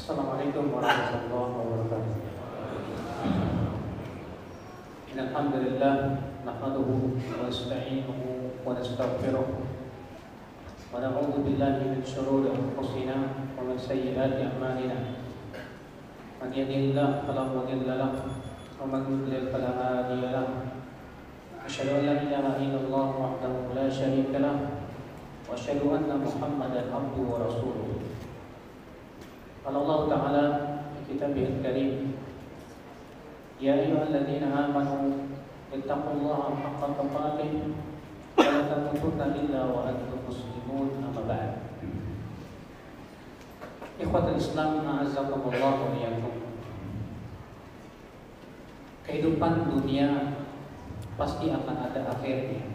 Assalamualaikum warahmatullahi wabarakatuh. Alhamdulillah nahmaduhu wa nasta'inuhu wa nastaghfiruh wa na'udzu billahi min shururi anfusina wa min sayyiati a'malina. Man yahdihillahu fala mudilla lahu wa man yudlil fala hadiya lahu. Asyhadu an la ilaha illallah wahdahu la syarika lahu wa asyhadu anna Muhammadan abduhu wa rasuluh. Qala Allah Ta'ala fi kitabihil karim, ya ayyuhalladzina amanu ittaqullaha haqqa tuqatih wa la tamutunna illa wa antum muslimun. Amma ba'd. Ikhwatul Islam, a'azzakumullah wa iyyakum. Kehidupan dunia pasti akan ada akhirnya.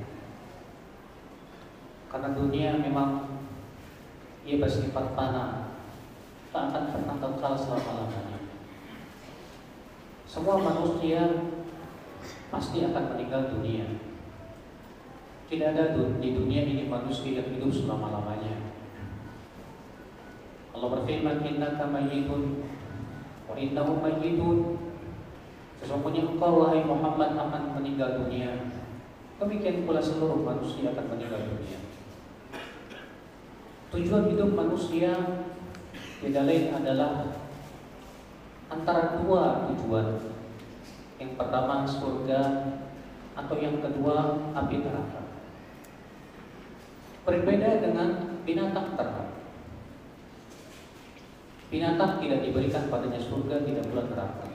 Karena dunia memang ia bersifat fana, tak akan pernah kekal selama-lamanya. Semua manusia pasti akan meninggal dunia. Tidak ada di dunia ini manusia yang hidup selama-lamanya. Allah berfirman, innaka mayyitun wa innahum mayyitun. Sesungguhnya engkau wahai Muhammad akan meninggal dunia. Demikian pula seluruh manusia akan meninggal dunia. Tujuan hidup manusia tidak lain adalah antara dua tujuan. Yang pertama surga, atau yang kedua api neraka. Berbeda dengan binatang ternak. Binatang tidak diberikan padanya surga, tidak pula neraka.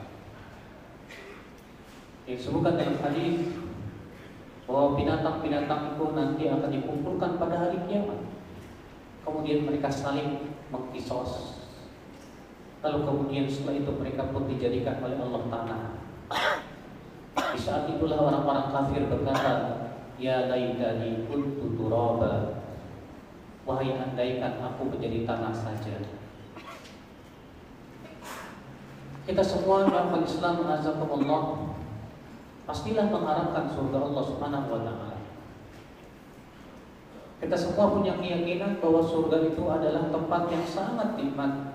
Disebutkan dalam hadis bahwa binatang-binatang itu nanti akan dikumpulkan pada hari kiamat. Kemudian mereka saling mengkisos. Lalu kemudian setelah itu mereka pun dijadikan oleh Allah tanah. Di saat itulah orang-orang kafir berkata, ya laitani kuntu turaba. Wahai andaikan aku menjadi tanah saja. Kita semua dalam Islam, azakumullah, pastilah mengharapkan surga Allah Subhanahu wa taala. Kita semua punya keyakinan bahwa surga itu adalah tempat yang sangat nikmat.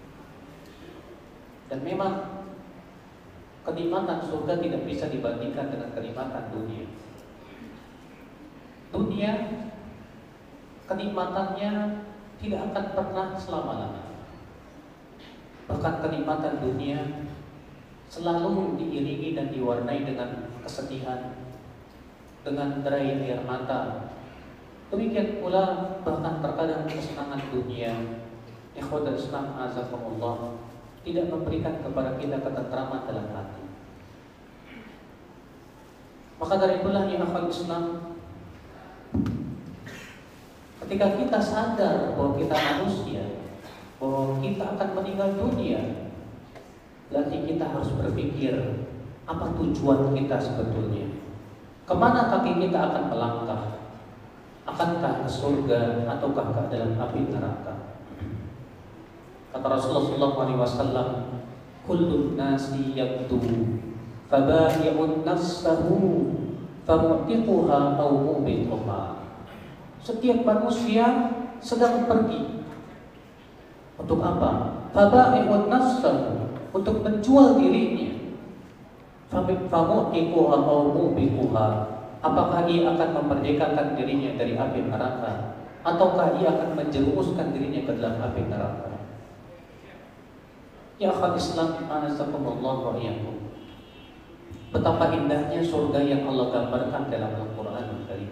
Dan memang kenikmatan surga tidak bisa dibandingkan dengan kenikmatan dunia. Dunia kenikmatannya tidak akan pernah selama-lamanya. Bahkan kenikmatan dunia selalu diiringi dan diwarnai dengan kesedihan, dengan derai air mata. Demikian pula bahkan terkadang kesenangan dunia, ikhwatul Islam azakumullah, tidak memberikan kepada kita ketentraman dalam hati. Maka dari itulah ya akhwat Islam, ketika kita sadar bahwa kita manusia, bahwa kita akan meninggal dunia, berarti kita harus berpikir apa tujuan kita sebetulnya. Kemana kaki kita akan melangkah? Akankah ke surga ataukah ke dalam api neraka? Kata Rasulullah SAW, kullun nasi yabdu faba'i'un nafsahu famu'tiquha aw mubituha. Setiap manusia sedang pergi. Untuk apa? Faba'i'un nafsahu, untuk menjual dirinya. Famu'tiquha aw mubituha, apakah ia akan memerdekakan dirinya dari api neraka ataukah ia akan menjerumuskan dirinya ke dalam api neraka? Ya akhwat Islam, a'azzakumullah wa iyyakum. Betapa indahnya surga yang Allah gambarkan dalam Al-Qur'an Al-Karim.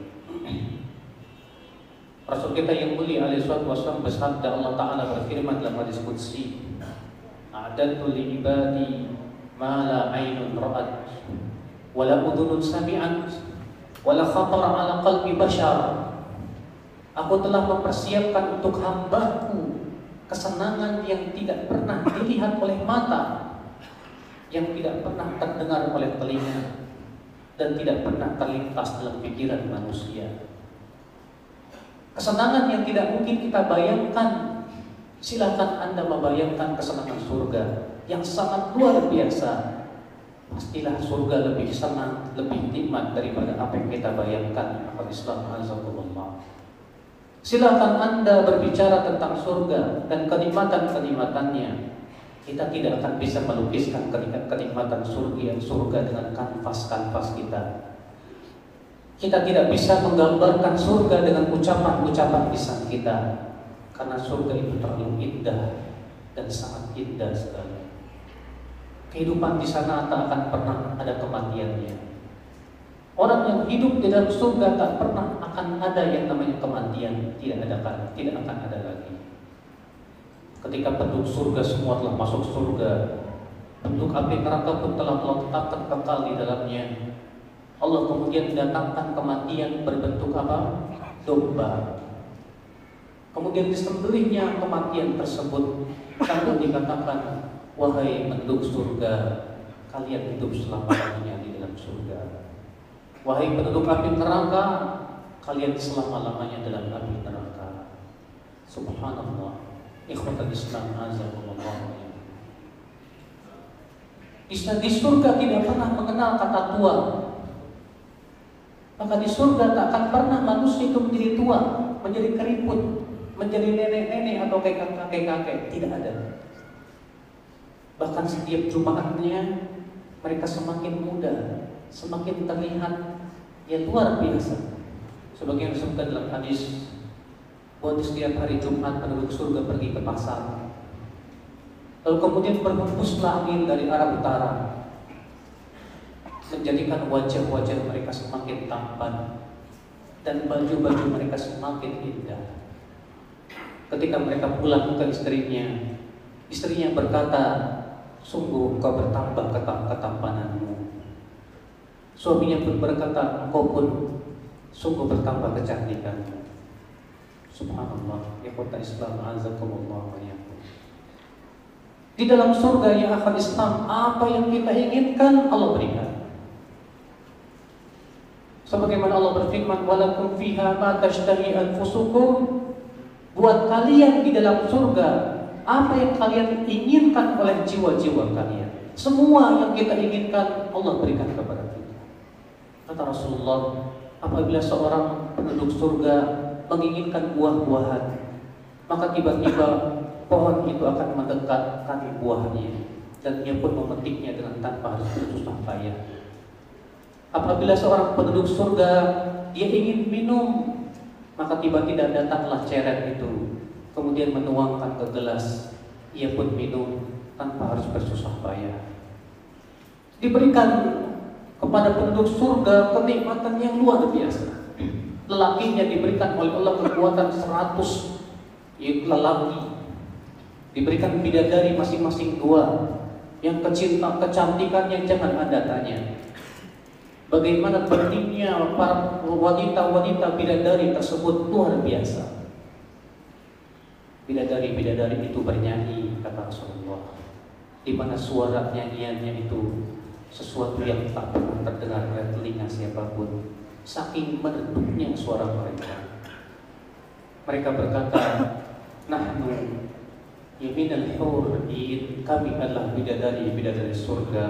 Rasul kita yang mulia alaihi wasallam bersabda, Allah Ta'ala berfirman dalam hadis qudsi, a'dadtu li ibadi ma la 'ainun ra'at wa la udhunun sami'at wa la khatara 'ala qalbi bashar. Aku telah mempersiapkan untuk hambaku kesenangan yang tidak pernah dilihat oleh mata, yang tidak pernah terdengar oleh telinga, dan tidak pernah terlintas dalam pikiran manusia. Kesenangan yang tidak mungkin kita bayangkan. Silakan Anda membayangkan kesenangan surga yang sangat luar biasa. Pastilah surga lebih senang, lebih nikmat daripada apa yang kita bayangkan. Islam azakumullah. Silakan Anda berbicara tentang surga dan kenikmatan-kenikmatannya. Kita tidak akan bisa melukiskan kenikmatan surga dengan kanvas-kanvas kita. Kita tidak bisa menggambarkan surga dengan ucapan-ucapan lisan kita, karena surga itu terlalu indah dan sangat indah sekali. Kehidupan di sana tak akan pernah ada kematiannya. Orang yang hidup di dalam surga tak pernah akan ada yang namanya kematian, tidak akan ada lagi. Ketika penduduk surga semua telah masuk surga, penduduk api neraka pun telah tetap kekal di dalamnya. Allah kemudian mendatangkan kematian berbentuk apa? Domba. Kemudian disembelihnya kematian tersebut, lalu dikatakan, wahai penduduk surga, kalian hidup selama-lamanya di dalam surga. Wahai penduduk api neraka, kalian selama-lamanya dalam api neraka. Subhanallah. Ikhwatul Islam azakumullah. Di surga tidak pernah mengenal kata tua. Maka di surga tak akan pernah manusia itu menjadi tua, menjadi keriput, menjadi nenek-nenek atau kakek-kakek. Tidak ada. Bahkan setiap Jumatnya mereka semakin muda, semakin terlihat yang luar biasa. Sebagian disebutkan dalam hadis bahwa setiap hari Jumat penduduk surga pergi ke pasar, lalu kemudian berhembuslah angin dari arah utara, menjadikan wajah-wajah mereka semakin tampan dan baju-baju mereka semakin indah. Ketika mereka pulang ke istrinya berkata, sungguh engkau bertambah ketampananmu. Suaminya pun berkata, engkau pun sungguh bertambah kecantikanmu. Subhanallah, ikhwata Islam azakumullah wa iyyakum. Di dalam surga ya akhwat Islam, apa yang kita inginkan Allah berikan. Sebagaimana Allah berfirman, walakum fiha ma tashtahi anfusukum, buat kalian di dalam surga apa yang kalian inginkan oleh jiwa-jiwa kalian. Semua yang kita inginkan Allah berikan kepada kita. Kata Rasulullah, apabila seorang penduduk surga menginginkan buah-buahan, maka tiba-tiba pohon itu akan mendekatkan buahnya dan dia pun memetiknya dengan tanpa harus bersusah payah. Apabila seorang penduduk surga dia ingin minum, maka tiba-tiba datanglah ceret itu, kemudian menuangkan ke gelas, ia pun minum tanpa harus bersusah payah. Diberikan kepada penduduk surga kenikmatan yang luar biasa. Lelakinya diberikan oleh Allah kekuatan 100 lelaki. Diberikan bidadari masing-masing 2 yang kecantikannya jangan Anda tanya. Bagaimana pentingnya para wanita-wanita bidadari tersebut luar biasa. Bidadari-bidadari itu bernyanyi, kata Rasulullah, di mana suara nyanyiannya itu sesuatu yang tak pernah terdengar oleh telinga siapapun. Saking merdunya suara mereka. Mereka berkata, nahnu yaminal hurriin, kami adalah bidadari surga.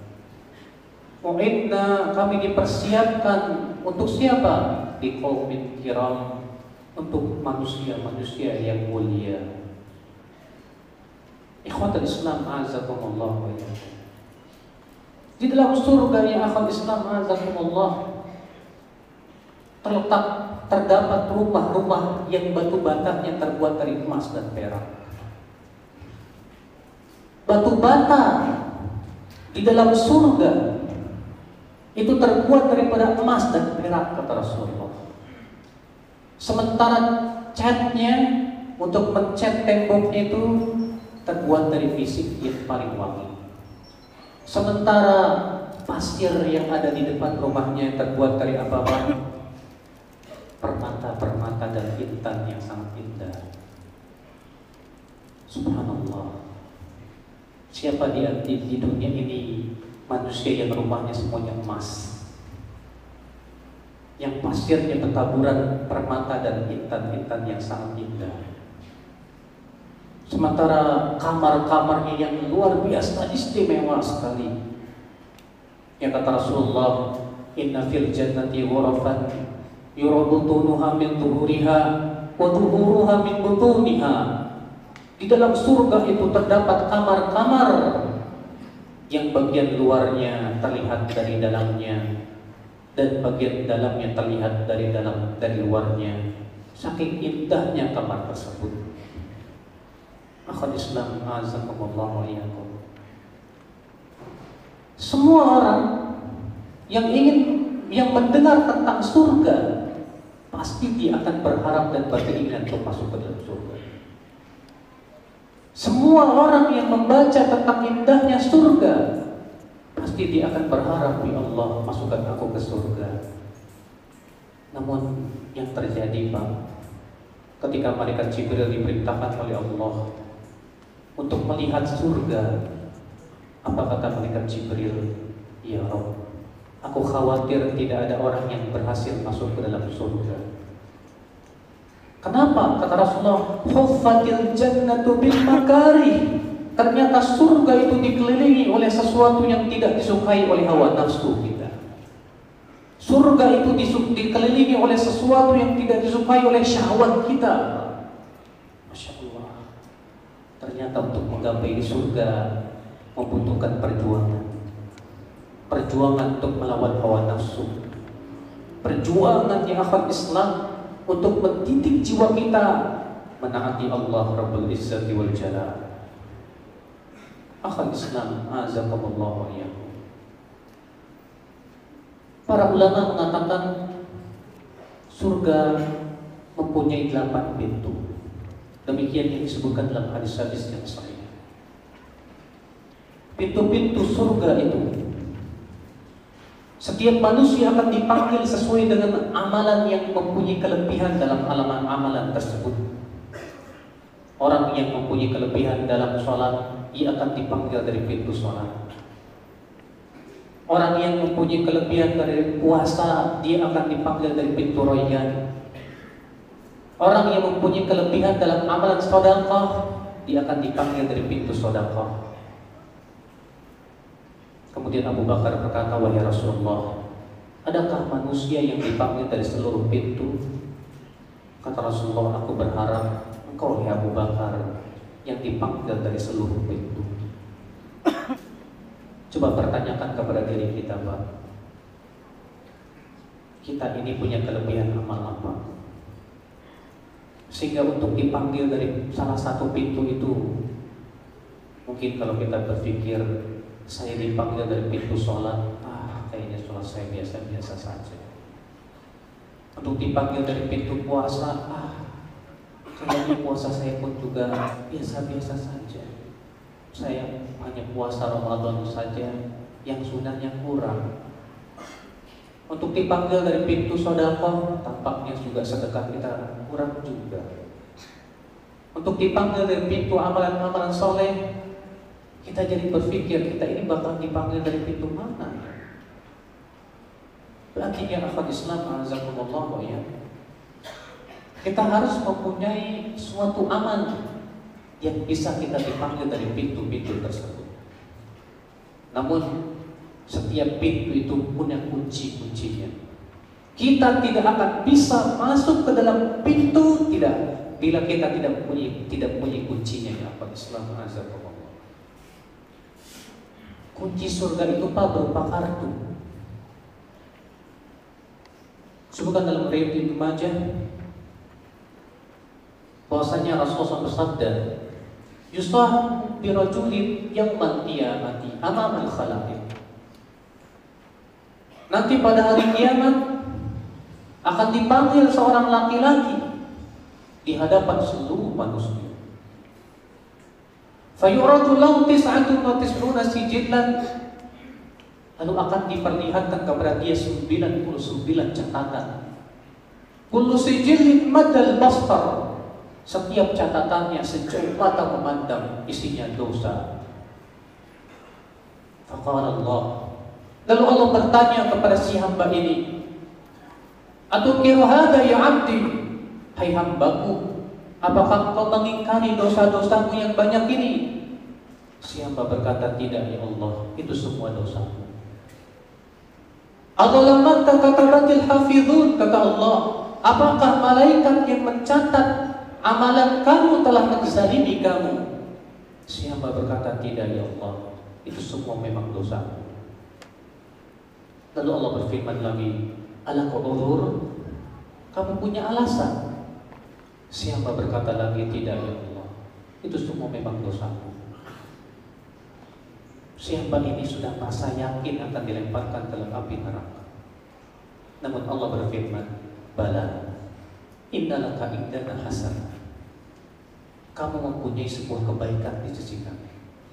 Mu'inna, kami dipersiapkan untuk siapa? Biqaumin kiram, untuk manusia-manusia yang mulia. Ikhwatul Islam azakumullah wa iyyakum. Di dalam surga yang akhwat Islam azakumullah terdapat rumah-rumah yang batu batanya terbuat dari emas dan perak. Batu bata di dalam surga itu terbuat daripada emas dan perak, kata Rasulullah. Sementara catnya untuk mencat tembok itu terbuat dari fisik yang paling wangi. Sementara pasir yang ada di depan rumahnya terbuat dari apa-apa? Permata-permata dan intan yang sangat indah. Subhanallah. Siapa di dunia ini manusia yang rumahnya semuanya emas, yang pasirnya bertaburan permata dan intan-intan yang sangat indah. Sementara kamar-kamarnya yang luar biasa istimewa sekali. Yang kata Rasulullah, inna fil jannati ghurafan yura butunuha min zuhuriha wa zuhuruha min butuniha. Di dalam surga itu terdapat kamar-kamar yang bagian luarnya terlihat dari dalamnya dan bagian dalamnya terlihat dari luarnya. Saking indahnya kamar tersebut. Akhwat Islam azakumullah wa iyyakum. Semua orang yang mendengar tentang surga pasti dia akan berharap dan berkeinginan untuk masuk ke dalam surga. Semua orang yang membaca tentang indahnya surga pasti dia akan berharap, ya Allah, masukkan aku ke surga. Namun yang terjadi, Pak, ketika malaikat Jibril diperintahkan oleh Allah untuk melihat surga, apa kata malaikat Jibril? Ya Rabb, aku khawatir tidak ada orang yang berhasil masuk ke dalam surga. Kenapa? Kata Rasulullah, huffatil jannatu bil makarih. Ternyata surga itu dikelilingi oleh sesuatu yang tidak disukai oleh hawa nafsu kita. Surga itu dikelilingi oleh sesuatu yang tidak disukai oleh syahwat kita. Masya Allah. Ternyata untuk menggapai surga membutuhkan perjuangan. Perjuangan untuk melawan hawa nafsu. Perjuangan yang akan Islam untuk mendidik jiwa kita menaati Allah Rabbul Izzati wal Jalal. Akhal Islam azakumullah wa iyyakum. Para ulama mengatakan surga mempunyai 8 pintu. Demikian yang disebutkan dalam hadis-hadis yang sahih. Pintu-pintu surga itu, setiap manusia akan dipanggil sesuai dengan amalan yang mempunyai kelebihan dalam amalan tersebut. Orang yang mempunyai kelebihan dalam sholat, ia akan dipanggil dari pintu sholat. Orang yang mempunyai kelebihan dari puasa, dia akan dipanggil dari pintu Rayyan. Orang yang mempunyai kelebihan dalam amalan sedekah, dia akan dipanggil dari pintu sedekah. Kemudian Abu Bakar berkata, wahai Rasulullah, adakah manusia yang dipanggil dari seluruh pintu? Kata Rasulullah, aku berharap engkau, wahai Abu Bakar, yang dipanggil dari seluruh pintu. Coba pertanyakan kepada diri kita, Pak. Kita ini punya kelebihan amal apa? Sehingga untuk dipanggil dari salah satu pintu itu, mungkin kalau kita berpikir, saya dipanggil dari pintu sholat, kayaknya sholat saya biasa-biasa saja. Untuk dipanggil dari pintu puasa, kayaknya puasa saya pun juga biasa-biasa saja. Saya hanya puasa Ramadan saja, yang sunahnya kurang. Untuk dipanggil dari pintu sedekah, tampaknya juga sedekah kita kurang juga. Untuk dipanggil dari pintu amalan-amalan soleh, kita jadi berpikir, kita ini bakal dipanggil dari pintu mana? Berarti ya akhwat Islam azakumullah ya, kita harus mempunyai suatu amal yang bisa kita dipanggil dari pintu-pintu tersebut. Namun setiap pintu itu punya kunci-kuncinya. Kita tidak akan bisa masuk ke dalam pintu bila kita tidak punya kuncinya ya akhwat Islam azakumullah. Kunci surga itu Pak berupa kartu. Sebutkan dalam riwayat Ibnu Majah bahwasanya Rasulullah bersabda, "Yusah bi rajulin yaumal qiyamati amamal khalaiq." Nanti pada hari kiamat akan dipanggil seorang laki-laki di hadapan seluruh manusia. Fayuradu lahu 99 sijillan, lalu akan diperlihatkan kepada dia 99 catatan. Kullu sijillin madal bastar, setiap catatannya sejauh mata memandang isinya dosa. Faqala Allah, lalu Allah bertanya kepada si hamba ini, "Atukiru hadha ya 'abdi?" Hai hambaku, apakah kau mengingkari dosa-dosamu yang banyak ini? Si hamba berkata, tidak ya Allah, itu semua dosamu. Adzalamaka katabatil hafizun, kata Allah, apakah malaikat yang mencatat amalan kamu telah menzalimi kamu. Si hamba berkata, tidak ya Allah, itu semua memang dosa. Lalu Allah berfirman lagi, ala qa'udur, kamu punya alasan? Si hamba berkata lagi, tidak ya Allah, itu semua memang dosaku. Si hamba ini sudah merasa yakin akan dilemparkan ke dalam api neraka. Namun Allah berfirman, bala, innalaka indana hasanah, kamu mempunyai sebuah kebaikan di sisi kami.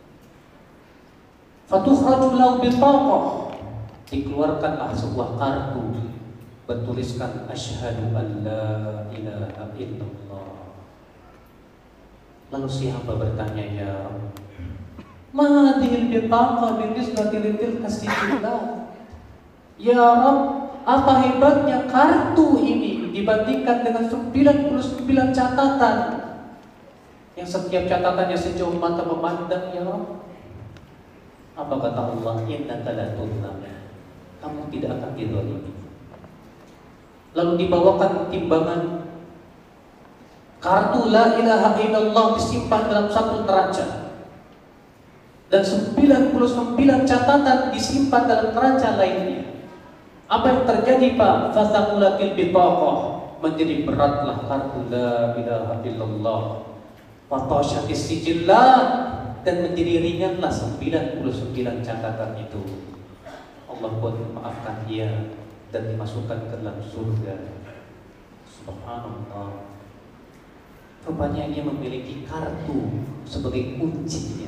Fatukhraju lahu bitaqah, dikeluarkanlah sebuah kartu bertuliskan asyhadu an la ilaha illallah. Lalu si hamba bertanya, ya Rabb, ma hadhil bitaqah binisbati litilka sijillat? Ya Rabb, apa hebatnya kartu ini dibandingkan dengan 99 catatan yang setiap catatannya sejauh mata memandang, ya Rabb? Apa kata Allah? Innaka la tudlam, kamu tidak akan dizalimi. Lalu dibawakan timbangan kartu la ilaha illallah disimpan dalam satu neraca, dan 99 catatan disimpan dalam neraca lainnya. Apa yang terjadi, Pak? Fasaqulatil bitaqah, menjadi beratlah kartu la ilaha illallah. Fatashatis sijillat, dan menjadi ringanlah 99 catatan itu. Allah pun memaafkan dia dan dimasukkan ke dalam surga. Subhanallah. Rupanya dia memiliki kartu sebagai kuncinya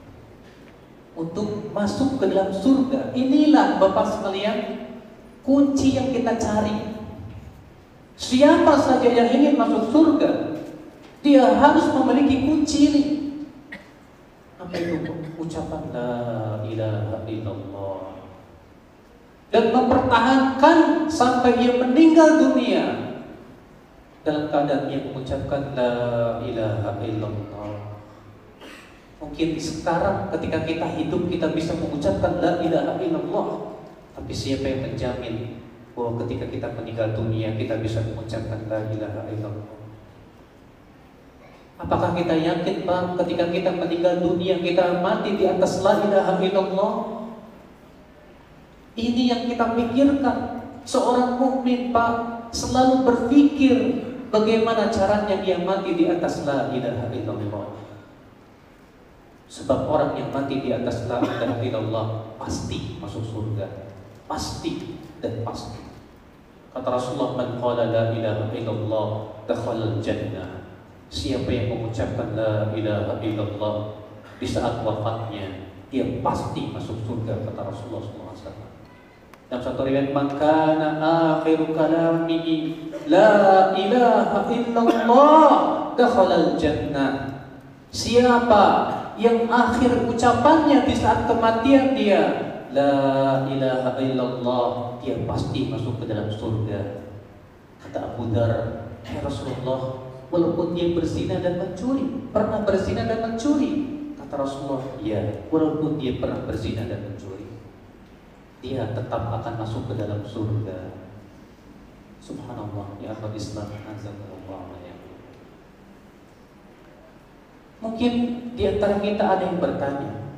untuk masuk ke dalam surga. Inilah Bapak sekalian, kunci yang kita cari. Siapa saja yang ingin masuk surga, dia harus memiliki kunci ini. Apa itu? Ucapan la ilaha illallah, dan mempertahankan sampai ia meninggal dunia dalam keadaan ia mengucapkan la ilaha illallah. Mungkin sekarang ketika kita hidup kita bisa mengucapkan la ilaha illallah, tapi siapa yang menjamin bahwa ketika kita meninggal dunia kita bisa mengucapkan la ilaha illallah? Apakah kita yakin, Pak, ketika kita meninggal dunia kita mati di atas la ilaha illallah? Ini yang kita pikirkan. Seorang mukmin, Pak, selalu berpikir bagaimana caranya dia mati di atas la ilaha illallah. Sebab orang yang mati di atas la ilaha illallah pasti masuk surga. Pasti dan pasti. Kata Rasulullah, man qala la ilaha illallah dakhala al-jannah. Siapa yang mengucapkan la ilaha illallah di saat wafatnya, dia pasti masuk surga, kata Rasulullah SAW. Dalam satu riwayat, makana akhiru kalamihi la ilaha illallah dakhalal jannah. Siapa yang akhir ucapannya di saat kematian dia la ilaha illallah, dia pasti masuk ke dalam surga. Kata Abu Dar, ya Rasulullah, walaupun dia berzina dan mencuri, pernah berzina dan mencuri. Kata Rasulullah, ya, walaupun dia pernah berzina dan mencuri, dia tetap akan masuk ke dalam surga. Subhanallah, ya akhwat Islam, azakumullah. Mungkin di antara kita ada yang bertanya,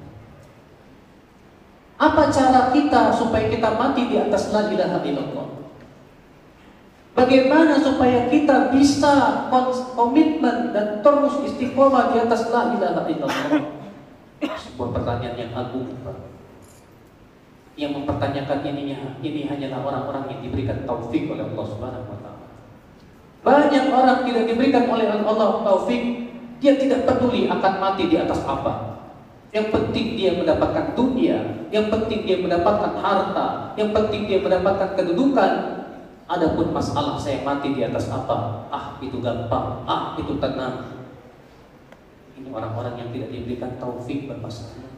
apa cara kita supaya kita mati di atas la ilaha illallah? Bagaimana supaya kita bisa komitmen dan terus istiqomah di atas la ilaha illallah? Sebuah pertanyaan yang agung, Pak. Yang mempertanyakan ini hanyalah orang-orang yang diberikan taufik oleh Allah Subhanahu wa taala. Banyak orang tidak diberikan oleh Allah taufik, dia tidak peduli akan mati di atas apa. Yang penting dia mendapatkan dunia, yang penting dia mendapatkan harta, yang penting dia mendapatkan kedudukan. Adapun masalah saya mati di atas apa, itu gampang, itu tenang. Ini orang-orang yang tidak diberikan taufik, Bapak sekalian.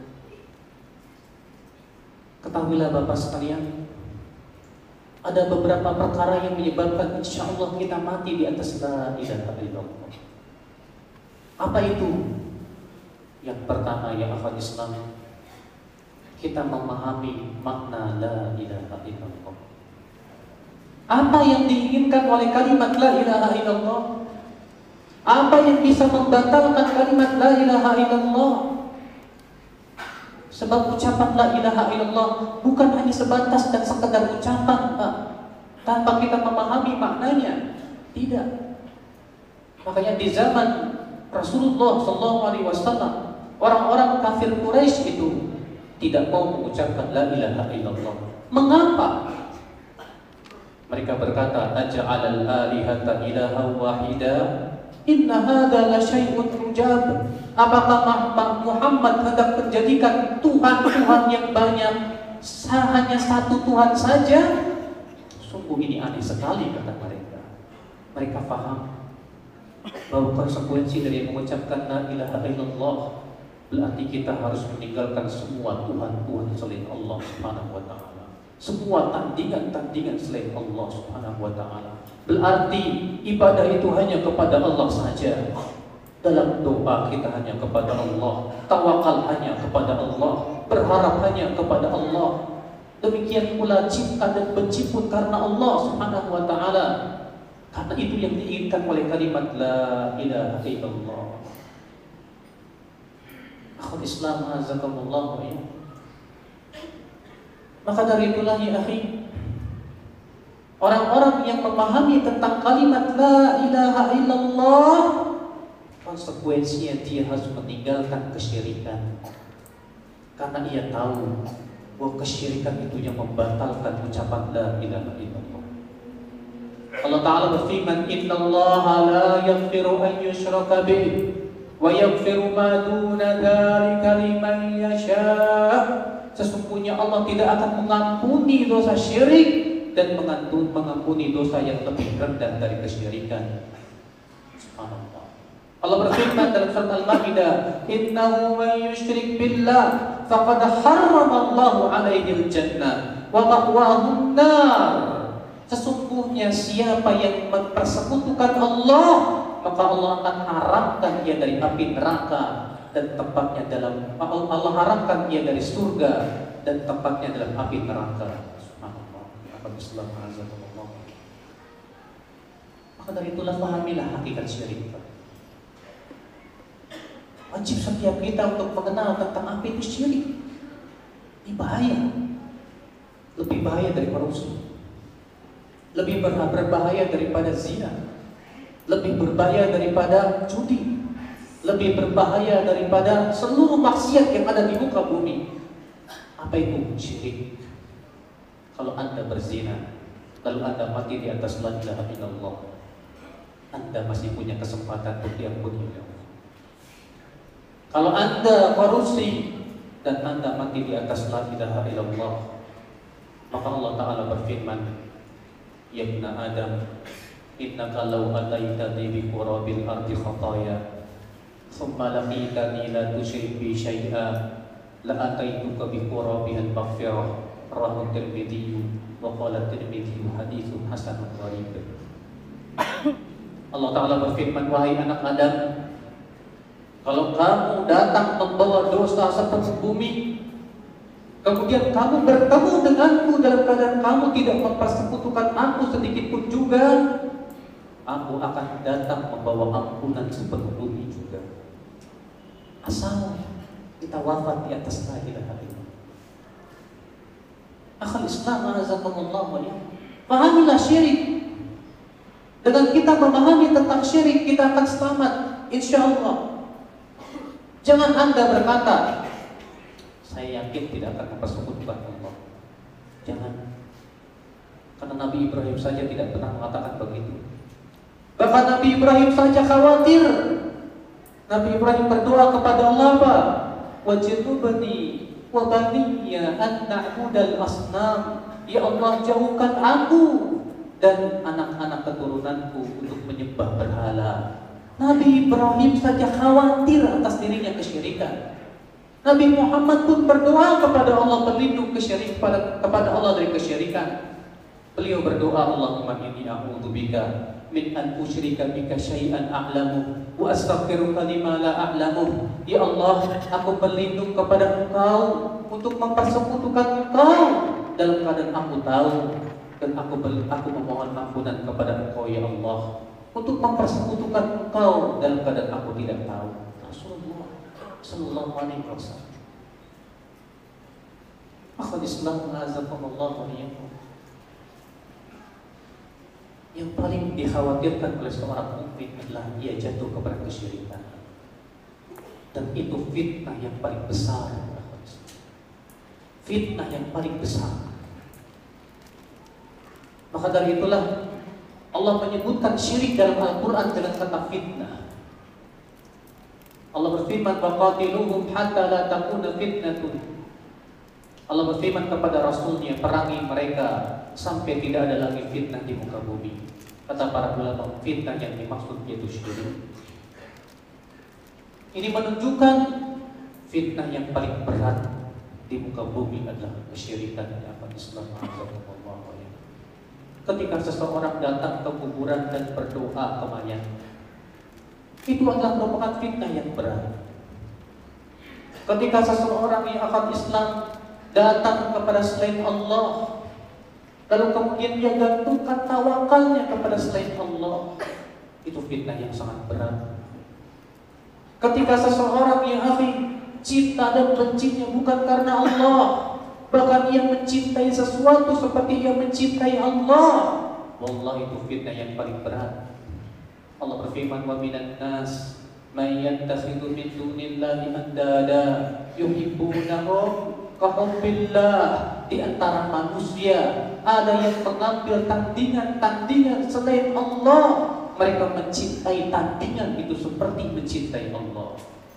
Ketahuilah Bapak sekalian, ada beberapa perkara yang menyebabkan insya Allah kita mati di atas la ilaha illallah. Apa itu? Yang pertama, yang akhwat Islam, kita memahami makna la ilaha illallah. Apa yang diinginkan oleh kalimat la ilaha illallah? Apa yang bisa membatalkan kalimat la ilaha illallah? Sebab ucapan la ilaha illallah bukan hanya sebatas dan sekedar ucapan, Pak, tanpa kita memahami maknanya. Tidak. Makanya di zaman Rasulullah SAW, orang-orang kafir Quraisy itu tidak mau mengucapkan la ilaha illallah. Mengapa? Mereka berkata, aj'alal alihata ilaha wahida, inna hadza la syai'un ujab. Apakah Muhammad hendak menjadikan Tuhan-Tuhan yang banyak hanya satu Tuhan saja? Sungguh ini aneh sekali, kata mereka. Mereka faham bahwa konsekuensi dari mengucapkan la ilaha illallah berarti kita harus meninggalkan semua Tuhan-Tuhan selain Allah Subhanahu wa taala. Semua tandingan-tandingan selain Allah Subhanahu wa taala. Berarti ibadah itu hanya kepada Allah saja. Dalam doa kita hanya kepada Allah, tawakal hanya kepada Allah, berharap hanya kepada Allah. Demikian pula cinta dan benci pun karena Allah Subhanahu wa taala. Karena itu yang diinginkan oleh kalimat la ilaha illallah. Akhul Islam azakumullah ya. Maka dari itulah ya akhi, orang-orang yang memahami tentang kalimat la ilaha illallah, konsekuensinya dia harus meninggalkan kesyirikan. Karena ia tahu bahwa kesyirikan itu yang membatalkan ucapan la ilaha illallah. Allah Ta'ala berfirman, innallaha la yaghfiru an yushraka bih wa yaghfiru ma duna dzalika liman yasha'. Sesungguhnya Allah tidak akan mengampuni dosa syirik dan mengampuni dosa yang lebih rendah dari kesyirikan. Subhanallah. Allah berfirman dalam surat Al-Maidah, innahu man yusyrik billah faqad harrama Allahu 'alaihi al-jannah wa ma'wahu an-nar. Sesungguhnya siapa yang mempersekutukan Allah, maka Allah akan haramkan dia dari api neraka dan tempatnya dalam Allah haramkan dia dari surga dan tempatnya dalam api neraka. Subhanallah. Maka dari itulah pahamilah hakikat syirik. Wajib setiap kita untuk mengenal tentang apa itu syirik. Ini bahaya. Lebih bahaya dari korupsi. Lebih berbahaya daripada zina. Lebih berbahaya daripada judi. Lebih berbahaya daripada seluruh maksiat yang ada di muka bumi. Apa itu syirik? Kalau Anda berzina, lalu Anda mati di atas la ilaha illallah, Anda masih punya kesempatan untuk diampuni oleh Allah. Kalau Anda korupsi dan Anda mati di atas la ilaha illallah, maka Allah Ta'ala berfirman, ya ibna Adam, innaka law ataitani bi qurabil ardi khataya thumma laqitani la tusyrik bi syai'a la ataituka bi qurabiha maghfirah. Rawahu Tirmidzi wa qala Tirmidzi haditsun hasanun gharib. Allah Ta'ala berfirman, wahai anak Adam, kalau kamu datang membawa dosa sepenuh bumi, kemudian kamu bertemu denganku dalam keadaan kamu tidak mempersekutukan aku sedikit pun juga, aku akan datang membawa ampunan sepenuh bumi juga. Asal kita wafat di atas la ilaha illallah. Akhul Islam azakumullah ya. Pahamilah syirik. Dengan kita memahami tentang syirik, kita akan selamat insyaallah. Jangan Anda berkata, saya yakin tidak akan mempersekutukan Allah. Jangan. Karena Nabi Ibrahim saja tidak pernah mengatakan begitu. Bahkan Nabi Ibrahim saja khawatir. Nabi Ibrahim berdoa kepada Allah, apa? Wajnubni wa baniya an na'budal asnam. Ya Allah, jauhkan aku dan anak-anak keturunanku untuk menyembah berhala. Nabi Ibrahim saja khawatir atas dirinya kesyirikan. Nabi Muhammad pun berdoa kepada Allah, berlindung kepada Allah dari kesyirikan. Beliau berdoa, Allahumma inni a'udzubika min an usyrika bika syai'an a'lamu wa astaghfiruka lima la a'lamu. Ya Allah, aku berlindung kepada Engkau untuk mempersekutukan Engkau dalam keadaan aku tahu, dan aku memohon ampunan kepada Engkau ya Allah untuk mempersekutukan engkau dalam keadaan aku tidak tahu. Rasulullah sallallahu alaihi wasallam. Akhul Islam azakumullah wa iyyakum. Yang paling dikhawatirkan oleh seorang mukmin adalah ia jatuh kepada kesyirikan. Dan itu fitnah yang paling besar. Fitnah yang paling besar. Maka dari itulah Allah menyebutkan syirik dalam Al-Quran dengan kata fitnah. Allah berfirman, "Faqatiluhum hatta la takuna fitnatun." Allah berfirman kepada Rasulnya, perangi mereka sampai tidak ada lagi fitnah di muka bumi. Kata para ulama, fitnah yang dimaksud yaitu syirik. Ini menunjukkan fitnah yang paling berat di muka bumi adalah kesyirikan yang Islam. Ketika seseorang datang ke kuburan dan berdoa ke mayat, itu adalah merupakan fitnah yang berat. Ketika seseorang yang akan Islam datang kepada selain Allah, lalu kemudian dia gantungkan tawakalnya kepada selain Allah, itu fitnah yang sangat berat. Ketika seseorang yang cinta dan bencinya bukan karena Allah, bahkan ia mencintai sesuatu seperti ia mencintai Allah, wallahi itu fitnah yang paling berat. Allah berfirman, "Wa minan nas may yattakhidhu min dunillahi andada yuhibbunahum ka hubbillah." Di antara manusia ada yang mengambil tandingan-tandingan selain Allah. Mereka mencintai tandingan itu seperti mencintai Allah.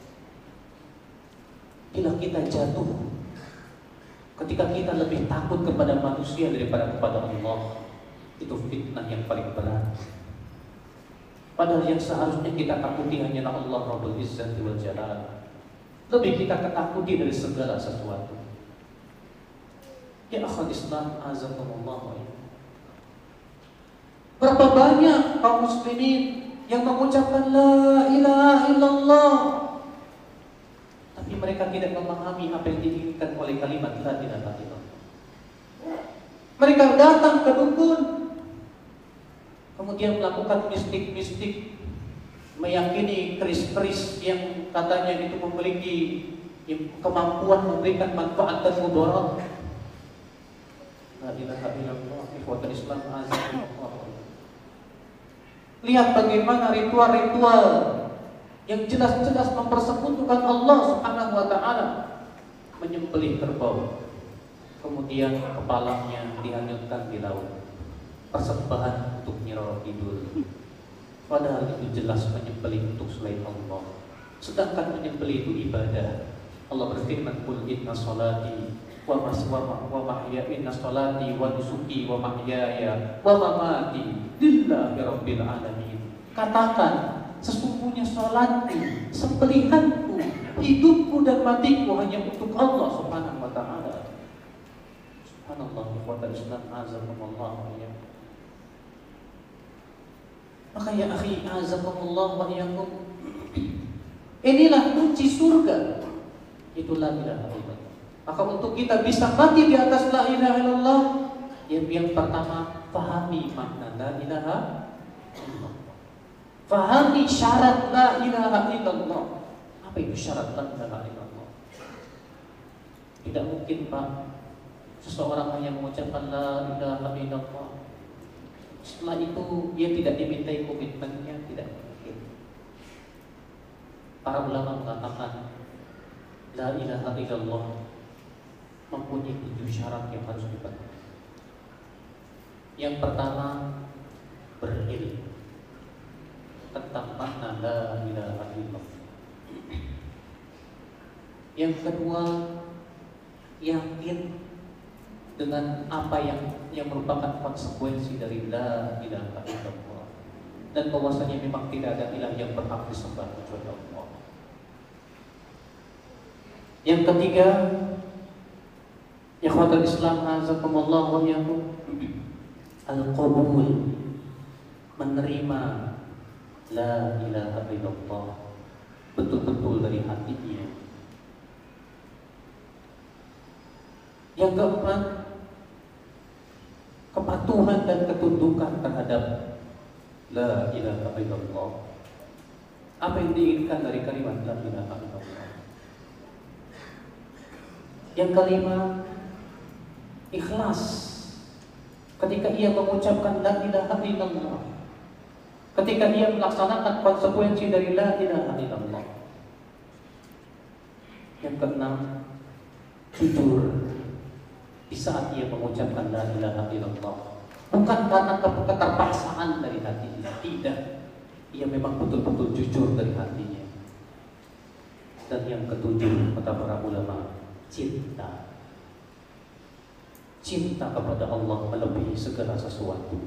Bila kita jatuh, ketika kita lebih takut kepada manusia daripada kepada Allah, itu fitnah yang paling berat. Padahal yang seharusnya kita takuti hanyalah Allah Rabbul Izzati wal Jalal. Lebih kita ketakuti dari segala sesuatu. Ya akhwat Islam azakumullah. Berapa banyak kaum muslimin yang mengucapkan la ilaha illallah, tapi mereka tidak memahami apa yang diinginkan oleh kalimat la ilaha illallah. Mereka datang ke dukun, kemudian melakukan mistik-mistik, meyakini keris-keris yang katanya itu memiliki kemampuan memberikan manfaat dan mudarat. La ilaha illallah, ikhwatul Islam azakumullah. Lihat bagaimana ritual-ritual yang jelas-jelas mempersekutukan Allah Subhanahu wa taala. Menyembelih kerbau, kemudian kepalanya dihanyutkan di laut, persembahan untuk Nyi Roro Kidul. Padahal itu jelas menyembelih untuk selain Allah. Sedangkan menyembelih itu ibadah. Allah berfirman, "Qul inna sholati wa mahyaya inna sholati wa nusuki wa mahyaya wa mamati lillahi rabbil alamin." Katakan, sesungguhnya sholatku, sembelihanku, hidupku dan matiku hanya untuk Allah Subhanahu wa taala. Subhanallah, ikhwatul Islam azakumullah wa iyyakum. Maka ya akhi azakumullah wa iyyakum, inilah kunci surga. Itulah la ilaha illallah. Maka untuk kita bisa mati di atas la ilaha illallah, yang pertama pahami makna la ilaha illallah. Fahami syarat la ilaha illallah. Apa itu syarat la ilaha illallah? Tidak mungkin Pak, seseorang hanya mengucapkan la ilaha illallah, setelah itu dia tidak dimintai komitmennya, tidak mungkin. Para ulama mengatakan la ilaha illallah mempunyai 7 syarat yang harus dipenuhi. Yang pertama, berilmu tentang makna la ilaha illallah. Yang kedua, yakin dengan apa yang merupakan konsekuensi dari la ilaha illallah, dan bahwasanya memang tidak ada ilah yang berhak disembah kecuali Allah. Yang ketiga, ikhwatul Islam azakumullah wa iyyakum, al-qabul, menerima la ilaha illallah betul-betul dari hatinya. Yang keempat, kepatuhan dan ketundukan terhadap La ilaha illallah. Apa yang diinginkan dari kalimat la ilaha illallah? Yang kelima, ikhlas. Ketika ia mengucapkan la ilaha illallah, ketika ia melaksanakan konsekuensi dari la ilaha illallah. Yang keenam, jujur di saat ia mengucapkan la ilaha illallah, bukan karena keterpaksaan dari hatinya, tidak. Ia memang betul-betul jujur dari hatinya. Dan yang ketujuh, kata para ulama, cinta. Cinta kepada Allah melebihi segala sesuatu.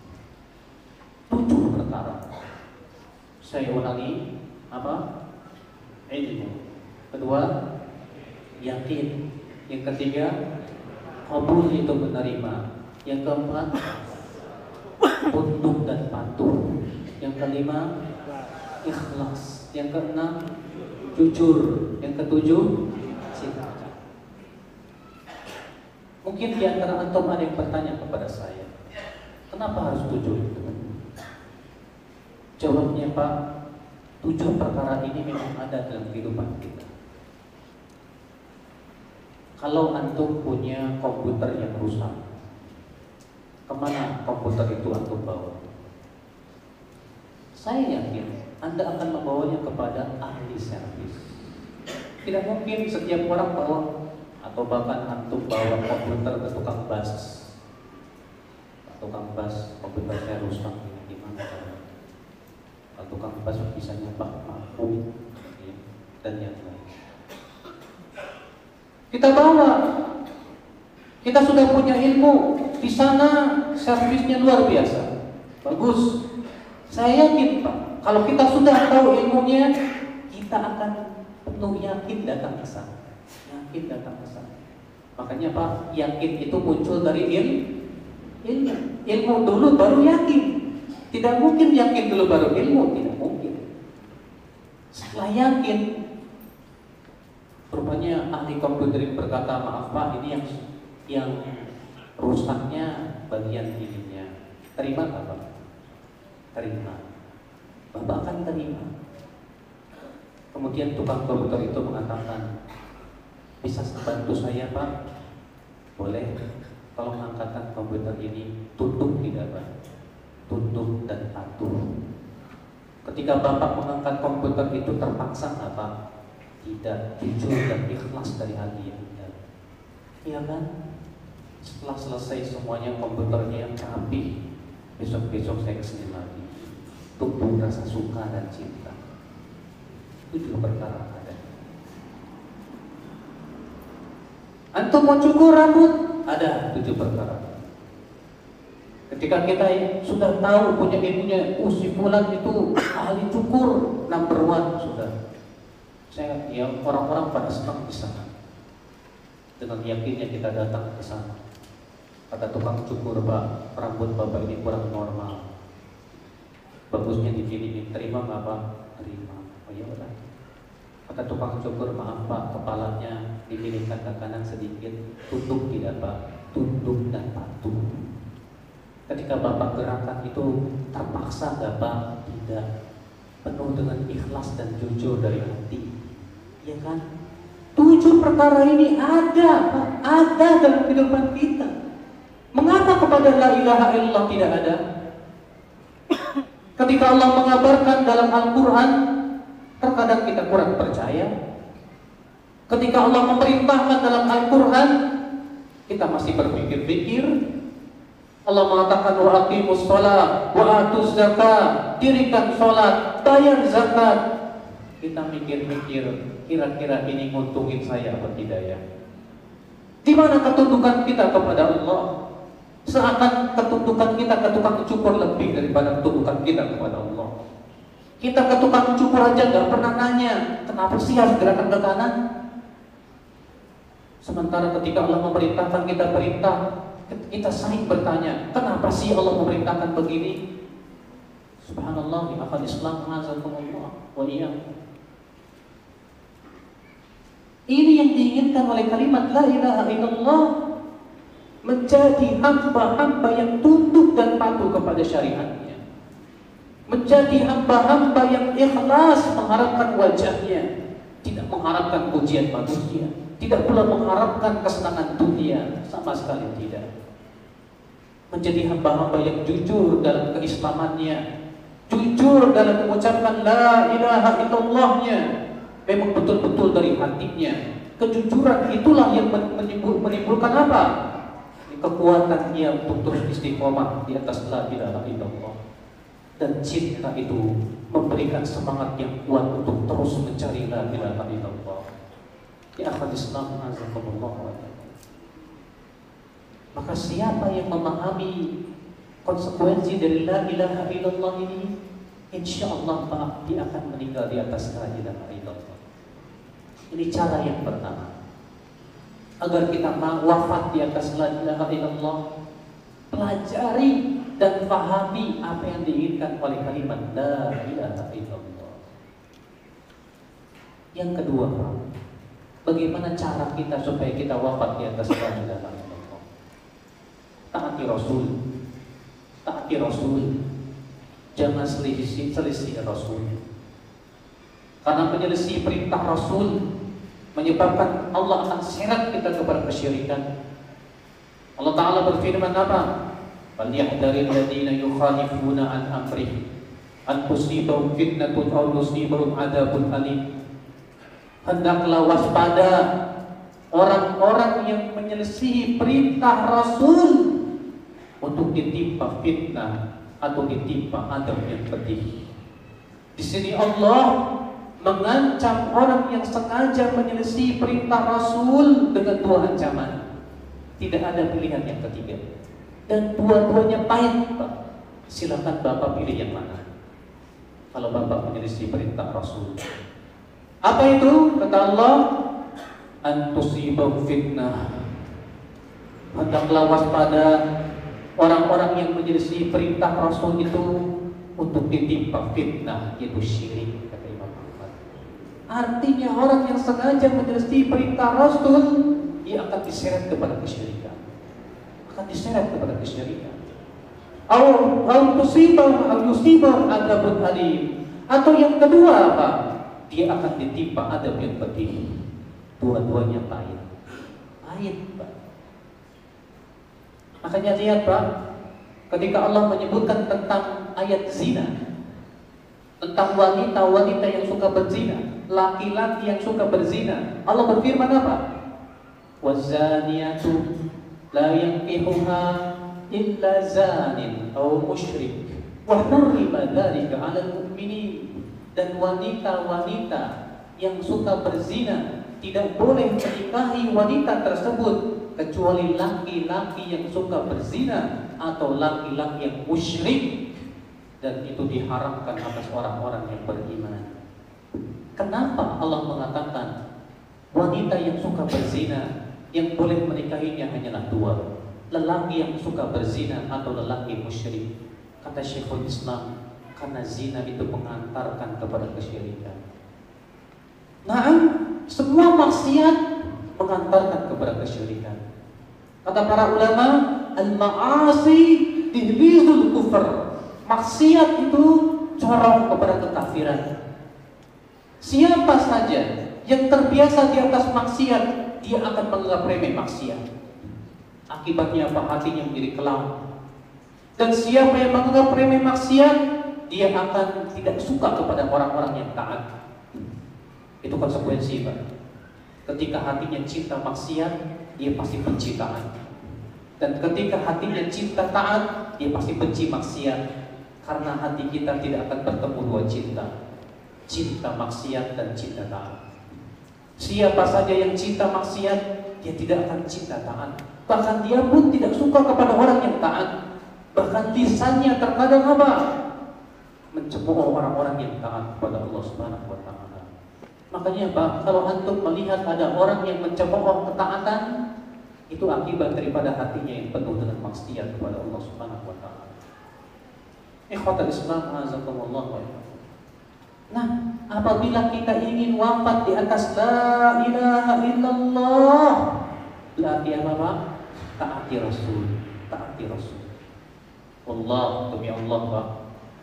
7 perkara. Saya ulangi, apa? Ilmu. Kedua, yakin. Yang ketiga, qabul, itu menerima. Yang keempat, tunduk dan patuh. Yang kelima, ikhlas. Yang keenam, jujur. Yang ketujuh, cinta. Mungkin di antara antum ada yang bertanya kepada saya, kenapa harus 7 itu? Jawabnya, Pak, 7 perkara ini memang ada dalam kehidupan kita. Kalau antum punya komputer yang rusak, kemana komputer itu antum bawa? Saya yakin Anda akan membawanya kepada ahli servis. Tidak mungkin setiap orang bawa, atau bahkan antum bawa komputer ke tukang bas. Tukang bas, komputer saya rusak, gimana cara? Tukang bas bisa nyoba mampu, dan yang lain. Kita bawa, kita sudah punya ilmu di sana, servisnya luar biasa, bagus. Saya yakin, Pak, kalau kita sudah tahu ilmunya, kita akan penuh yakin datang ke sana. Yakin datang ke sana. Makanya, Pak, yakin itu muncul dari ilmu. Ilmu dulu baru yakin. Tidak mungkin yakin dulu baru ilmu, tidak mungkin. Setelah yakin, rupanya ahli komputer berkata, maaf Pak, ini yang rusaknya bagian ininya. Terima nggak, Pak? Terima. Bapak akan terima. Kemudian tukang komputer itu mengatakan, bisa bantu saya, Pak? Boleh. Tolong angkatkan komputer ini. Tunduk tidak, Pak? Tunduk dan patuh. Ketika Bapak mengangkat komputer itu, terpaksa nggak, Pak? Tidak. Jujur dan ikhlas dari hati Anda. Iya kan? Setelah selesai semuanya, komputernya yang rapi, besok-besok saya kesini lagi. Tumbuh rasa suka dan cinta. Itu juga perkara ada. Antum mau cukur rambut? Ada 7 perkara. Ketika kita sudah tahu, punya ilmunya, si fulan itu ahli cukur number 1 sudah. Saya, ya, orang-orang pada senang di sana. Dengan yakinnya kita datang ke sana. Kata tukang cukur, Pak, rambut Bapak ini kurang normal. Bagusnya dipilih, terima nggak, Pak? Terima. Oh iya, Pak. Kata tukang cukur, maaf Pak, kepalanya dipilihkan ke kanan sedikit. Tunduk tidak, Pak? Tunduk dan patuh. Ketika Bapak gerakan itu terpaksa nggak, Pak? Tidak. Penuh dengan ikhlas dan jujur dari hati. Ya kan? 7 perkara ini ada, Pak. Ada dalam kehidupan kita. Mengapa kepada la ilaha illallah tidak ada? Ketika Allah mengabarkan dalam Al-Quran, terkadang kita kurang percaya. Ketika Allah memerintahkan dalam Al-Quran, kita masih berpikir-pikir. Allah mengatakan wa aqimus shalah wa atuz zakat, dirikan sholat, bayar zakat. Kita mikir-mikir, kira-kira ini nguntungin saya apa tidak ya? Di mana ketundukan kita kepada Allah? Seakan ketundukan kita ke tukang cukur lebih daripada ketundukan kita kepada Allah. Kita ke tukang cukur aja gak pernah nanya, kenapa sih harus gerakan ke kanan? Sementara ketika Allah memerintahkan kita perintah, kita sering bertanya, kenapa sih Allah memerintahkan begini? Subhanallah, ya akhal Islam, azakumullah wa iyyakum. Ini yang diinginkan oleh kalimat la ilaha illallah, menjadi hamba-hamba yang tunduk dan patuh kepada syariatnya. menjadi hamba-hamba yang ikhlas mengharapkan wajahnya, tidak mengharapkan pujian manusia, tidak pula mengharapkan kesenangan dunia, sama sekali tidak. Menjadi hamba-hamba yang jujur dalam keislamannya, jujur dalam mengucapkan la ilaha illallahnya, memang betul-betul dari hatinya. Kejujuran itulah yang menimbulkan apa? Kekuatan dia untuk terus istiqomah di atas la ilaha illallah. Dan cinta itu memberikan semangat yang kuat untuk terus mencari la ilaha illallah. Ya akhwat Islam, azakumullah wa ta'ala. Maka siapa yang memahami konsekuensi dari la ilaha illallah ini, insyaallah Pak, dia akan meninggal di atas la ilaha illallah. Ini cara yang pertama. Agar kita wafat di atas la ilaha illallah, pelajari dan pahami apa yang diinginkan oleh kalimat la ilaha illallah. Yang kedua, bagaimana cara kita supaya kita wafat di atas la ilaha illallah? Taati Rasul. Taati Rasul. Jangan selisih Rasul. Karena menyelisih perintah Rasul menyebabkan Allah akan seret kita kepada kesyirikan. Allah Ta'ala berfirman apa? فَلْيَحْذَرِ الَّذِينَ يُخَالِفُونَ عَنْ أَمْرِهِ أَنْ تُصِيبَهُمْ فِتْنَةٌ أَوْ يُصِيبَهُمْ عَذَابٌ أَلِيمٌ. Hendaklah waspada orang-orang yang menyelisihi perintah Rasul untuk ditimpa fitnah atau ditimpa azab yang pedih. Di sini Allah mengancam orang yang sengaja menyelisih perintah Rasul dengan dua ancaman. Tidak ada pilihan yang ketiga. Dan dua-duanya pahit, Pak. Silakan Bapak pilih yang mana. Kalau Bapak menyelisih perintah Rasul, apa itu? Kata Allah, antusibah fitnah. Hendaklah waspada orang-orang yang menyelisih perintah Rasul itu untuk ditimpa fitnah, yaitu syirik, kata Imam Ahmad. Artinya orang yang sengaja menyelisih perintah Rasul, dia akan diseret kepada kesyirikan. Akan diseret kepada kesyirikan. Yusibah adzabun alim. Atau yang kedua apa? Dia akan ditimpa adab yang pedih. Dua-duanya pahit. Pahit, Pak. Makanya lihat, Pak, ketika Allah menyebutkan tentang ayat zina, tentang wanita-wanita yang suka berzina, laki-laki yang suka berzina, Allah berfirman apa? Wazaniyatu la yankihuha illa zanin aw musyrik wa hurrima dzalika 'alal mu'minin. Dan wanita-wanita yang suka berzina tidak boleh menikahi wanita tersebut kecuali laki-laki yang suka berzina atau laki-laki yang musyrik, dan itu diharamkan atas orang-orang yang beriman. Kenapa Allah mengatakan wanita yang suka berzina yang boleh menikahinya hanyalah dua, lelaki yang suka berzina atau lelaki musyrik? Kata Syekhul Islam, karena zina itu mengantarkan kepada kesyirikan. Nah, semua maksiat mengantarkan kepada kesyirikan. Kata para ulama, al-ma'asi tihbizul kufr. Maksiat itu corong kepada kekafiran. Siapa saja yang terbiasa di atas maksiat, dia akan menganggap remeh maksiat. Akibatnya apa? Hatinya menjadi kelam. Dan siapa yang menganggap remeh maksiat, dia akan tidak suka kepada orang-orang yang taat. Itu konsekuensi, Pak. Ketika hatinya cinta maksiat, dia pasti benci taat. Dan ketika hatinya cinta taat, dia pasti benci maksiat. Karena hati kita tidak akan bertemu dua cinta, cinta maksiat dan cinta taat. Siapa saja yang cinta maksiat, dia tidak akan cinta taat. Bahkan dia pun tidak suka kepada orang yang taat. Bahkan lisannya terkadang apa? Mencemooh orang-orang yang taat kepada Allah Subhanahu wa ta'ala. Makanya Pak, kalau antum melihat ada orang yang mencemooh ketaatan, itu akibat daripada hatinya yang penuh dengan maksiat kepada Allah Subhanahu wa ta'ala. Ikhwatul Islam, azakumullah wa ta'ala. Nah, apabila kita ingin wafat di atas la ilaha illallah, berarti apa, Pak? Taati Rasul, taati Rasul. Allah, demi Allah, Pak,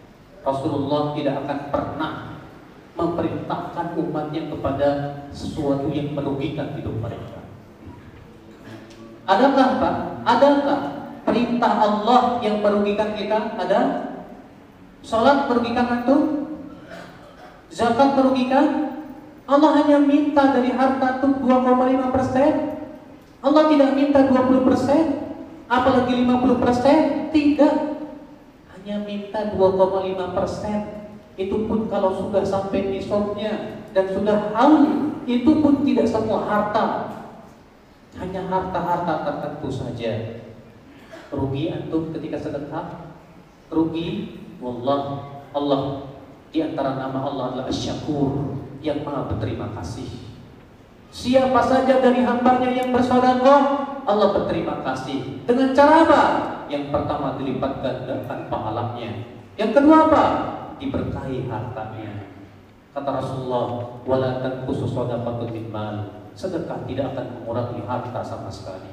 Rasulullah tidak akan pernah memerintahkan umatnya kepada sesuatu yang merugikan hidup mereka. Adakah Pak? Adakah perintah Allah yang merugikan kita? Ada? Salat merugikan antum? Zakat merugikan? Allah hanya minta dari harta antum 2,5%. Allah tidak minta 20%, apalagi 50%. Tidak. Hanya minta 2,5%. Itu pun kalau sudah sampai nisabnya dan sudah haul, itu pun tidak semua harta. Hanya harta-harta tertentu saja. Rugi antum ketika sedekah? Rugi? Wallah, Allah di antara nama Allah adalah Asy-Syakur, yang Maha berterima kasih. Siapa saja dari hambanya yang bersedekah, Allah berterima kasih. Dengan cara apa? Yang pertama, dilipat gandakan pahalanya. Yang kedua apa? Diberkahi hartanya. Kata Rasulullah, wala tanqusu shadaqatun min mal. Sedekah tidak akan mengurangi harta sama sekali.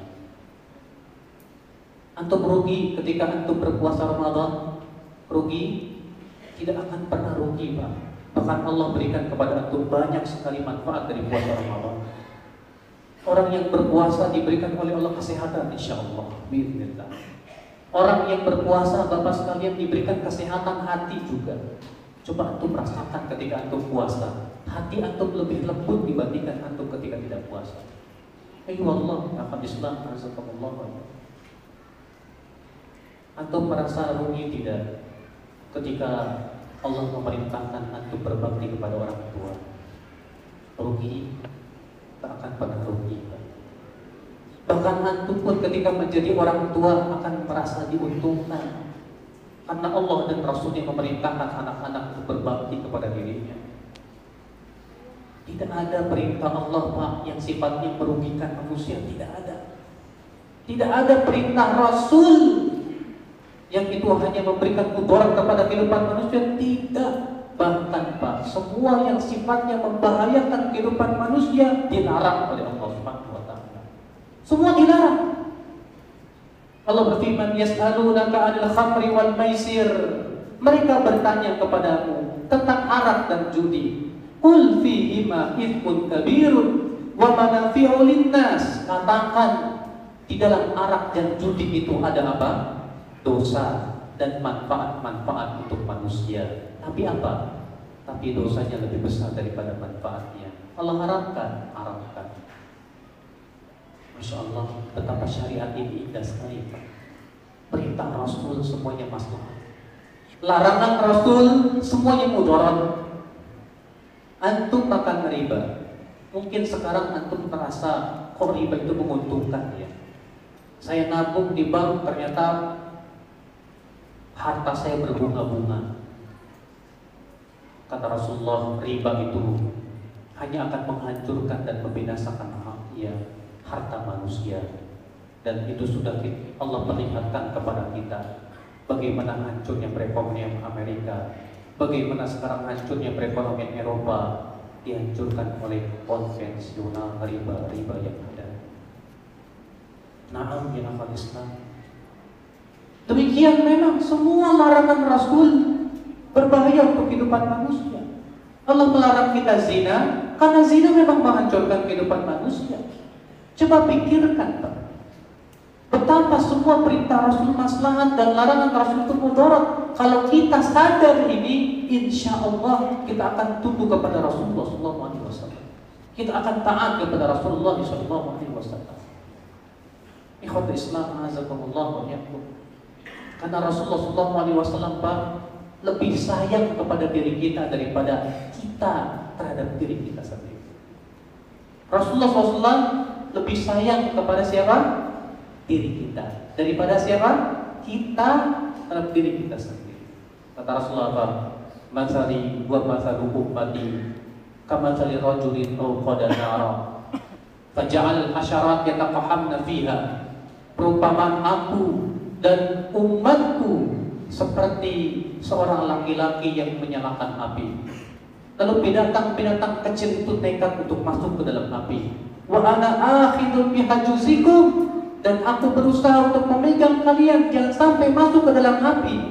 Antum rugi ketika antum berpuasa Ramadan? Rugi? Tidak akan pernah rugi, Pak. Bahkan Allah berikan kepada antum banyak sekali manfaat dari puasa Ramadan. Orang yang berpuasa diberikan oleh Allah kesehatan, insyaallah, biiznillah. Orang yang berpuasa, Bapak sekalian, diberikan kesehatan hati juga. Coba antum rasakan ketika antum puasa, hati antum lebih lembut dibandingkan antum ketika tidak puasa. Ayo Allah, akan Islam, azakumullah. Antum merasa rugi tidak ketika Allah memerintahkan antum berbakti kepada orang tua? Rugi? Tak akan pernah rugi. Bahkan antum pun ketika menjadi orang tua akan merasa diuntungkan, karena Allah dan Rasulnya memerintahkan anak-anak untuk berbakti kepada dirinya. Tidak ada perintah Allah, Pak, yang sifatnya merugikan manusia. Tidak ada. Tidak ada perintah Rasul yang itu hanya memberikan mudarat kepada kehidupan manusia. Tidak. Bahkan, Pak, semua yang sifatnya membahayakan kehidupan manusia dilarang oleh Allah Subhanahu wa taala. Semua dilarang. Allah berfirman, yas'alunaka 'anil khamri wal maisir. Mereka bertanya kepadamu tentang arak dan judi. Qul fihima ithmun kabirun wa manafi'u linnas. Katakan, di dalam arak dan judi itu ada apa? Dosa dan manfaat-manfaat untuk manusia. Tapi apa? Tapi dosanya lebih besar daripada manfaatnya. Allah haramkan. Masya Allah, betapa syariat ini indah sekali, Pak. Perintah Rasul semuanya maslahat, larangan Rasul semuanya mudarat. Antum makan riba, mungkin sekarang antum merasa kok riba itu menguntungkan ya. Saya nabung di bank, ternyata harta saya berbunga-bunga. Kata Rasulullah, riba itu hanya akan menghancurkan dan membinasakan harta manusia. Dan itu sudah Allah perlihatkan kepada kita bagaimana hancurnya perekonomian Amerika, bagaimana sekarang hancurnya perekonomian Eropa, dihancurkan oleh konvensional riba yang ada. Na'am ya akhwat Islam. Demikian memang semua larangan Rasul berbahaya untuk kehidupan manusia. Allah melarang kita zina karena zina memang menghancurkan kehidupan manusia. Coba pikirkan, Pak, betapa semua perintah Rasul maslahat dan larangan Rasul itu mudarat. Kalau kita sadar ini, insya Allah kita akan tunduk kepada Rasulullah SAW. Kita akan taat kepada Rasulullah SAW. Ikhwatul Islam, azakumullah wa iyyakum. Karena Rasulullah SAW, Pak, lebih sayang kepada diri kita daripada kita terhadap diri kita sendiri. Rasulullah SAW lebih sayang kepada siapa? Diri kita. Daripada siapa? Kita terhadap diri kita sendiri. Kata Rasulullah apa? Masali wa masalu ummati kamatsali rajulin awqada nara faja'al asyarat yataqahamna fiha. Perumpamaan aku dan umatku seperti seorang laki-laki yang menyalakan api. Lalu binatang-binatang kecil itu nekat untuk masuk ke dalam api. Wa ana akhidun bihajuzikum, dan aku berusaha untuk memegang kalian jangan sampai masuk ke dalam api.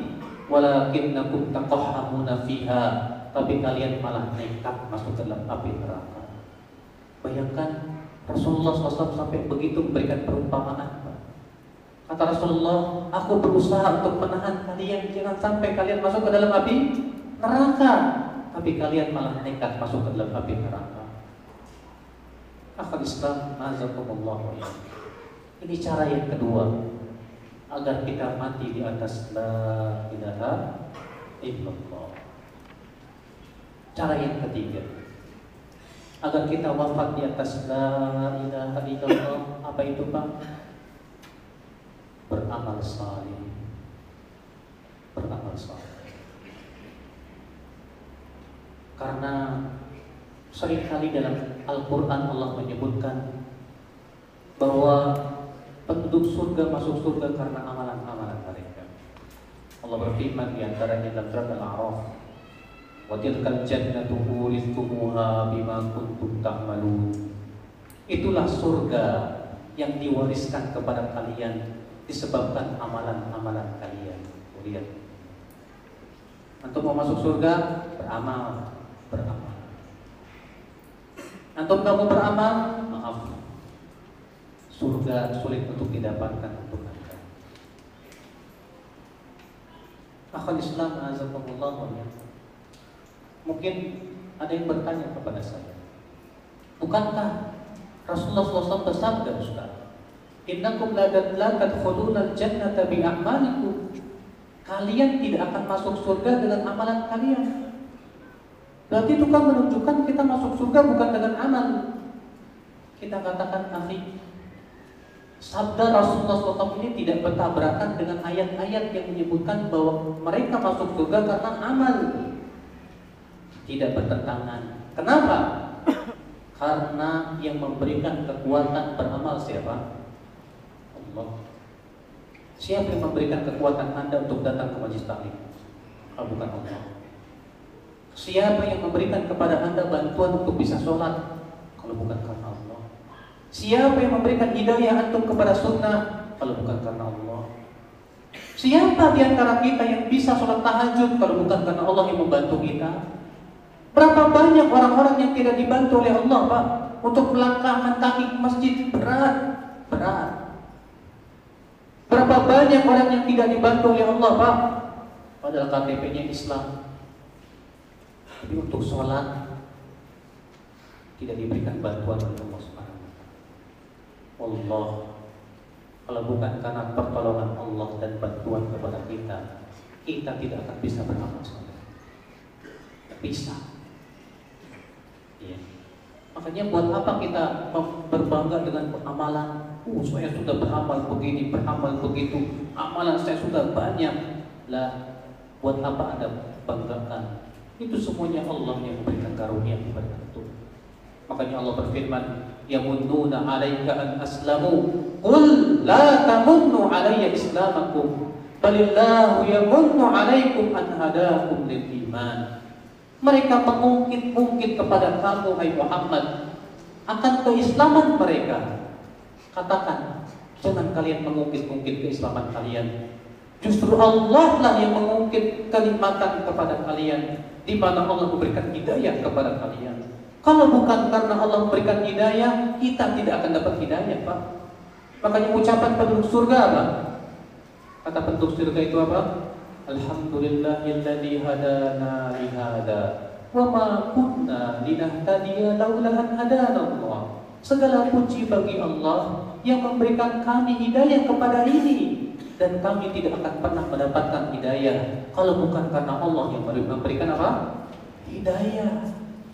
walakinnakum taqahhamuna fiha, tapi kalian malah nekat masuk ke dalam api neraka. Bayangkan Rasulullah SAW sampai begitu memberikan perumpamaan. Kata Rasulullah, aku berusaha untuk menahan kalian jangan sampai kalian masuk ke dalam api neraka, tapi kalian malah nekat masuk ke dalam api neraka. Akhul Islam, azakumullah. Ini cara yang kedua agar kita mati di atas la ilaha illallah. Cara yang ketiga agar kita wafat di atas la ilaha illallah, apa itu Pak? Beramal saleh. Beramal saleh. Karena seringkali dalam Al-Quran Allah menyebutkan bahwa penduduk surga masuk surga karena amalan-amalan mereka. Allah berfirman di antaranya dalam surat Al-A'raf, wa tilkal jannatu urithumuha bima kuntum ta'malun. Itulah surga yang diwariskan kepada kalian disebabkan amalan-amalan kalian. Lihat, antum mau masuk surga, beramal, beramal. Antum kamu beramal, maaf, surga sulit untuk didapatkan untuk Anda. Akhul Islam, azakumullah. Mungkin ada yang bertanya kepada saya, bukankah Rasulullah SAW bersabda, Ustaz, innakum la tadkhulunal jannata bi a'malikum. Kalian tidak akan masuk surga dengan amalan kalian. Berarti itu kan menunjukkan kita masuk surga bukan dengan amal. Kita katakan, akhi, sabda Rasulullah SAW ini tidak bertabrakan dengan ayat-ayat yang menyebutkan bahwa mereka masuk surga karena amal. Tidak bertentangan. Kenapa? Karena yang memberikan kekuatan beramal siapa? Allah. Siapa yang memberikan kekuatan Anda untuk datang ke majlis taklim? Kalau bukan Allah. Siapa yang memberikan kepada Anda bantuan untuk bisa sholat? Kalau bukan karena Allah. Siapa yang memberikan hidayah antum kepada sunnah? Kalau bukan karena Allah. Siapa di antara kita yang bisa sholat tahajud kalau bukan karena Allah yang membantu kita? Berapa banyak orang-orang yang tidak dibantu oleh Allah, Pak, untuk melangkahkan kaki ke masjid? Berat. Berapa banyak orang yang tidak dibantu oleh Allah, Pak, padahal KTP-nya Islam, tapi untuk sholat tidak diberikan bantuan oleh Allah Subhanahu wa Ta'ala. Allah, kalau bukan karena pertolongan Allah dan bantuan kepada kita, kita tidak akan bisa beramal soleh. Bisa. Ya. Makanya buat apa kita berbangga dengan amalan? Saya sudah beramal begini, beramal begitu, amalan saya sudah banyak. Lah, buat apa Anda banggakan? Itu semuanya Allah yang memberikan karunia kepada kita. Makanya Allah berfirman, yamunnuna 'alaika an aslamu, qul la tamunnu 'alayya islamakum, balillahu yamunnu 'alaikum an hadakum lil iman. Mereka mengungkit-ungkit kepada kamu, hai Muhammad, akan keislaman mereka. Katakan, jangan kalian mengungkit-ungkit keislaman kalian. Justru Allah lah yang mengungkit kenikmatan kepada kalian, di mana Allah memberikan hidayah kepada kalian. Kalau bukan karena Allah memberikan hidayah, kita tidak akan dapat hidayah, Pak. Makanya ucapan penduduk surga apa? Kata penduduk surga itu apa? Alhamdulillahilladzi hadana li hada wa ma kunna linahtadiya laula an hadana Allah. Segala puji bagi Allah yang memberikan kami hidayah kepada ini, dan kami tidak akan pernah mendapatkan hidayah kalau bukan karena Allah yang memberikan apa? Hidayah.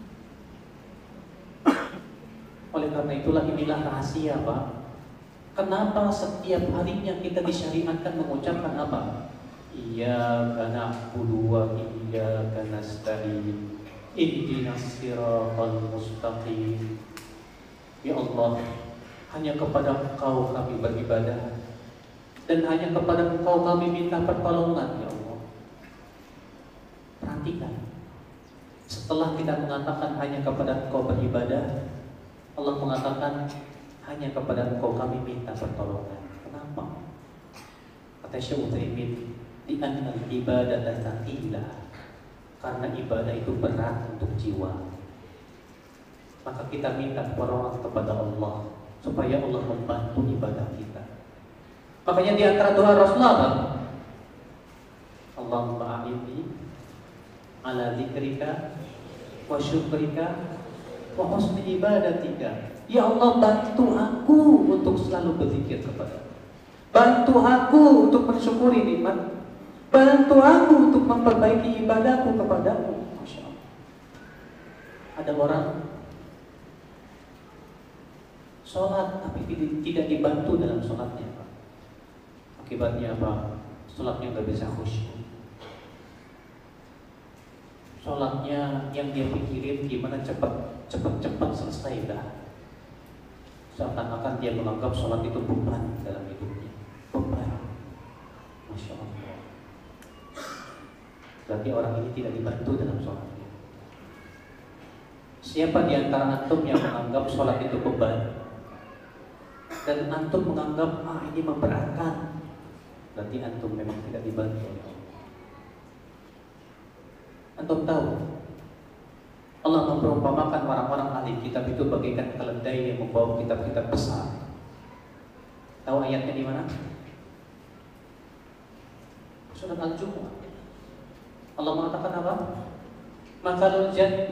Oleh karena itulah inilah rahasia, Pak. Kenapa setiap harinya kita disyariatkan mengucapkan apa? Iyyaka na'budu wa iyyaka nasta'in. Ihdinas siratal mustaqim. Ya Allah, hanya kepada Engkau kami beribadah, dan hanya kepada Engkau kami minta pertolongan, ya Allah. Perhatikan, setelah kita mengatakan hanya kepada Engkau beribadah, Allah mengatakan hanya kepada Engkau kami minta pertolongan. Kenapa? Kata Syekh Utsaimin, Di annal ibadah taqila, karena ibadah itu berat untuk jiwa. Maka kita minta kepada Allah supaya Allah membantu ibadah kita. Makanya di antara doa Rasulullah, Allahumma a'inni ala dzikrika wa syukrika wa husni ibadatika. Ya Allah, bantu aku untuk selalu berzikir kepadamu. Bantu aku untuk mensyukuri nikmat. Bantu aku untuk memperbaiki ibadahku kepadamu. Masya Allah. Ada orang sholat tapi tidak dibantu dalam sholatnya, Pak. Akibatnya apa? Sholatnya nggak bisa khusyuk. Sholatnya yang dia pikirin gimana cepat selesai dah. Seakan-akan dia menganggap sholat itu beban dalam hidupnya. Beban. Masya Allah. Berarti orang ini tidak dibantu dalam sholatnya. Siapa di antara antum yang menganggap sholat itu beban dan antum menganggap ini memberatkan, berarti antum memang tidak dibantu. Antum tahu Allah memperumpamakan orang-orang ahli kitab itu bagaikan keledai yang membawa kitab-kitab besar. Tahu ayatnya di mana? Surat Al-Jumu'ah. Allah mengatakan apa? Mathalul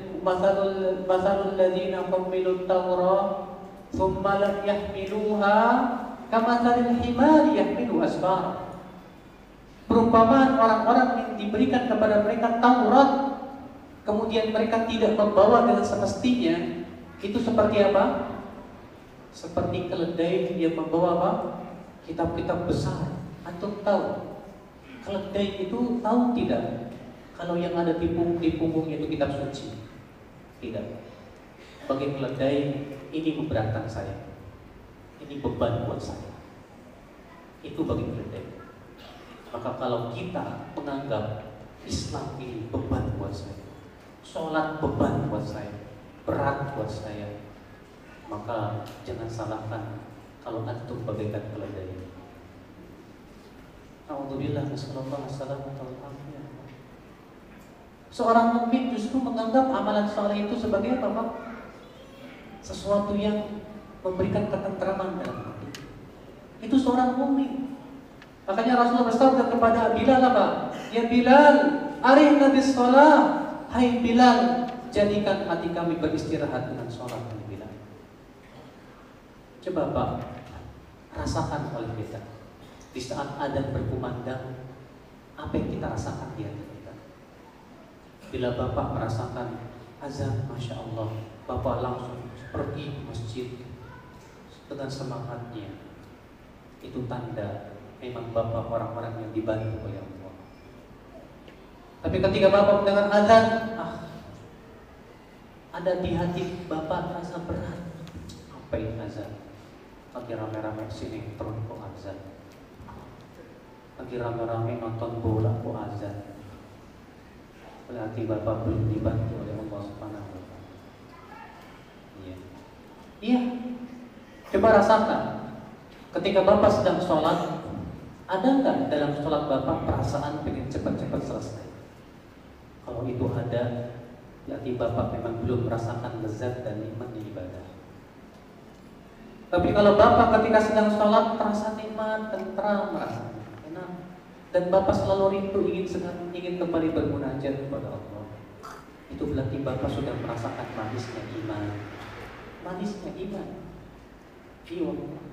ladzina hummilut Tawrah thumma lam yahmiluha kamathalil himari yahmilu asfara. Perumpamaan orang-orang yang diberikan kepada mereka Taurat, kemudian mereka tidak membawa dengan semestinya, itu seperti apa? Seperti keledai yang membawa apa? Kitab-kitab besar. Antum tahu keledai itu tahu tidak kalau yang ada di punggungnya itu kitab suci? Tidak. Bagi keledai, ini memberatkan saya, ini beban buat saya. Itu bagi keledai. Maka kalau kita menganggap Islam ini beban buat saya, sholat beban buat saya, berat buat saya, maka jangan salahkan kalau antum bagaikan keledai. Alhamdulillah, nasallallahu alaihi wasallam. Seorang mukmin justru menganggap amalan saleh itu sebagai apa, Pak? Sesuatu yang memberikan ketentraman dalam hati. Itu seorang mukmin. Makanya Rasulullah bersabda kepada Bilal apa? Ya Bilal, arihna bis shalah. Hai Bilal, jadikan hati kami beristirahat dengan sholat. Bilal. Coba Pak, rasakan oleh kita di saat adzan berkumandang, apa yang kita rasakan di hati kita? Bila Bapak merasakan azan, Masya Allah, Bapak langsung pergi ke masjid dengan semangatnya. Itu tanda memang Bapak orang-orang yang dibantu oleh Allah. Tapi ketika Bapak mendengar azan, ada di hati Bapak rasa berat. Apa ini azan? Lagi rame-rame sinetron kok azan. Lagi rame-rame nonton bola kok azan. Berarti Bapak belum dibantu oleh Allah Subhanahu wa taala. Iya. Coba rasakan. Ketika Bapak sedang sholat, ada nggak dalam sholat Bapak perasaan pengen cepat-cepat selesai? Kalau itu ada, berarti Bapak memang belum merasakan lezat dan nikmatnya ibadah. Tapi kalau Bapak ketika sedang sholat terasa nikmat, tentram, merasa enak, dan Bapak selalu rindu ingin kembali bermunajat kepada Allah, itu berarti Bapak sudah merasakan manisnya iman. Manisnya iman. Iya.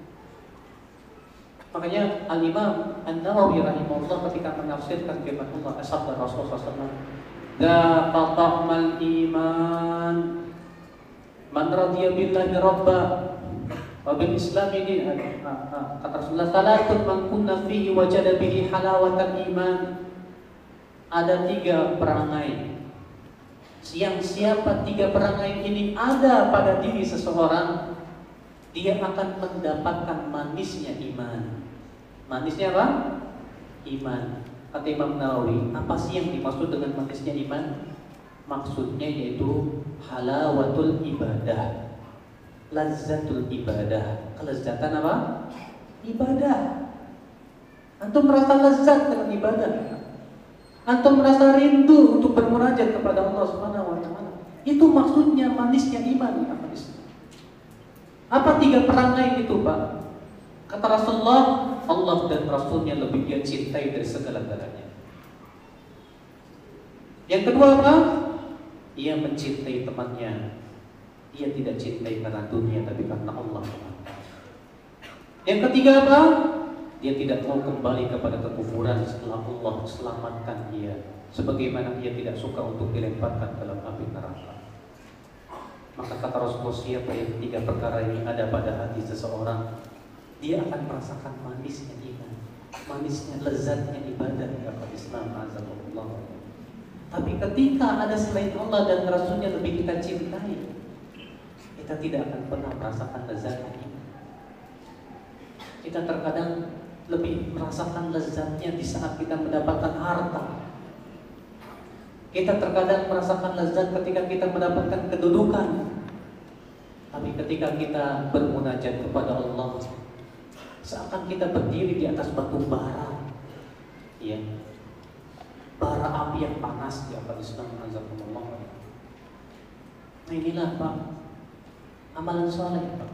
Makanya Al-Imam An-Nawawi rahimahullah ketika menafsirkan firman Allah sabda Rasulullah SAW, "Dzaqa ta'mal iman man radiya billahi rabba wa bil islami dinan." Kata Rasulullah, "Salatun man kunna fihi wajada bihi halawatan iman." Ada 3 perangai. Siapa 3 perangai ini ada pada diri seseorang, dia akan mendapatkan manisnya iman. Manisnya apa? Iman. Kata Imam Nawawi, apa sih yang dimaksud dengan manisnya iman? Maksudnya yaitu halawatul ibadah, lazzatul ibadah. Kelezatan apa? Ibadah. Antum merasa lezat dengan ibadah. Antum merasa rindu untuk bermunajat kepada Allah Subhanahu wa taala. Itu maksudnya manisnya iman, ya manis. Apa 3 perangai itu, Pak? Kata Rasulullah, Allah dan Rasulnya lebih dia cintai dari segala-galanya. Yang kedua apa? Ia mencintai temannya. Ia tidak cintai karena dunia, tapi karena Allah. Yang ketiga apa? Dia tidak mau kembali kepada kekufuran setelah Allah selamatkan dia, sebagaimana dia tidak suka untuk dilemparkan dalam api neraka. Maka kata Rasulullah, siapa yang 3 perkara ini ada pada hati seseorang, dia akan merasakan manisnya iman, manisnya lezatnya ibadah kepada Islam. Azza Tapi ketika ada selain Allah dan Rasulnya lebih kita cintai, kita tidak akan pernah merasakan lezatnya iman. Kita terkadang lebih merasakan lezatnya di saat kita mendapatkan harta. Kita terkadang merasakan lezat ketika kita mendapatkan kedudukan. Tapi ketika kita bermunajat kepada Allah, seakan kita berdiri di atas batu bara, ya, bara api yang panas di atas Islam. Azakumullah. Nah inilah Pak, amalan soleh Pak.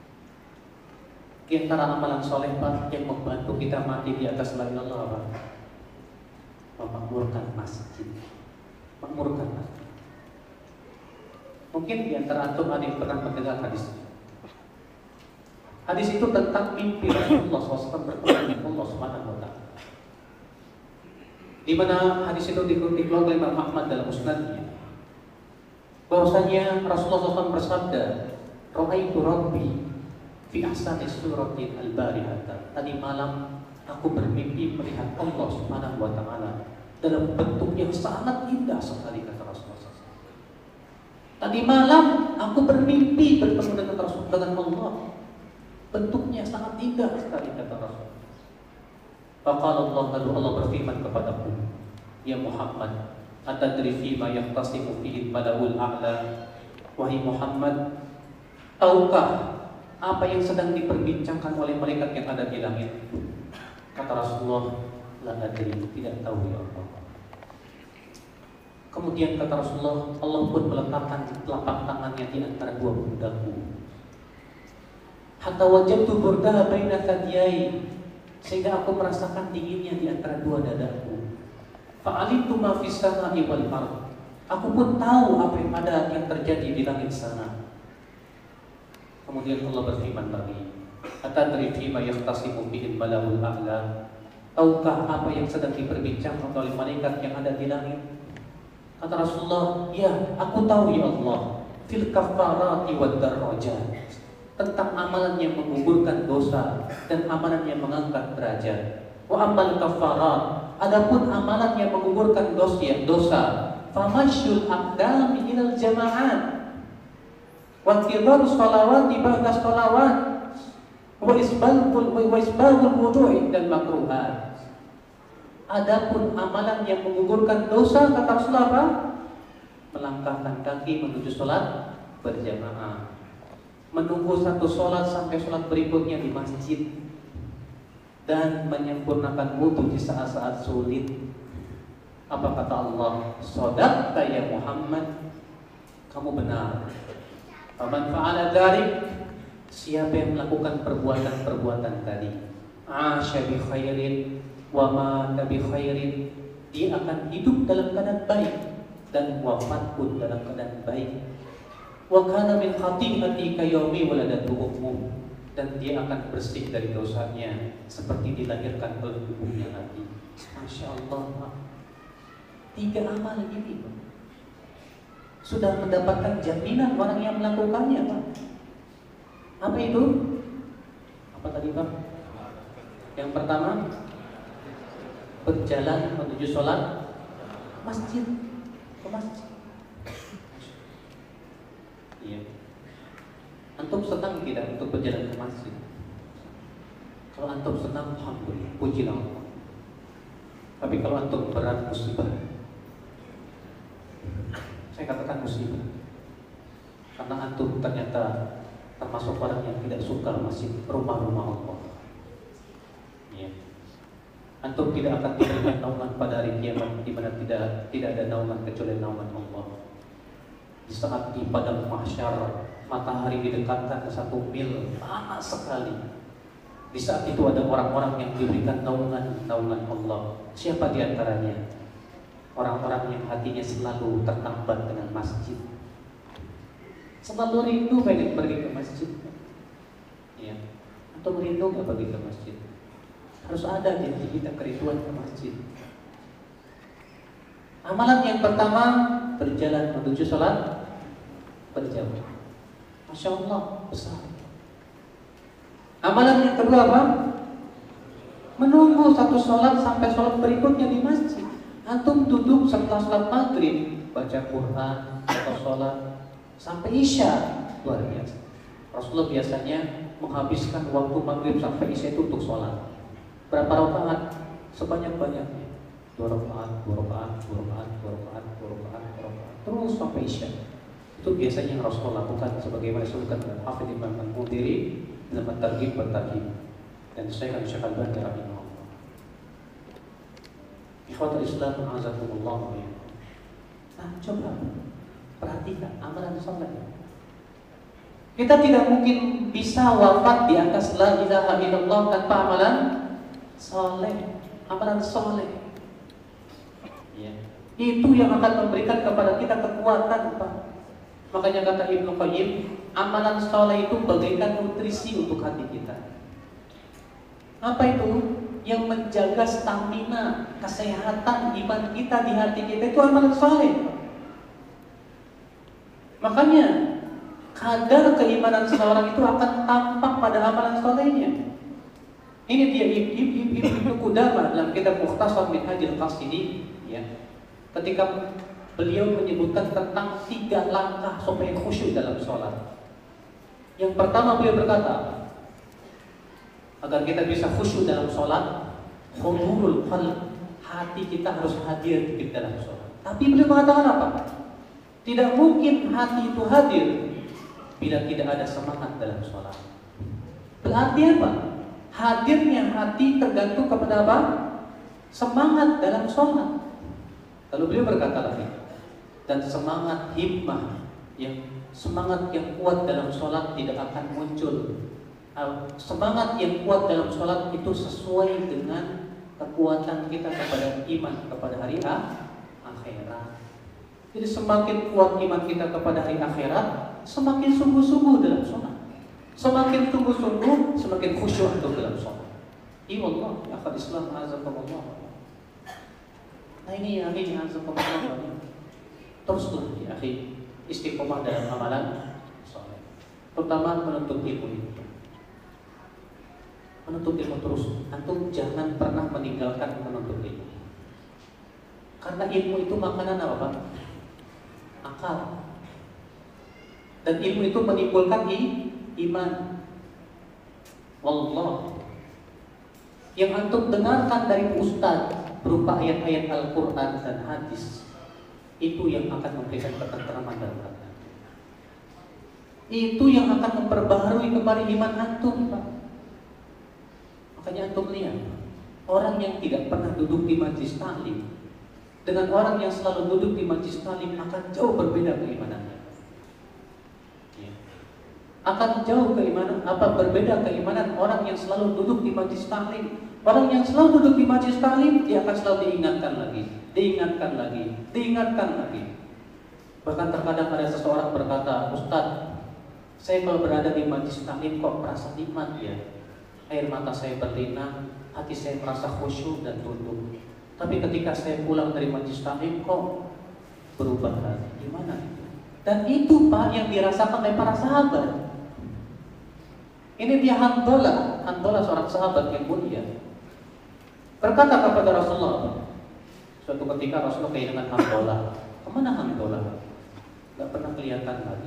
Di antara amalan soleh Pak yang membantu kita mati di atas la ilaha illallah Pak, memakmurkan masjid, makmurkan masjid. Mungkin di antara antum ada yang pernah mendengar hadis. Hadis itu tentang mimpi Rasulullah SAW bertemu dengan Allah Subhanahu wa taala. Di mana hadis itu dikeluarkan oleh Imam Ahmad dalam musnadnya. Bahwasanya Rasulullah SAW bersabda, "Ra'aitu Rabbi fi ahsani suratin al-barihata." Tadi malam aku bermimpi melihat Allah Subhanahu wa taala dalam bentuk yang sangat indah sekali, kata Rasulullah SAW. Tadi malam aku bermimpi bertemu dengan Rasul, dengan Allah. Bentuknya sangat indah sekali, kata Rasul. Faqala Allah, lalu Allah berfirman kepadaku, "Ya Muhammad, atadri fima yaqtasimu fihi al-mala'ul a'la?" Wahai Muhammad, tahukah apa yang sedang diperbincangkan oleh malaikat yang ada di langit? Kata Rasulullah, la adri, tidak tahu ya Allah. Kemudian kata Rasulullah, Allah pun meletakkan telapak tangannya di antara 2 pundakku. Hatta wajadtu burdaha baina thadiyai, sehingga aku merasakan dinginnya di antara 2 dadaku. Fa'alimtu ma fis samai wal ardh, aku pun tahu apa yang ada yang terjadi di langit sana. Kemudian Allah berfirman lagi, atadri fima yahtasimu bihi al-mala'ul a'la? Tahukah apa yang sedang diperbincangkan oleh malaikat yang ada di langit? Kata Rasulullah, ya, aku tahu ya Allah, fil kafarati wad darajat, tentang amalan yang menggugurkan dosa dan amalan yang mengangkat derajat. Wa amal kafarat, adapun amalan yang menggugurkan dosa, famasyul aqdami ilal jama'at wa tidaru sholawati ba'da sholawat wa isbagul wudu'i dan makruhat. Adapun amalan yang menggugurkan dosa, kata Rasulullah apa? Melangkahkan kaki menuju sholat berjamaah, menunggu satu sholat sampai sholat berikutnya di masjid, dan menyempurnakan wudu di saat-saat sulit. Apa kata Allah? Shadaqta ya Muhammad, kamu benar. Faman fa'ala dzalik, siapa yang melakukan perbuatan-perbuatan tadi, asya bi khairin wa mata bi khairin, dia akan hidup dalam keadaan baik dan wafat pun dalam keadaan baik. Wa kana min khati'ati ka yaumi waladatu ummu, dan dia akan bersih dari dosanya seperti dilahirkan oleh ibunya nanti. Masya Allah, 3 amal ini sudah mendapatkan jaminan orang yang melakukannya, Pak. Apa itu? Apa tadi, Pak? Yang pertama, berjalan menuju sholat masjid, ke masjid. Iya. Antum senang tidak untuk berjalan ke masjid? Kalau antum senang, alhamdulillah, pujilah Allah. Tapi kalau antum berat, musibah. Saya katakan musibah, karena antum ternyata termasuk orang yang tidak suka masjid, rumah-rumah Allah. Ya. antum tidak akan diberikan naungan pada hari kiamat, di mana tidak ada naungan kecuali naungan Allah. Di saat di padang mahsyar matahari didekatkan ke 1 mil, panas sekali. Di saat itu ada orang-orang yang diberikan naungan Allah. Siapa di antaranya? Orang-orang yang hatinya selalu tertambat dengan masjid, selalu rindu pengen pergi ke masjid. Ya, atau rindu nggak pergi ke masjid? Harus ada di hati kita kerinduan ke masjid. Amalan yang pertama, berjalan menuju sholat berjamaah. Masya Allah, besar. Amalan yang kedua apa? Menunggu satu sholat sampai sholat berikutnya di masjid. Antum duduk setelah sholat maghrib, baca Quran atau sholat sampai isya. Luar biasa. Rasulullah biasanya menghabiskan waktu maghrib sampai isya itu untuk sholat. Berapa rakaat? Sebanyak-banyaknya. 2 rakaat, 2 rakaat, 2 rakaat, 2 rakaat, 2 rakaat, 2 rakaat, terus sampai isya. Itu biasanya yang Rasulullah lakukan sebagaimana disebutkan oleh Hafidz Imam Al-Mundhiri dalam Targhib wa Tarhib dan Syekh Al-Albani rahimahullah. Ikhwatul Islam azakumullah. Nah, coba perhatikan amalan sholat. Kita tidak mungkin bisa wafat di atas la ilaha illallah tanpa amalan soleh, amalan soleh. Ya. Itu yang akan memberikan kepada kita kekuatan, Pak. Makanya kata Ibnu Qayyim, amalan soleh itu bagaikan nutrisi untuk hati kita. Apa itu? Yang menjaga stamina, kesehatan iman kita di hati kita itu amalan soleh. Makanya kadar keimanan seseorang itu akan tampak pada amalan solehnya. Ini dia Ibnu Qudamah dalam kitab Mukhtasar Minhajul Qasidi, ya. Ketika beliau menyebutkan tentang 3 langkah supaya khusyuk dalam sholat. Yang pertama beliau berkata, agar kita bisa khusyuk dalam sholat, hudurul qalb, hati kita harus hadir di dalam sholat. Tapi beliau mengatakan apa? Tidak mungkin hati itu hadir bila tidak ada semangat dalam sholat. Berarti apa? Hadirnya hati tergantung kepada apa? Semangat dalam sholat. Lalu beliau berkata lagi, dan semangat himmah, semangat yang kuat dalam sholat tidak akan muncul. Semangat yang kuat dalam sholat itu sesuai dengan kekuatan kita kepada iman kepada hari akhirat. Jadi semakin kuat iman kita kepada hari akhirat, semakin sungguh-sungguh dalam sholat. Semakin sungguh-sungguh, semakin khusyuk untuk dalam sholat. Iya Allah, ya akal Islam azakumullah. Nah ini ya akhi azakumullah. Teruslah ya akhi istiqomah dalam amalan sholat. Pertama menuntut ilmu. Menuntut ilmu terus. Antum jangan pernah meninggalkan menuntut ilmu. Karena ilmu itu makanan apa Pak? Akal. Dan ilmu itu menimbulkan iman. Wallah. Yang antum dengarkan dari ustaz berupa ayat-ayat Al-Quran dan hadis, itu yang akan memberikan ketenteraman dalam hati. Itu yang akan memperbaharui kembali iman antum, Pak. Makanya antum lihat, orang yang tidak pernah duduk di majlis taklim dengan orang yang selalu duduk di majlis taklim akan jauh berbeda keimanannya. Akan jauh keimanan, berbeda keimanan orang yang selalu duduk di majlis taklim. Orang yang selalu duduk di majlis taklim, dia akan selalu diingatkan lagi, diingatkan lagi, diingatkan lagi. Bahkan terkadang ada seseorang berkata, Ustaz, saya kalau berada di majlis taklim kok merasa nikmat ya. Air mata saya berlinang, hati saya merasa khusyuk dan tunduk. Tapi ketika saya pulang dari majlis taklim kok berubah lagi. Gimana itu? Dan itu Pak yang dirasakan oleh para sahabat. Ini dia Handolah seorang sahabat yang mulia, berkata kepada Rasulullah. Suatu ketika Rasulullah kehilangan Handolah. Kemana Handolah? Gak pernah kelihatan lagi.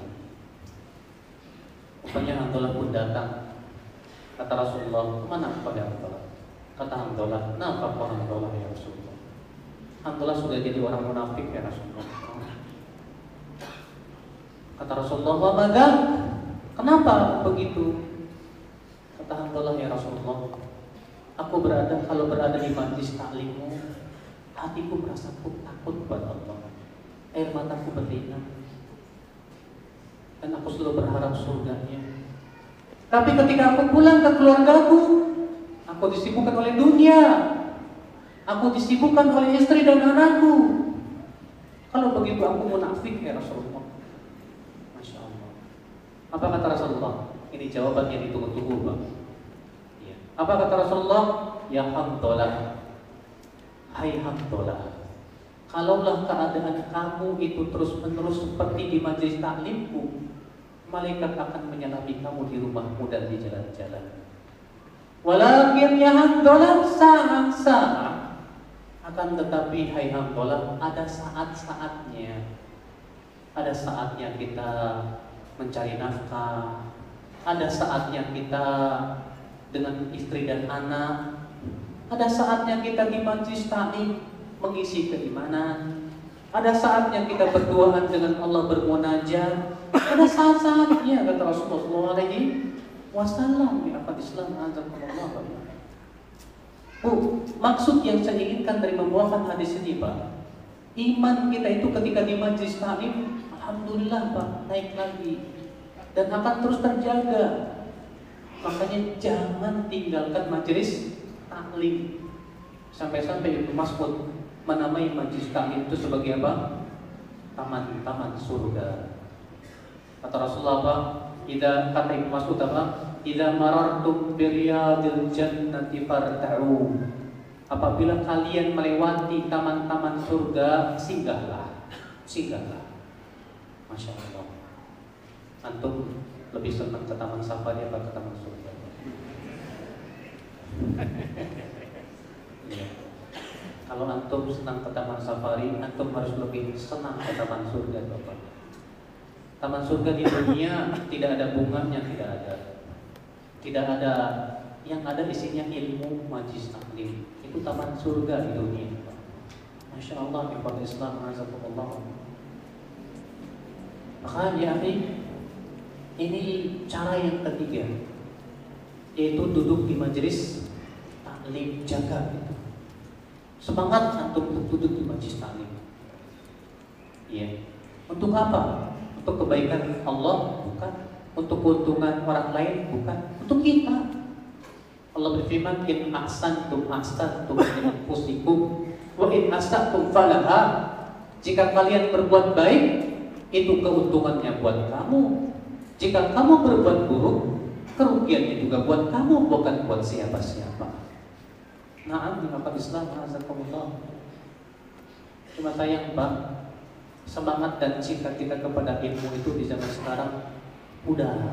Rupanya Handolah pun datang. Kata Rasulullah, kemana kepada Handolah? Kata Handolah, kenapa kau Handolah ya Rasulullah? Handolah sudah jadi orang munafik ya Rasulullah. Kata Rasulullah, Kalau berada di majlis taklimmu, hatiku merasa takut kepada Allah. Air mataku berlinang. Dan aku selalu berharap surganya. Tapi ketika aku pulang ke keluargaku, aku disibukkan oleh dunia. Aku disibukkan oleh istri dan anakku. Kalau begitu aku munafik ya Rasulullah. Masya Allah. Apa kata Rasulullah? Ini jawaban yang ditunggu-tunggu, Pak. Ya. Apa kata Rasulullah? Ya Hamdalah. Hai Hamdalah. Kalaulah keadaan kamu itu terus-menerus seperti di majelis taklimku, malaikat akan menyelami kamu di rumahmu dan di jalan-jalan. Walakin ya Hamdalah saat-saat. Akan tetapi hai Hamdalah, ada saat-saatnya. Ada saatnya kita mencari nafkah. Ada saatnya kita dengan istri dan anak. Ada saatnya kita di majlis taklim mengisi keimanan. Ada saatnya kita berduaan dengan Allah, bermunajat. Ada saat-saatnya, kata Rasulullah SAW, di akad Islam azakumullah. Maksud yang saya inginkan dari membawakan hadis ini, Pak, iman kita itu ketika di majlis taklim, alhamdulillah Pak, naik lagi dan akan terus terjaga. Makanya jangan tinggalkan majlis taklim. Sampai-sampai Ibnu Mas'ud menamai majlis taklim itu sebagai apa? Taman-taman surga. Kata Rasulullah apa? Kata Ibnu Mas'ud apa? Idza marartum biriyadil jannati farta'u. Apabila kalian melewati taman-taman surga, singgahlah. Masya Allah. Antum lebih senang ke taman safari apa ke taman surga? Ya. Kalau antum senang ke taman safari, antum harus lebih senang ke taman surga, Bapak. Taman surga di dunia tidak ada bunganya, tidak ada yang ada isinya ilmu majlis taklim. Itu taman surga di dunia. Masya Allah, ikhwan Islam azakumullah. Maka ya ini cara yang ketiga, yaitu duduk di majlis taklim, jaga itu. Semangat antum untuk duduk di majlis taklim. Iya. Untuk apa? Untuk kebaikan Allah? Bukan. Untuk keuntungan orang lain? Bukan. Untuk kita. Allah berfirman, in ahsantum ahsantum li anfusikum wa in asatum falaha. Jika kalian berbuat baik, itu keuntungannya buat kamu. Jika kamu berbuat buruk, kerugiannya juga buat kamu, bukan buat siapa-siapa. Na'am, mengapa Islam azakumullah. Cuma sayang, Pak, semangat dan cinta kita kepada ilmu itu di zaman sekarang udah.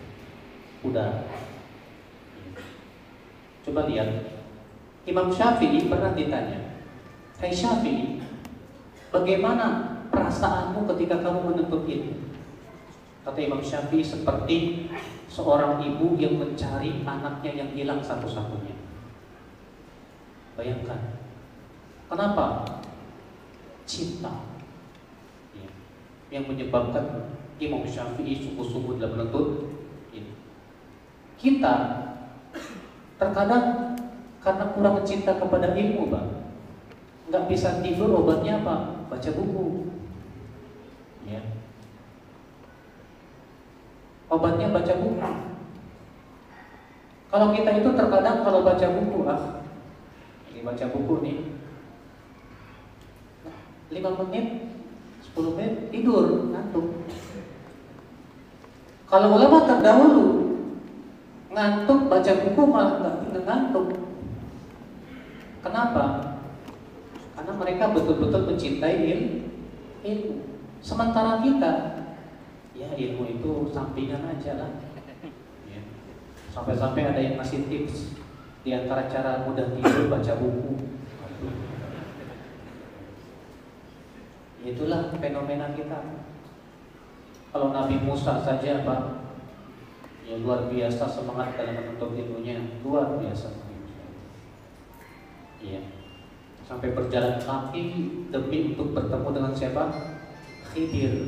Coba lihat, Imam Syafi'i pernah ditanya, "Hai Syafi'i, bagaimana perasaanmu ketika kamu menuntut ilmu?" Kata Imam Syafi'i, seperti seorang ibu yang mencari anaknya yang hilang satu-satunya. Bayangkan, kenapa? Cinta yang menyebabkan Imam Syafi'i sungguh-sungguh dalam menuntut ilmu. Kita terkadang karena kurang cinta kepada ilmu, Pak, nggak bisa tidur, obatnya apa? Baca buku. Ya. Obatnya baca buku. Kalau kita itu terkadang kalau baca buku, ini baca buku nih, 5 menit, 10 menit tidur, ngantuk. Kalau ulama terdahulu ngantuk baca buku malah nggak ngantuk. Kenapa? Karena mereka betul-betul mencintai ilmu. Sementara kita, ya ilmu itu sampingan aja lah. Ya. Sampai-sampai ada yang ngasih tips, di antara cara mudah tidur baca buku. Itulah fenomena kita. Kalau Nabi Musa saja, Pak, ya luar biasa semangat dalam menuntut ilmunya, luar biasa. Iya. Sampai berjalan kaki demi untuk bertemu dengan siapa? Khidir.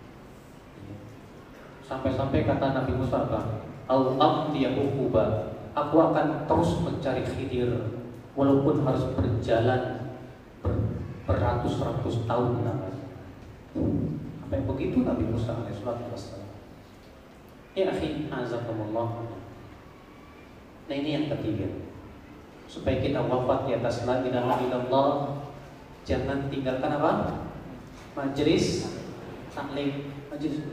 Sampai-sampai kata Nabi Musa, Pak, "Au amdiyahu Quba." aku akan terus mencari Khidir walaupun harus berjalan beratus-ratus tahun lamanya. Sampai begitu Nabi Musa alaihissalam. Ya akhi, azakumullah. Nah ini yang ketiga, supaya kita wafat di atas la ilaha illallah, jangan tinggalkan apa? Majelis taklim, majelis.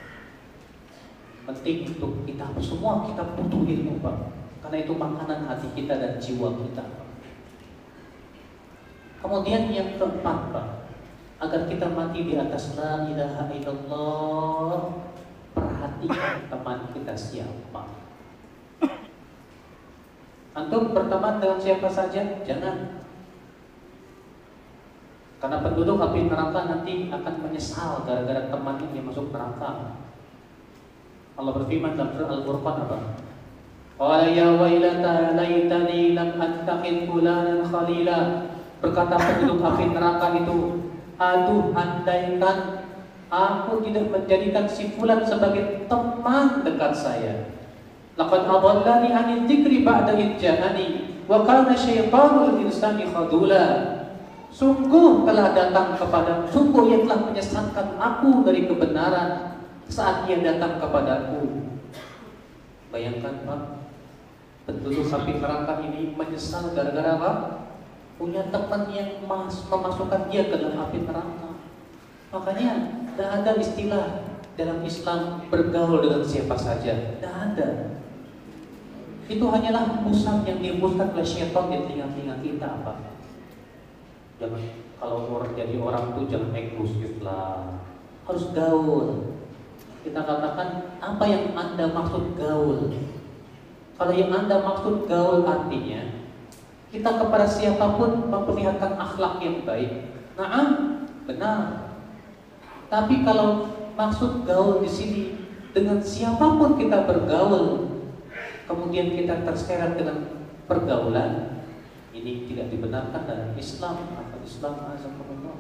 Penting untuk kita semua, kita butuh ilmu Pak, karena itu makanan hati kita dan jiwa kita. Kemudian yang keempat Pak, agar kita mati di atas la ilaha illallah, perhatikan teman kita siapa. Antum berteman dengan siapa saja, jangan. Karena penduduk api neraka nanti akan menyesal gara-gara teman yang masuk neraka. Allah berfirman dalam surah Al-Furqan apa? Qala ya wailata laitani lam attakhidh fulanan khalila. Berkata penduduk api neraka itu, aduh andaikan aku tidak menjadikan si fulan sebagai teman dekat saya. Laqad adallani 'anil dzikri ba'da idh ja'ani wa kana syaitanul insani khadula. Sungguh telah datang kepadaku, sungguh ia telah menyesatkan aku dari kebenaran saat ia datang kepadaku. Bayangkan Pak, penduduk api neraka ini menyesal gara-gara apa? Punya teman yang memasukkan dia ke dalam api neraka. Makanya tidak ada istilah dalam Islam bergaul dengan siapa saja, tidak ada. Itu hanyalah hembusan yang dihembuskan oleh syaitan di telinga-telinga kita Pak. Jangan, kalau orang jadi orang itu jangan eksklusif lah, harus gaul. Kita katakan apa yang Anda maksud gaul. Kalau yang Anda maksud gaul artinya kita kepada siapapun memperlihatkan akhlak yang baik. Nah, benar. Tapi kalau maksud gaul di sini dengan siapapun kita bergaul, kemudian kita terseret dengan pergaulan, ini tidak dibenarkan dalam Islam. Islam azakumullah.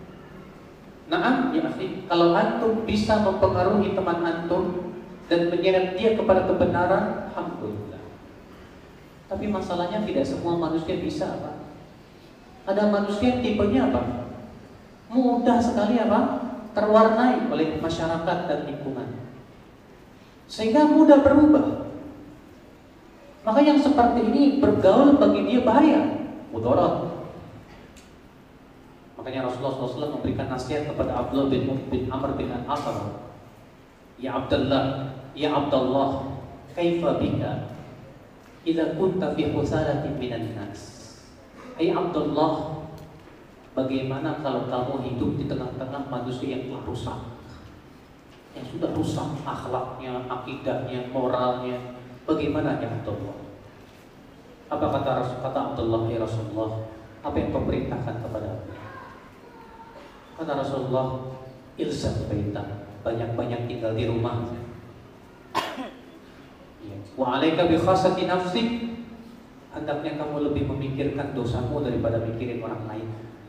Nah, ya akhi, kalau antum bisa mempengaruhi teman antum dan menyeret dia kepada kebenaran, alhamdulillah. Tapi masalahnya tidak semua manusia bisa Pak. Ada manusia tipenya apa? Mudah sekali apa? Terwarnai oleh masyarakat dan lingkungan, sehingga mudah berubah. Maka yang seperti ini bergaul bagi dia bahaya, mudarat. Makanya Rasulullah SAW memberikan nasihat kepada Abdullah bin Amr bin Al-As. Ya Abdullah, kaifa bika idza kunta fi husalatin minan nas. Hai Abdullah, bagaimana kalau kamu hidup di tengah-tengah manusia yang telah rusak, yang sudah rusak akhlaknya, akidahnya, moralnya? Bagaimana ya Abdullah? Apa kata Abdullah, ya Rasulullah, apa yang kau perintahkan kepada aku? Kata Rasulullah, ilzam baita, banyak-banyak tinggal di rumah. Wa alaika bi khassati nafsik, hendaknya kamu lebih memikirkan dosamu daripada mikirin orang lain.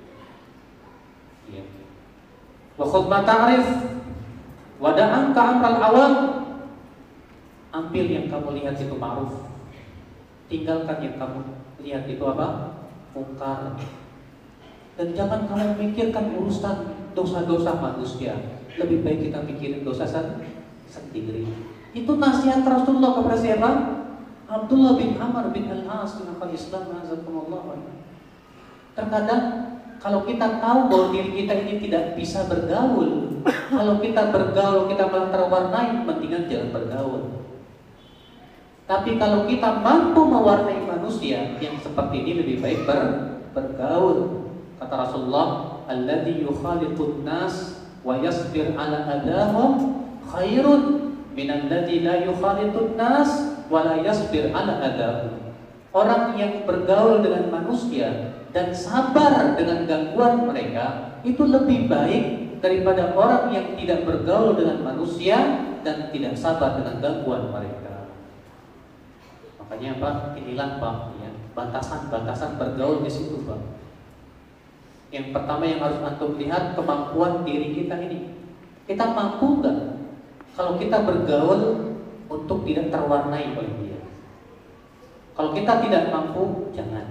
Wa khudh ma ta'rif wa da'anka amral awam. Ambil yang kamu lihat itu ma'ruf, tinggalkan yang kamu lihat itu apa? Mungkar. Dan jangan kamu mikirkan urusan dosa-dosa manusia, lebih baik kita mikirin dosa sendiri. Itu nasihat Rasulullah kepada siapa? Abdullah bin Amr bin Al-As bin Islam azakumullah. Terkadang kalau kita tahu bahwa diri kita ini tidak bisa bergaul, kalau kita bergaul kita malah terwarnai, mendingan jangan bergaul. Tapi kalau kita mampu mewarnai manusia yang seperti ini, lebih baik bergaul. Kata Rasulullah, alladzi yukhalitun nas wa yasbir ala adahum khairun min alladzi la yukhalitun nas wa la yasbir ala adahum. Orang yang bergaul dengan manusia dan sabar dengan gangguan mereka itu lebih baik daripada orang yang tidak bergaul dengan manusia dan tidak sabar dengan gangguan mereka. Makanya Pak, inilah Pak ya, batasan-batasan bergaul di situ Pak. Yang pertama yang harus antum lihat kemampuan diri kita ini. Kita mampu nggak kalau kita bergaul untuk tidak terwarnai oleh dia? Kalau kita tidak mampu, jangan.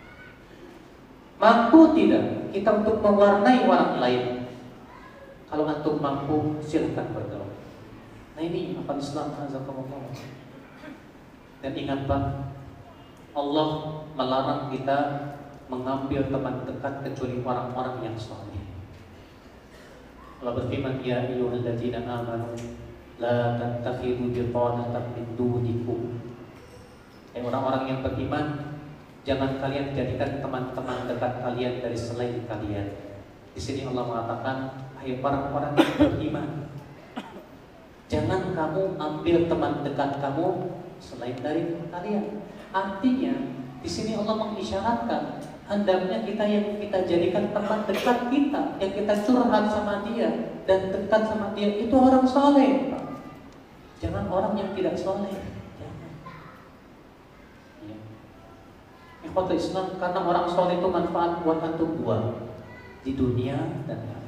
Mampu tidak kita untuk mewarnai orang lain. Kalau antum mampu, silakan berdoa. Nah ini apa Islam azakumullah. Dan ingat Pak, Allah melarang kita mengambil teman dekat kecuali orang-orang yang saleh. Allah berfirman, ya ayyuhalladzina amanu la tattakhidhu bitanatan min dunikum. Orang-orang yang beriman, jangan kalian jadikan teman-teman dekat kalian dari selain kalian. Di sini Allah mengatakan, hai orang-orang yang beriman, jangan kamu ambil teman dekat kamu selain dari kalian. Artinya, di sini Allah mengisyaratkan hendaknya kita yang kita jadikan teman dekat kita, yang kita curhat sama dia dan dekat sama dia itu orang soleh. Jangan orang yang tidak soleh. Ikhwatul Islam, karena orang soleh itu manfaat buat antum dua, di dunia dan akhirat.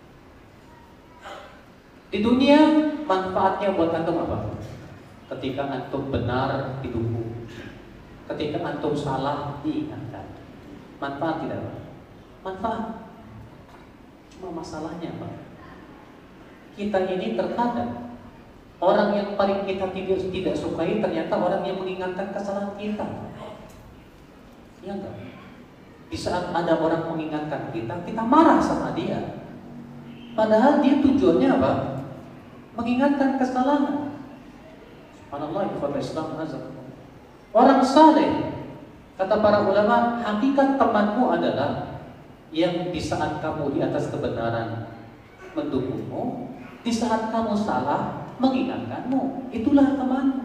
Di dunia manfaatnya buat antum apa? Ketika antum benar didukung, ketika antum salah diingatkan. Manfaat tidak Pak? Manfaat. Cuma masalahnya Pak, kita ini terkadang orang yang paling kita tidak sukai ternyata orang yang mengingatkan kesalahan kita. Ya enggak? Di saat ada orang mengingatkan kita, kita marah sama dia. Padahal dia tujuannya apa? Mengingatkan kesalahan. Subhanallah, ikhwan Islam azam. Orang saleh, kata para ulama, hakikat temanmu adalah yang di saat kamu di atas kebenaran mendukungmu, di saat kamu salah mengingatkanmu. Itulah temanmu.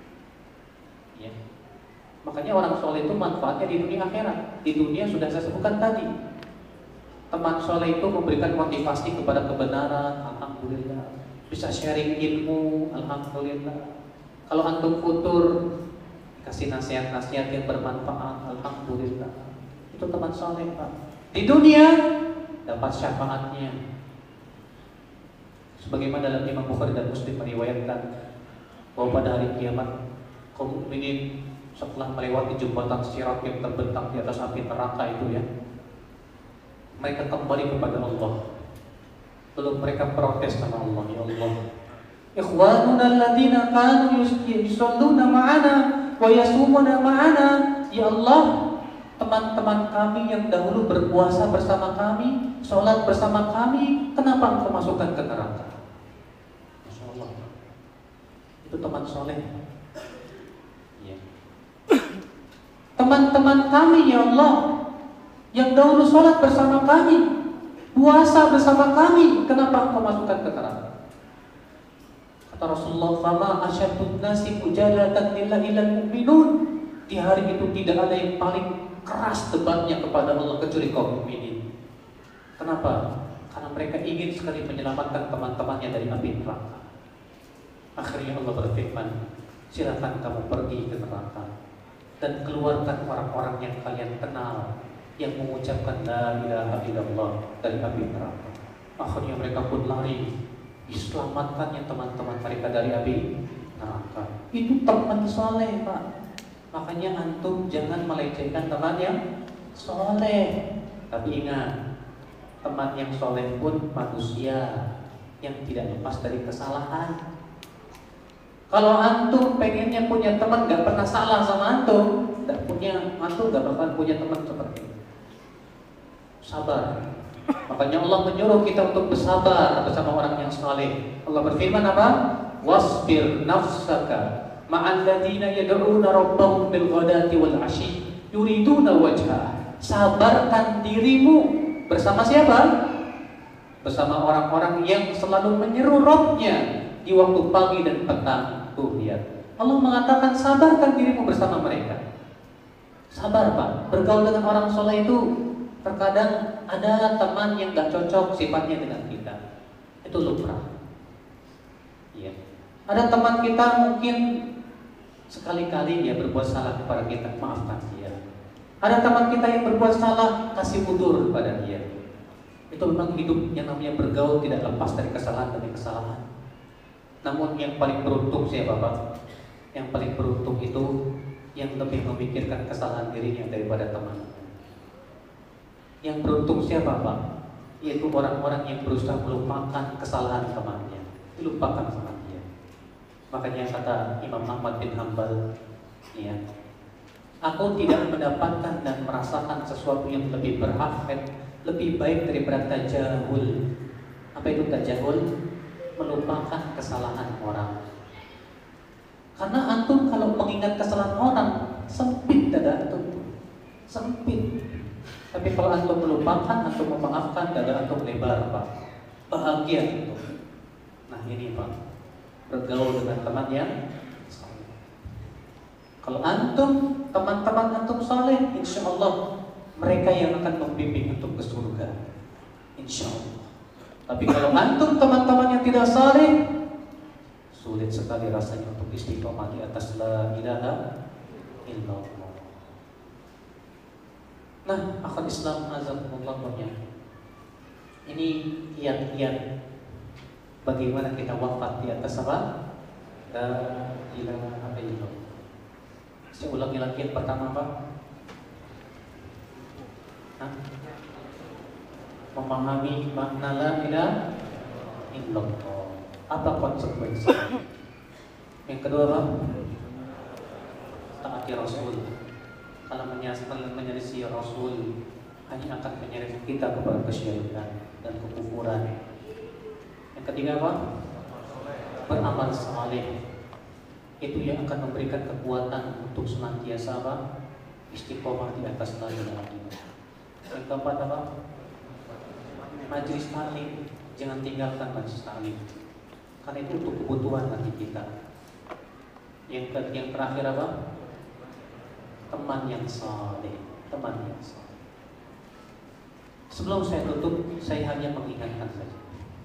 Makanya orang soleh itu manfaatnya di dunia akhirat. Di dunia sudah saya sebutkan tadi. Teman soleh itu memberikan motivasi kepada kebenaran, alhamdulillah. Bisa sharing ilmu, alhamdulillah. Kalau antum futur, kasih nasihat-nasihat yang bermanfaat, alhamdulillah. Itu teman soleh Pak. Di dunia dapat syafaatnya. Sebagaimana dalam Imam Bukhari dan Muslim meriwayatkan bahwa pada hari kiamat kaum mukminin setelah melewati jembatan sirat yang terbentang di atas api neraka itu ya, mereka kembali kepada Allah. Lalu mereka protes sama Allah, ya Allah, ikhwanuna alladziina kanu yusalluna ma'ana wa yasumuna ma'ana, ya Allah, teman-teman kami yang dahulu berpuasa bersama kami, sholat bersama kami, kenapa engkau masukkan ke neraka? Masya Allah, itu teman soleh. Teman-teman kami ya Allah, yang dahulu sholat bersama kami, puasa bersama kami, kenapa engkau masukkan ke neraka? Kata Rasulullah, fama asyaddun nasi mujalatan lillahi ilal mu'minun. Di hari itu tidak ada yang paling keras debatnya kepada Allah kecuali kaum mukminin. Kenapa? Karena mereka ingin sekali menyelamatkan teman-temannya dari api neraka. Akhirnya Allah berfirman, silakan kamu pergi ke neraka dan keluarkan orang-orang yang kalian kenal yang mengucapkan la ilaha illallah dari api neraka. Akhirnya mereka pun lari, diselamatkannya teman-teman mereka dari api neraka. Itu teman soleh Pak. Makanya antum jangan melecehkan teman yang soleh. Tapi ingat, teman yang soleh pun manusia yang tidak lepas dari kesalahan. Kalau antum pengennya punya teman gak pernah salah sama antum, antum gak bakal punya teman seperti itu. Sabar. Makanya Allah menyuruh kita untuk bersabar bersama orang yang saleh. Allah berfirman apa? Wasbir nafsaka ma'al ladzina yad'una rabbahum bil ghadati wal 'ashyi yuriduna wajhah. Sabarkan dirimu bersama siapa? Bersama orang-orang yang selalu menyeru Rabbnya di waktu pagi dan petang. Tuh lihat, Allah mengatakan sabarkan dirimu bersama mereka. Sabar Pak. Bergaul dengan orang soleh itu terkadang ada teman yang gak cocok sifatnya dengan kita. Itu lumrah. Iya. Ada teman kita mungkin sekali-kali dia berbuat salah kepada kita, maafkan dia. Ada teman kita yang berbuat salah, kasih udzur kepada dia. Itu memang hidup yang namanya bergaul tidak lepas dari kesalahan demi kesalahan. Namun yang paling beruntung siapa Pak? Yang paling beruntung itu yang lebih memikirkan kesalahan dirinya daripada teman. Yang beruntung siapa, Pak? Yaitu orang-orang yang berusaha melupakan kesalahan temannya, dilupakan sama dia. Makanya kata Imam Ahmad bin Hanbal, ya, aku tidak mendapatkan dan merasakan sesuatu yang lebih berhak, lebih baik daripada tajahul. Apa itu tajahul? Melupakan kesalahan orang. Karena antum kalau mengingat kesalahan orang, sempit dada antum, sempit. Tapi kalau antum melupakan, antum memaafkan, dada antum lebar, Pak. Bahagia antum. Nah ini, Pak, bergaul dengan teman yang saleh. Kalau antum, teman-teman antum saleh, insya Allah mereka yang akan membimbing antum ke surga, insya Allah. Tapi kalau antum teman-teman yang tidak saleh, sulit sekali rasanya untuk istiqomah di atas la ilaha illallah. Nah, akhwat Islam azakumullah banyak. Ini kiat-kiat bagaimana kita wafat di atas apa? La ilaha illallah. Saya ulangi lagi yang pertama, Pak. Memahami makna la ilaha illallah. Apa konsekuensinya? Yang kedua, Pak, taati Rasul. Kalau menyelisih Rasul, hanya akan menyeret kita kepada kesyirikan dan kekufuran. Yang ketiga, Pak, beramal saleh. Itu yang akan memberikan kekuatan untuk senantiasa, Pak, istiqomah di atas la ilaha illallah. Yang keempat, apa? Majelis taklim. Jangan tinggalkan majelis taklim, karena itu untuk kebutuhan nanti kita. Yang terakhir apa? Teman yang saleh, teman yang saleh. Sebelum saya tutup, saya hanya mengingatkan saja.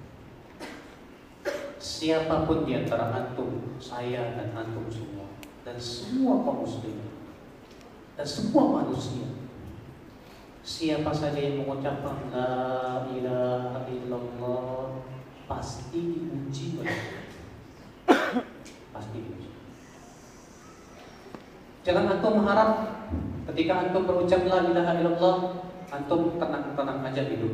Siapapun di antara antum, saya dan antum semua, dan semua kaum muslimin, dan semua manusia, siapa saja yang mengucapkan la ilaha illallah pasti diuji oleh Allah. Pasti diuji. Jangan antum mengharap ketika antum berucap la ilaha illallah, antum tenang-tenang aja hidup.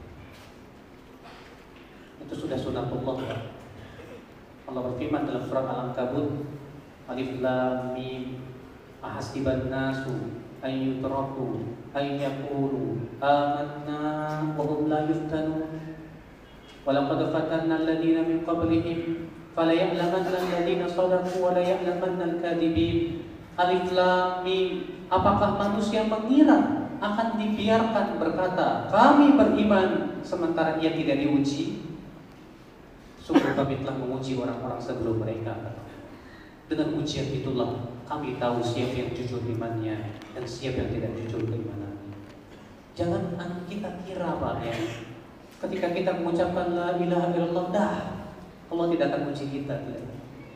Itu sudah sunatullah. Allah berfirman dalam surat Al-Ankabut, Alif Lam Mim, ahasiban nasu ayyutraku ayyaqulu amanna wa hum la yuftanun wa laqad fatanna alladhina min qablihim falaya'lamanna alladhina sadaqu wa laya'lamanna al-kadhibin. Alif Lam Mim. Apakah manusia mengira akan dibiarkan berkata kami beriman sementara ia tidak diuji? Sungguh kami telah menguji orang-orang sebelum mereka. Dengan ujian itulah kami tahu siapa yang jujur imannya dan siapa yang tidak jujur keimanannya. Jangan kita kira, Pak, ya, ketika kita mengucapkan la ilaha illallah, dah Allah tidak akan uji kita. Tidak.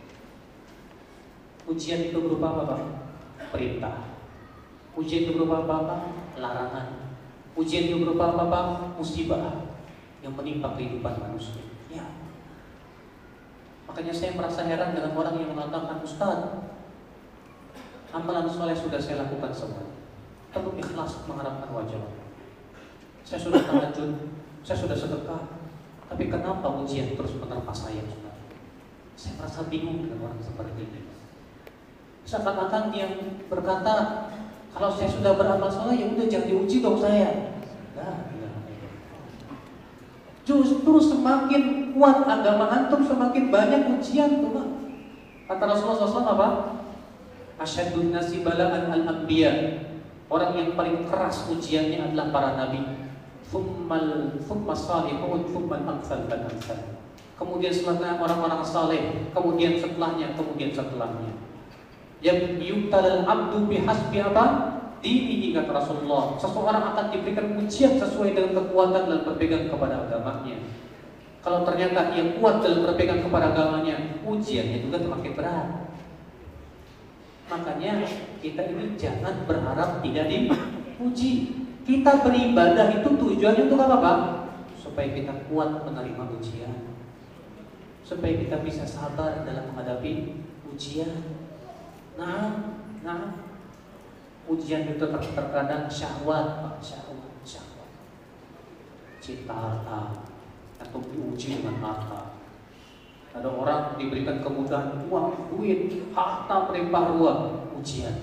Ujian itu berupa apa, Pak? Perintah. Ujian itu berupa apa, Pak? Larangan. Ujian itu berupa apa, Pak? Musibah yang menimpa kehidupan manusia. Ya. Makanya saya merasa heran dengan orang yang mengatakan, Ustaz, amalan soleh sudah saya lakukan semua, perlu ikhlas mengharapkan wajah Allah. Saya sudah tahajud, saya sudah sedekah, tapi kenapa ujian terus menerpa saya, Ustaz? Saya merasa bingung dengan orang seperti ini. Seakan-akan yang berkata, kalau saya sudah beramal soleh, ya udah jangan diuji dong saya. Nah, justru semakin kuat agama antum, semakin banyak ujian tuh, Pak. Kata Rasulullah SAW apa? Asyadun nasi bala'an al-anbiya. Orang yang paling keras ujiannya adalah para nabi. Thumma salihun, thumma al-amsal fal-amsal. Kemudian setelahnya orang-orang saleh, kemudian setelahnya. Yang yubtalal abdu bihasbi apa? Dinihi, kata Rasulullah. Seseorang akan diberikan ujian sesuai dengan kekuatan dalam berpegang kepada agamanya. Kalau ternyata yang kuat dalam berpegang kepada agamanya, ujiannya juga semakin berat. Makanya kita ini jangan berharap tidak diuji. Kita beribadah itu tujuannya untuk apa, Pak? Supaya kita kuat menerima ujian, supaya kita bisa sabar dalam menghadapi ujian. Nah, Ujian itu terkadang syahwat, Pak, syahwat. Cinta harta, atau diuji dengan harta. Ada orang diberikan kemudahan uang, duit, harta melimpah ruah, ujian.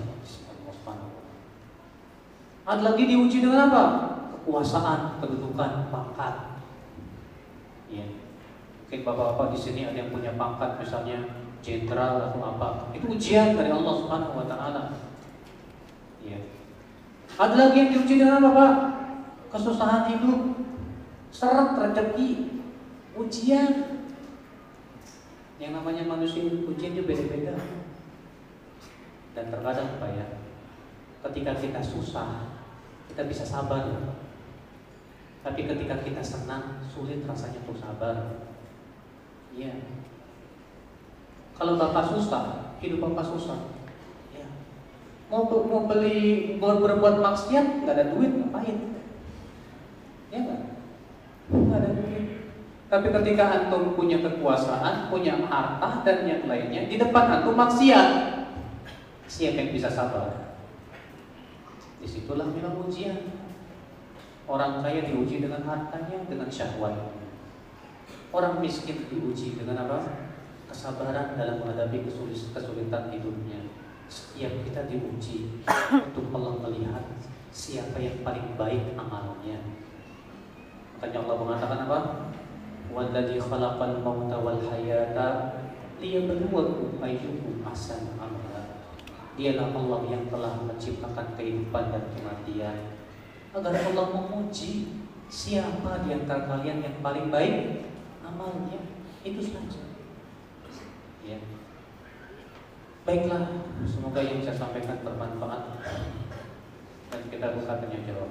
Ada lagi diuji dengan apa? Kekuasaan, kedudukan, pangkat. Ya. Mungkin bapak-bapak di sini ada yang punya pangkat, misalnya jenderal atau apa. Itu ujian dari Allah Subhanahu Wa Taala. Ya. Ada lagi yang diuji dengan apa, Pak? Kesusahan hidup, seret rezeki, ujian. Yang namanya manusia ujian itu beda-beda. Dan terkadang Pak ya, ketika kita susah, kita bisa sabar. Tapi ketika kita senang, sulit rasanya untuk sabar. Iya. Kalau Bapak susah, hidup Bapak susah. Ya. Mau beli, mau berbuat maksiat, nggak ada duit, ngapain? Ya nggak? Nggak ada duit. Tapi ketika antum punya kekuasaan, punya harta dan yang lainnya, di depan antum maksiat, siapa yang bisa sabar? Disitulah memang ujian. Orang kaya diuji dengan hartanya, dengan syahwat. Orang miskin diuji dengan apa? Kesabaran dalam menghadapi kesulitan hidupnya. Setiap kita diuji untuk Allah melihat siapa yang paling baik amalnya. Makanya Allah mengatakan apa? Walladzi khalaqal mauta wal hayata liyabluwakum ayyukum ahsanu amala. Dialah Allah yang telah menciptakan kehidupan dan kematian agar Allah menguji siapa di antara kalian yang paling baik amalnya. Itu saja. Ya. Baiklah, semoga yang saya sampaikan bermanfaat dan kita buka tanya jawab.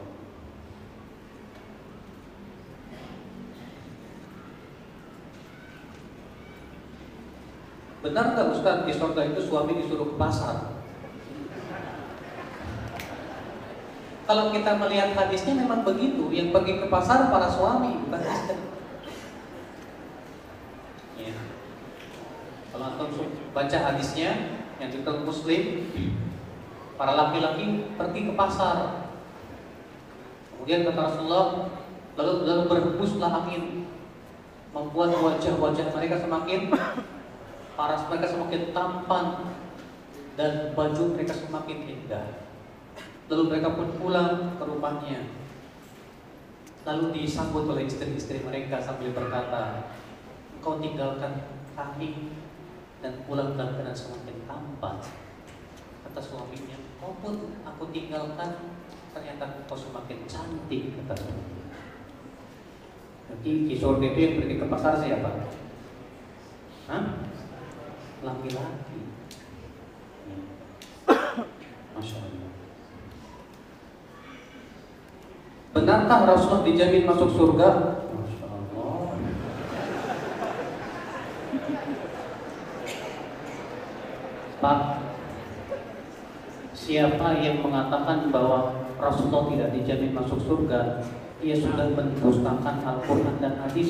Benar nggak Ustaz, di surga itu suami disuruh ke pasar? Kalau kita melihat hadisnya memang begitu, yang pergi ke pasar para suami, bukan istri. Ya. Kalau antum baca hadisnya yang ditulis Muslim, para laki-laki pergi ke pasar. Kemudian kata Rasulullah, lalu berhembuslah angin, membuat wajah-wajah mereka semakin paras, mereka semakin tampan, dan baju mereka semakin indah. Lalu mereka pun pulang ke rumahnya. Lalu disambut oleh istri-istri mereka sambil berkata, engkau tinggalkan kami dan pulang dalam keadaan semakin tampan. Kata suaminya, kau pun aku tinggalkan, ternyata engkau semakin cantik, kata suaminya. Jadi di surga itu yang pergi ke pasar siapa? Hah? Laki-laki. Masya Allah. Benarkah Rasulullah dijamin masuk surga? Masya Allah. Pak, siapa yang mengatakan bahwa Rasulullah tidak dijamin masuk surga, ia sudah mendustakan Al-Quran dan hadis.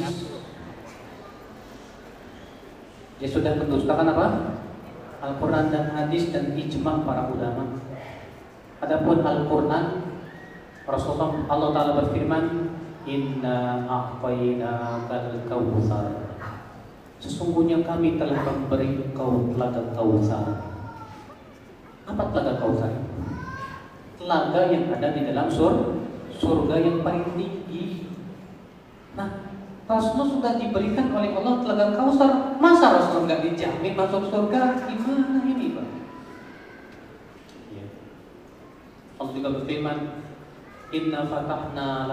Dia sudah mendustakan apa? Al-Quran dan hadis dan ijma' para ulama. Adapun Al-Quran, Rasulullah Allah Ta'ala berfirman, Inna a'tainakal kautsar. Sesungguhnya kami telah memberi engkau telaga Kautsar. Apa telaga Kautsar? Telaga yang ada di dalam surga yang paling tinggi. Nah, Rasulullah sudah diberikan oleh Allah telaga Kautsar. Masa Rasulullah nggak dijamin masuk surga? Gimana ini, Pak? Ya. Allah juga berfirman, Inna fatahna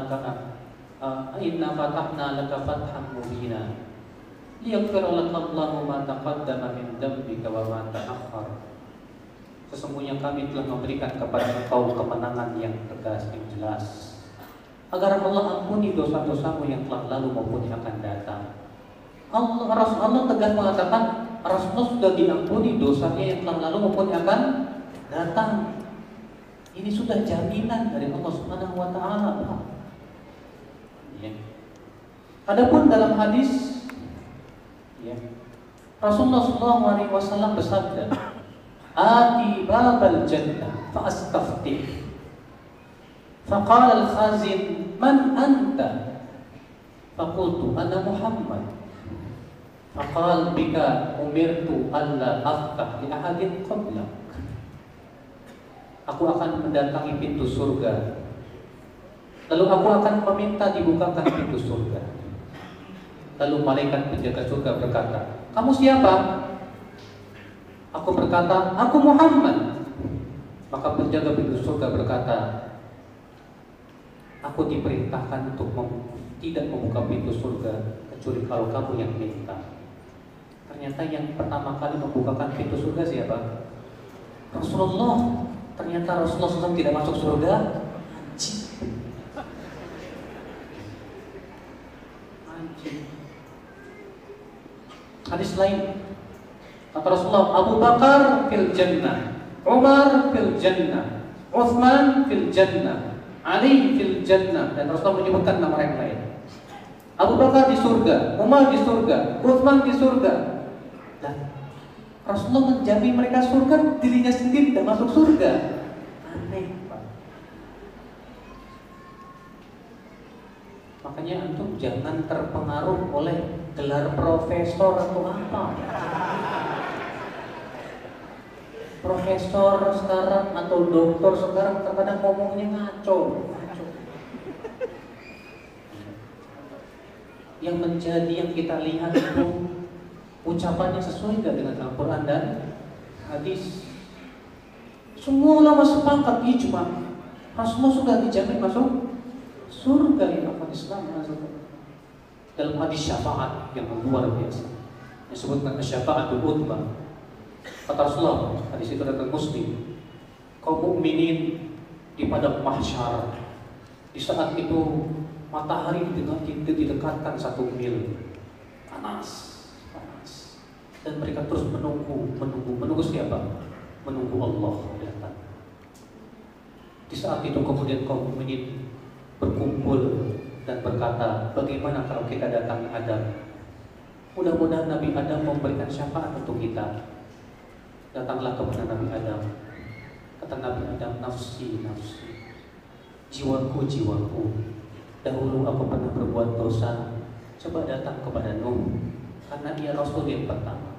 laka fatham mubina liyaghfira laka Allahu ma taqaddama min dhanbika wa ma ta'akhkhar. Sesungguhnya kami telah memberikan kepada engkau kemenangan yang tegas, yang jelas, agar Allah ampuni dosa-dosamu yang telah lalu maupun yang akan datang. Allah tegas mengatakan Rasulullah sudah diampuni dosanya yang telah lalu maupun yang akan datang. Ini sudah jaminan dari Allah Subhanahu wa Ta'ala. Ya. Adapun dalam hadis, ya, Rasulullah SAW bersabda, ati babal jannah fa'astaftih. Faqala al-khazin, man anta? Faqultu ana Muhammad. Faqal bika umirtu alla aftah li ahadin qablak. Aku akan mendatangi pintu surga, lalu aku akan meminta dibukakan pintu surga. Lalu malaikat penjaga surga berkata, kamu siapa? Aku berkata, aku Muhammad. Maka penjaga pintu surga berkata, aku diperintahkan untuk tidak membuka pintu surga kecuali kalau kamu yang minta. Ternyata yang pertama kali membukakan pintu surga siapa? Rasulullah. Ternyata Rasulullah SAW tidak masuk surga. Anjing. Hadis lain, kata Rasulullah, Abu Bakar fil jannah, Umar fil jannah, Uthman fil jannah, Ali fil jannah. Dan Rasulullah menyebutkan nama yang lain. Abu Bakar di surga, Umar di surga, Uthman di surga. Dan Rasulullah menjamin mereka surga, dirinya sendiri tidak masuk surga. Aneh, Pak. Makanya antum jangan terpengaruh oleh gelar profesor atau apa. Profesor sekarang atau doktor sekarang terkadang ngomongnya ngaco. Yang menjadi yang kita lihat itu ucapannya sesuai nggak dengan Al-Quran dan hadis. Semua ulama sepakat ijma, Rasulullah sudah dijamin masuk surga ya akal Islam. Dalam hadis syafaat yang luar biasa, disebutkan syafaatul utbah. Kata Rasulullah, hadis itu datang Muslim, kaum mukminin di padang mahsyar, di saat itu matahari didekatkan 1 mil, panas. Dan mereka terus menunggu siapa? Menunggu Allah datang. Di saat itu kemudian kaum mukminin berkumpul dan berkata, bagaimana kalau kita datang Adam? Mudah-mudahan Nabi Adam memberikan syafaat untuk kita. Datanglah kepada Nabi Adam. Kata Nabi Adam, nafsi, nafsi, jiwaku, jiwaku. Dahulu aku pernah berbuat dosa. Coba datang kepada Nuh, karena dia Rasul yang pertama.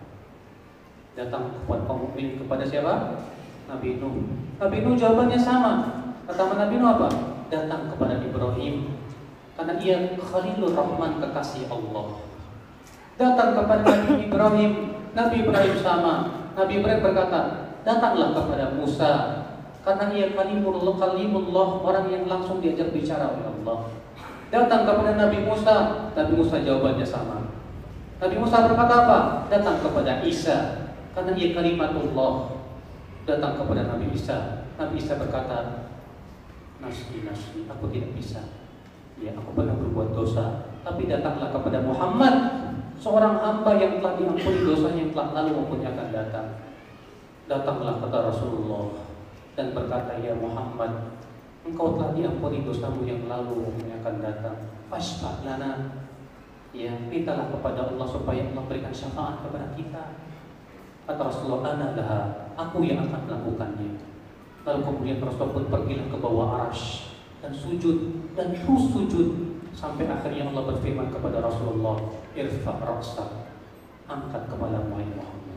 Datang kepada kaum mukmin, kepada siapa? Nabi Nuh. Nabi Nuh jawabannya sama. Kata Nabi Nuh apa? Datang kepada Ibrahim, karena ia Khalilur Rahman, kekasih Allah. Datang kepada Nabi Ibrahim. Nabi Ibrahim sama. Nabi Ibrahim berkata, datanglah kepada Musa, karena ia kalimullah, orang yang langsung diajak bicara oleh Allah. Datang kepada Nabi Musa. Nabi Musa jawabannya sama. Nabi Musa berkata apa? Datang kepada Isa, karena ia kalimatullah. Datang kepada Nabi Isa. Nabi Isa berkata, nafsi, nafsi, aku tidak bisa. Ya, aku pernah berbuat dosa. Tapi datanglah kepada Muhammad, seorang hamba yang telah diampuni dosanya yang telah lalu maupun yang akan datang. Datanglah kata Rasulullah dan berkata, ya Muhammad, engkau telah diampuni dosamu yang lalu maupun yang akan datang. Fashfa' lana. Ya, mintalah kepada Allah supaya Allah berikan syafaat kepada kita. Kata Rasulullah, ana laha, aku yang akan melakukannya. Lalu kemudian Rasulullah pun pergilah ke bawah arsy dan sujud dan terus sujud sampai akhirnya Allah berfirman kepada Rasulullah, irfa' ra'sak, angkat kepalamu wahai Muhammad.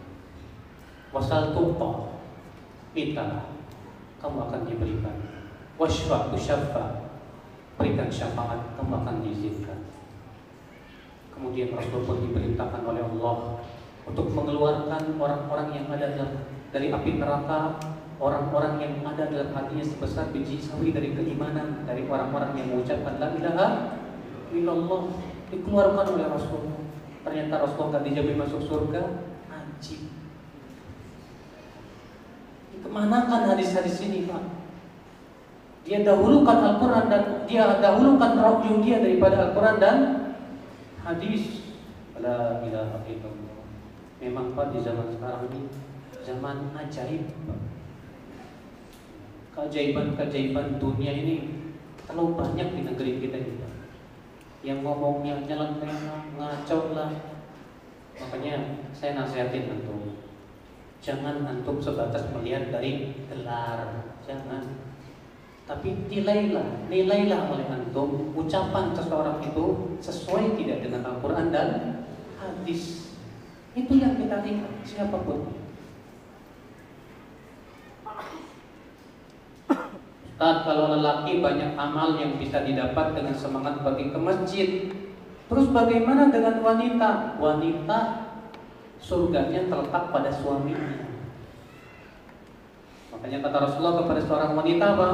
Wasal tu'ta, mintalah, kamu akan diberikan. Washfa' tusyaffa, berikan syafaat, kamu akan diizinkan. Kemudian Rasulullah pun diperintahkan oleh Allah untuk mengeluarkan orang-orang yang ada dari api neraka, orang-orang yang ada dalam hatinya sebesar biji sawi dari keimanan, dari orang-orang yang mengucapkan la ilaha illallah, dikeluarkan oleh Rasulullah. Ternyata Rasulullah tidak dijamin masuk surga. Anjing. Kemanakan hadis-hadis ini, Pak? Dia dahulukan Al-Quran dan dia dahulukan ra'yu dia daripada Al-Quran dan hadis. La ilaha illallah. Memang Pak, di zaman sekarang ini zaman ajaib, Pak. Keajaiban-keajaiban dunia ini terlalu banyak di negeri kita ini, Pak. Yang ngomongnya nyelenteng, ngacau lah. Makanya saya nasihatin antum, Jangan antum sebatas melihat dari gelar, jangan. Tapi nilailah oleh antum ucapan seseorang itu sesuai tidak dengan Al-Quran dan hadis. Itu yang kita lihat, siapapun. Ustaz, kalau lelaki banyak amal yang bisa didapat dengan semangat pergi ke masjid. Terus bagaimana dengan wanita? Wanita surganya terletak pada suaminya. Makanya kata Rasulullah kepada seorang wanita apa?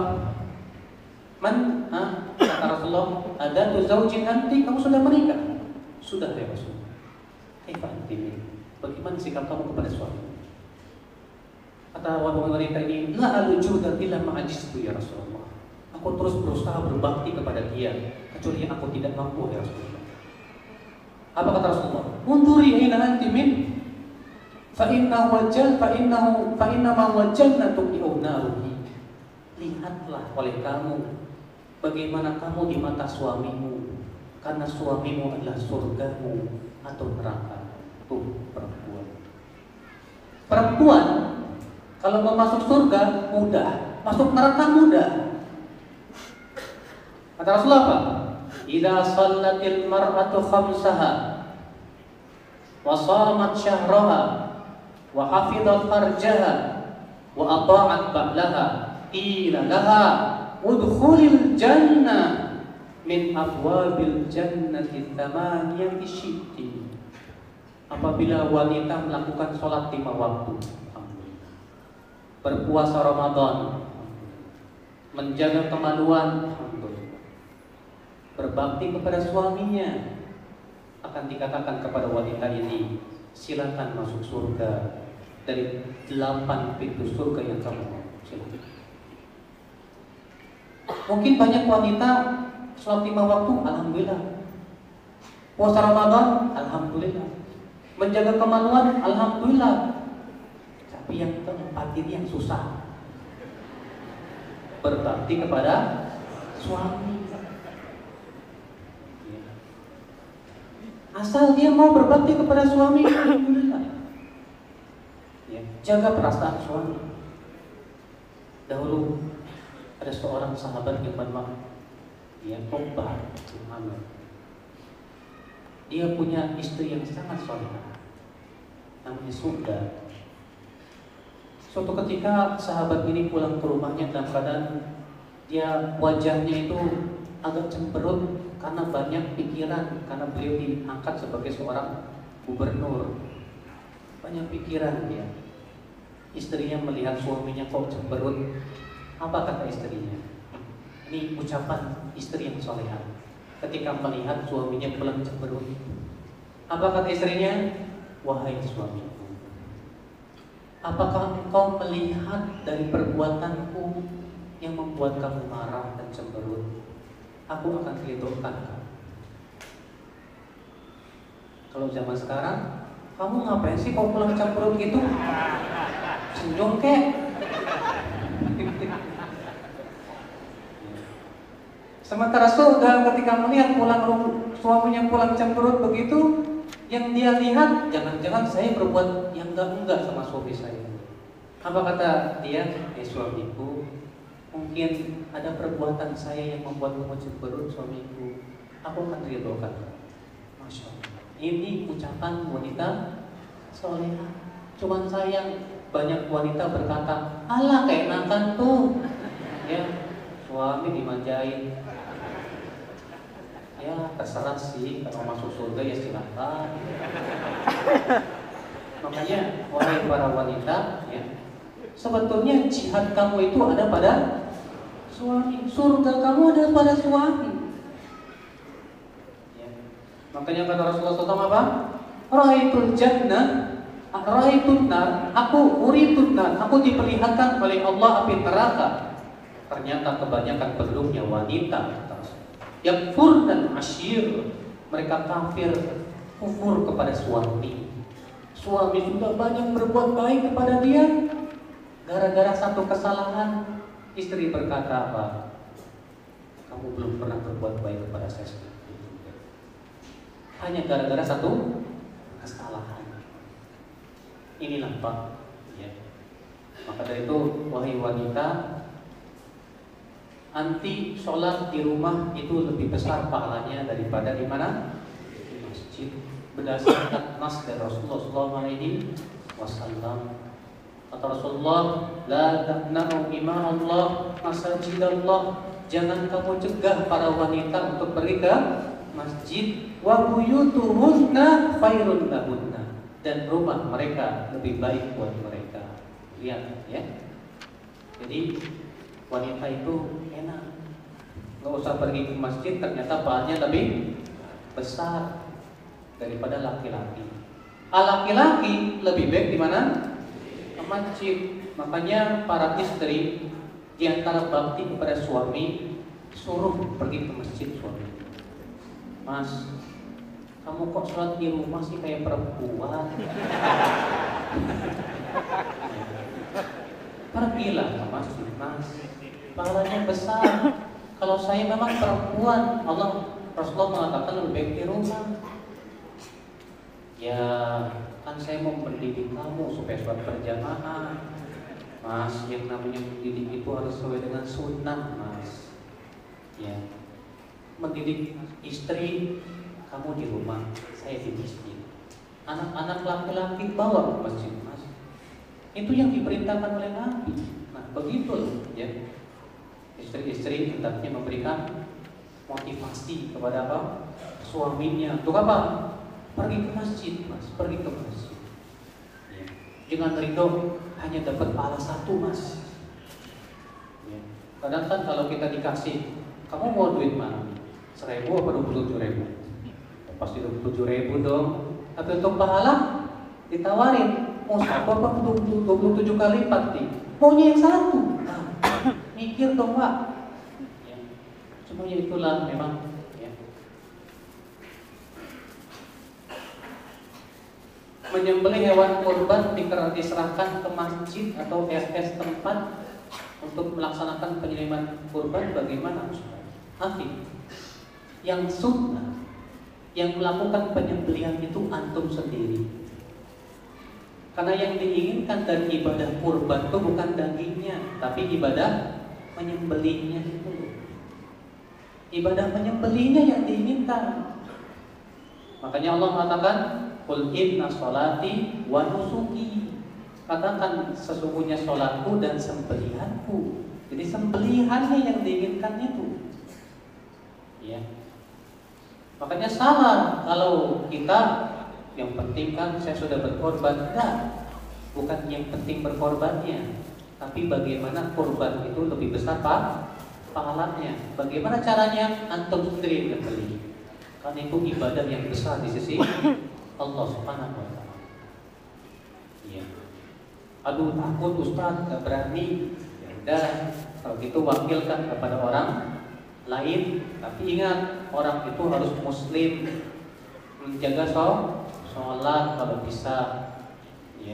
Kata Rasulullah, ada tu zaujin anti, kamu sudah menikah? Sudah ya Rasulullah. Kaifa anti? Bagaimana sikap kamu kepada suami? Kata wanita ini, la alujudan illa ma'ajistu ya Rasulullah. Aku terus berusaha berbakti kepada dia, kecuali aku tidak mampu ya Rasulullah. Apa kata Rasulullah? Unduri aina anti min fa inna ma wajjannatu bi'unaruhi. Lihatlah oleh kamu bagaimana kamu di mata suamimu, karena suamimu adalah surgamu atau neraka. Tuh perempuan kalau mau masuk surga mudah, masuk neraka mudah. Kata Rasulullah apa? Idza shallatil mar'atu khamsaha wa shamat syahraha wa hafizat farjaha wa ata'at ba'laha qila laha udkhulil jannah min abwabil jannati thamaniyati syi'ti. Apabila wanita melakukan sholat 5 waktu, berpuasa Ramadan, menjaga kemaluan, berbakti kepada suaminya, akan dikatakan kepada wanita ini, silakan masuk surga dari 8 pintu surga yang kamu mau. Silakan. Mungkin banyak wanita sholat 5 waktu, alhamdulillah. Puasa Ramadan, alhamdulillah. Menjaga kemaluan, alhamdulillah. Tapi yang keempat ini yang susah, berbakti kepada suami. Asal dia mau berbakti kepada suami, alhamdulillah. Ya, jaga perasaan suami. Dahulu ada seorang sahabat yang bernama Uqbah bin Amir. Dia punya istri yang sangat salehah, namanya Sunda. Suatu ketika sahabat ini pulang ke rumahnya dalam keadaan dia wajahnya itu agak cemberut karena banyak pikiran, karena beliau diangkat sebagai seorang gubernur. Banyak pikiran dia. Istrinya melihat suaminya kok cemberut. Apa kata istrinya? Ini ucapan istri yang salehah ketika melihat suaminya pulang cemberut. Apa kata istrinya? Wahai suamiku, apakah engkau melihat dari perbuatanku yang membuat kamu marah dan cemberut? Aku akan ridhokan kamu. Kalau zaman sekarang, kamu ngapain sih kau pulang cemberut gitu? Senyum kek. Sementara surga ketika melihat suaminya pulang cemberut begitu, yang dia lihat, jangan-jangan saya berbuat yang enggak sama suami saya. Apa kata dia? Suamiku, mungkin ada perbuatan saya yang membuat kamu cemberut suamiku. Aku akan ridhokan. Masya Allah. Ini ucapan wanita solehah. Cuman sayang banyak wanita berkata, alah keenakan tuh. Ya, suami dimanjain. Ya terserah sih, kalau masuk surga ya silakan. Makanya wahai para wanita, ya, sebetulnya jihad kamu itu ada pada suami, surga kamu ada pada suami. Ya. Makanya kata Rasulullah SAW apa? Ra'aitul jannah, ra'aitun nar, aku uritun nar, aku diperlihatkan oleh Allah api neraka. Ternyata kebanyakan penduduknya wanita. Yakfur dan asyir, mereka kafir, kufur kepada suami. Suami sudah banyak berbuat baik kepada dia, gara-gara satu kesalahan, istri berkata apa? Kamu belum pernah berbuat baik kepada saya. Hanya gara-gara satu kesalahan. Inilah Pak, Ya. Maka dari itu, wahai wanita, anti sholat di rumah itu lebih besar pahalanya daripada di mana? Di masjid. Berdasarkan nas dari Rasulullah SAW. Kata Rasulullah, la tamna'u ima Allah masajidallah. Jangan kamu cegah para wanita untuk pergi ke masjid. Wa buyutuhunna khairun lahunna. Dan rumah mereka lebih baik buat mereka. Lihat ya. Jadi wanita itu enak, nggak usah pergi ke masjid, ternyata pahalanya lebih besar daripada laki-laki. Laki-laki lebih baik di mana? Ke masjid. Makanya para istri di antara bakti kepada suami, suruh pergi ke masjid suami. Mas, kamu kok sholat di rumah sih kayak perempuan? Pergilah ke masjid, Mas. Pahalanya besar. Kalau saya memang perempuan, Rasulullah mengatakan lebih baik di rumah. Ya, kan saya mau mendidik kamu supaya sholat berjamaah. Mas, yang namanya mendidik itu harus sesuai dengan sunnah, Mas. Ya, mendidik istri kamu di rumah, saya di masjid. Anak-anak laki-laki bawa ke masjid, Mas. Itu yang diperintahkan oleh Nabi. Nah, begitu loh, ya. Istri-istri hendaknya memberikan motivasi kepada apa? Suaminya. Untuk apa? Pergi ke masjid, Mas. Pergi ke masjid. Ya. Jangan ridho hanya dapat pahala satu, Mas. Ya. Kadang kan kalau kita dikasih, kamu mau duit mana? 1.000 apa 27.000? Pasti 27.000 dong. Tapi untuk pahala ditawarin, mau 1 apa 27 kali lipat nih? Maunya yang satu. Nah, mikir dong, Pak. Ya. Semuanya itulah memang. Ya. Menyembelih hewan kurban diserahkan ke masjid atau RS tempat untuk melaksanakan penyembelihan kurban. Bagaimana, Ustaz? Afif, yang sunnah, yang melakukan penyembelihan itu antum sendiri. Karena yang diinginkan dari ibadah kurban itu bukan dagingnya, tapi ibadah menyembelihnya itu. Ibadah menyembelihnya yang diinginkan. Makanya Allah mengatakan, "Qul inna sholati wa nusuki." Katakan sesungguhnya sholatku dan sembelihanku. Jadi sembelihannya yang diinginkan itu. Ya. Makanya salah kalau kita yang penting kan saya sudah berkorban. Enggak. Bukan yang penting berkorbannya, tapi bagaimana korban itu lebih besar pahalanya. Bagaimana caranya? Antum sendiri yang beli. Karena itu ibadah yang besar di sisi Allah Subhanahu wa taala. Iya. Aduh, takut Ustaz, enggak berani. Ya udah, kalau gitu wakilkan kepada orang lain. Tapi ingat, orang itu harus muslim, menjaga sholat kalau bisa, ya.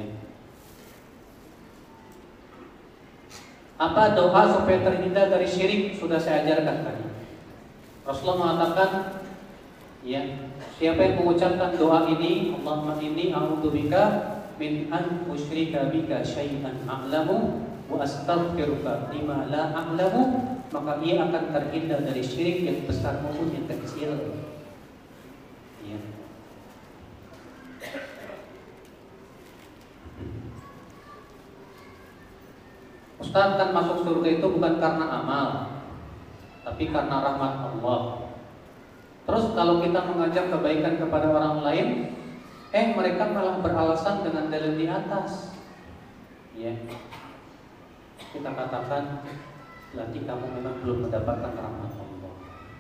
Apa doa supaya terhindar dari syirik? Sudah saya ajarkan tadi. Rasulullah mengatakan, ya, siapa yang mengucapkan doa ini, Allahumma inni a'udzubika min an usyrika bika syai'an a'lamu wa astaghfiruka lima la a'lamu, maka ia akan terhindar dari syirik yang besar maupun yang kecil. Ya. Ustaz, kan masuk surga itu bukan karena amal, tapi karena rahmat Allah. Terus kalau kita mengajak kebaikan kepada orang lain, mereka malah beralasan dengan dalil di atas. Ya. Kita katakan, berarti kamu memang belum mendapatkan rahmat Allah.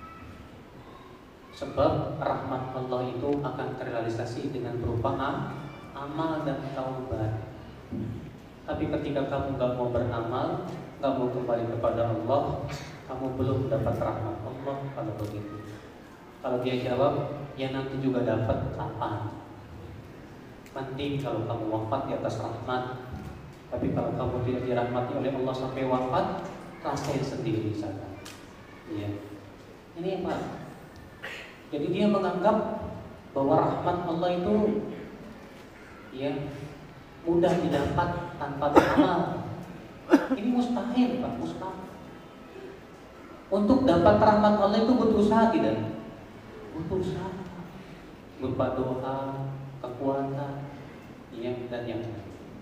Sebab rahmat Allah itu akan terrealisasi dengan berupa amal dan taubat. Tapi ketika kamu gak mau beramal, gak mau kembali kepada Allah, kamu belum dapat rahmat Allah. Kalau begitu, kalau dia jawab, ya nanti juga dapat. Kapan? Mending kalau kamu wafat di atas rahmat. Tapi kalau kamu tidak dirahmati oleh Allah sampai wafat, rasain sendiri sana. Ya. Ini Pak. Jadi dia menganggap bahwa rahmat Allah itu, ya, mudah didapat tanpa beramal. Ini mustahil, Pak, mustahil. Untuk dapat rahmat Allah itu butuh usaha tidak? Butuh usaha. Berupa doa, kekuatan, dan yang lain.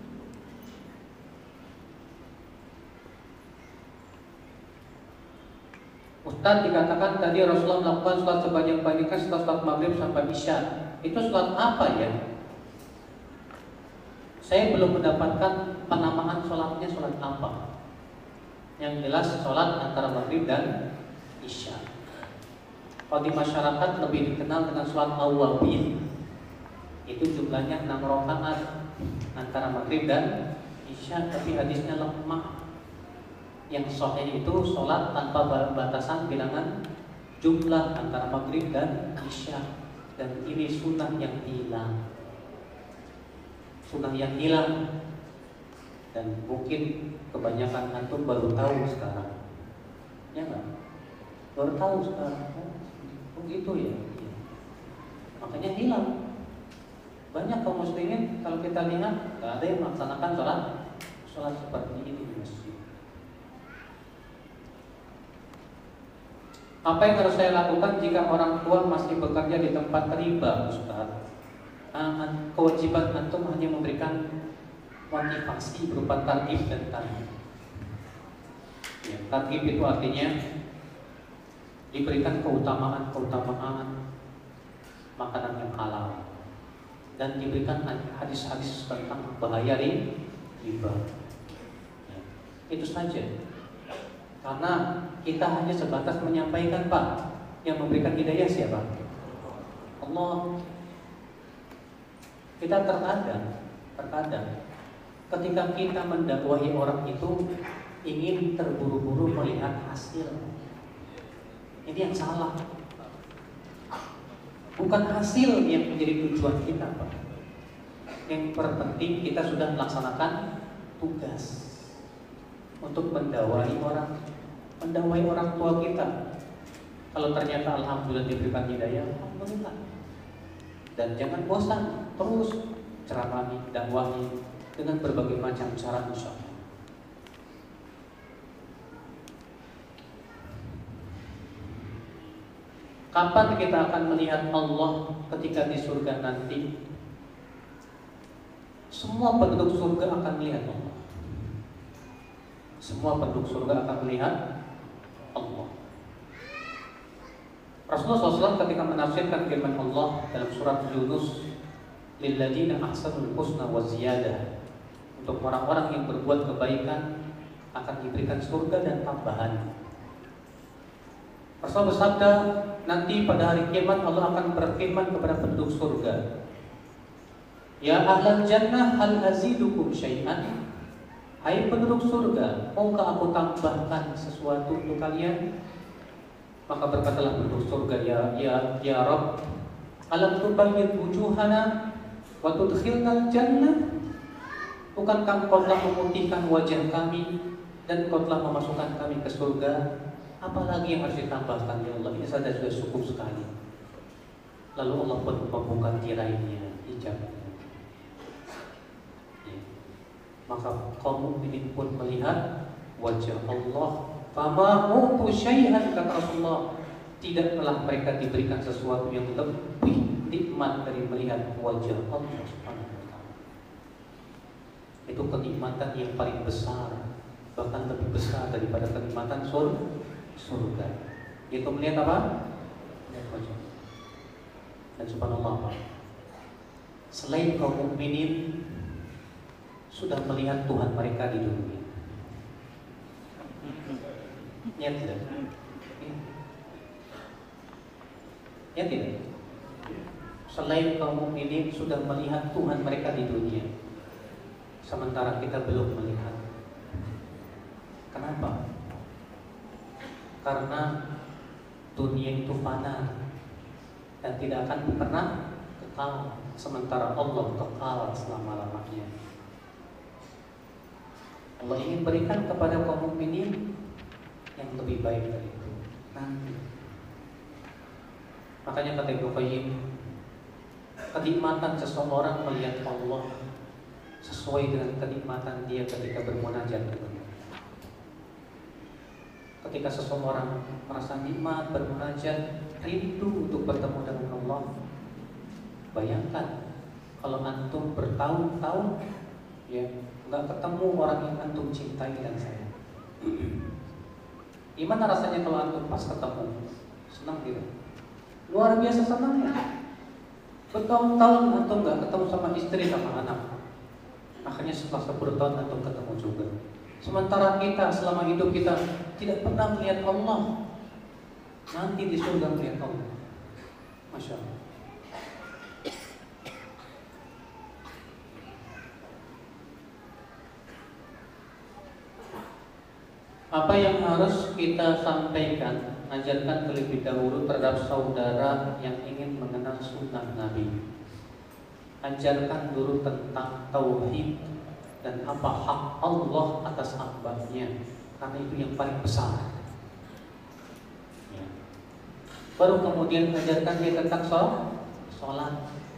Ustaz, dikatakan tadi Rasulullah melakukan sholat sebanyak-banyaknya setelah sholat maghrib sampai isya. Itu sholat apa ya? Saya belum mendapatkan penamaan sholatnya sholat apa. Yang jelas sholat antara maghrib dan isya. Kalau di masyarakat lebih dikenal dengan sholat awwabin. Itu jumlahnya 6 rakaat antara maghrib dan isya, tapi hadisnya lemah. Yang sahih itu sholat tanpa batasan bilangan jumlah antara maghrib dan isya. Dan ini sunnah yang hilang. Sunnah yang hilang. Dan mungkin kebanyakan antum baru tahu sekarang. Ya enggak? Baru tahu sekarang. Oh gitu ya. Makanya hilang. Banyak kaum muslimin kalau kita lihat nggak ada yang melaksanakan sholat seperti ini di masjid. Apa yang harus saya lakukan jika orang tua masih bekerja di tempat riba, Ustaz? Kewajiban antum hanya memberikan motivasi berupa targhib dan tarhib. Ya, targhib itu artinya diberikan keutamaan makanan yang halal dan diberikan hadis-hadis tentang bahaya riba. Ya, itu saja. Karena kita hanya sebatas menyampaikan, Pak. Yang memberikan hidayah siapa? Allah. Kita terkadang ketika kita mendakwahi orang itu ingin terburu-buru melihat hasil. Ini yang salah. Bukan hasil yang menjadi tujuan kita, Pak. Yang terpenting kita sudah melaksanakan tugas untuk mendakwahi orang tua kita. Kalau ternyata alhamdulillah diberikan hidayah, alhamdulillah. Dan jangan bosan, terus ceramahi, dakwahi dengan berbagai macam cara, insyaallah. Kapan kita akan melihat Allah ketika di surga nanti? Semua penduduk surga akan melihat Allah. Semua penduduk surga akan melihat Allah. Rasulullah SAW ketika menafsirkan firman Allah dalam surat Yunus, lilladzina ahsanul husna wa ziyadah, untuk orang-orang yang berbuat kebaikan akan diberikan surga dan tambahan. Rasul bersabda, nanti pada hari kiamat Allah akan berfirman kepada penduduk surga, ya ahlal jannah hal azidukum syai'an. Hai penduduk surga, maukah aku tambahkan sesuatu untuk kalian? Maka berkatalah penduduk surga, ya Rabb, alam tubayyid wujuhana wa tudkhilnal jannah. Bukankah Engkau telah memutihkan wajah kami dan Engkau telah memasukkan kami ke surga? Apalagi yang harus ditambahkan, ya Allah? Ini saja sudah cukup sekali. Lalu Allah pun membuka tirainya, hijabnya. Maka kaum mukminin pun melihat wajah Allah. Fama utu syai'an, kata Rasulullah, tidaklah mereka diberikan sesuatu yang lebih nikmat dari melihat wajah Allah Subhanahu wa ta'ala. Itu kenikmatan yang paling besar, bahkan lebih besar daripada kenikmatan surga. Itu melihat apa? Melihat wajah. Dan subhanallah, selain kaum mukminin sudah melihat Tuhan mereka di dunia. Ya tidak? Ya tidak? Selain kaum mukminin sudah melihat Tuhan mereka di dunia, sementara kita belum melihat. Kenapa? Karena dunia itu fana dan tidak akan pernah kekal, sementara Allah kekal selama-lamanya. Allah ingin berikan kepada kaum mukminin yang lebih baik dari itu nanti. Makanya kata Ibnu Qayyim, kenikmatan seseorang melihat Allah sesuai dengan kenikmatan dia ketika bermunajat. Ketika seseorang merasa nikmat bermunajat, rindu untuk bertemu dengan Allah, bayangkan kalau antum bertahun-tahun ya nggak ketemu orang yang antum cintai dan sayang. Gimana rasanya kalau antum pas ketemu? Senang tidak? Luar biasa senangnya. Bertahun-tahun antum nggak ketemu sama istri sama anak, akhirnya setelah 10 tahun antum ketemu juga. Sementara kita selama hidup kita tidak pernah melihat Allah, nanti di surga melihat Allah. Masya Allah. Apa yang harus kita sampaikan, ajarkan terlebih dahulu terhadap saudara yang ingin mengenal sunnah Nabi. Ajarkan dulu tentang tauhid dan apa hak Allah atas hambanya, karena itu yang paling besar. Baru kemudian ajarkan dia tentang sholat.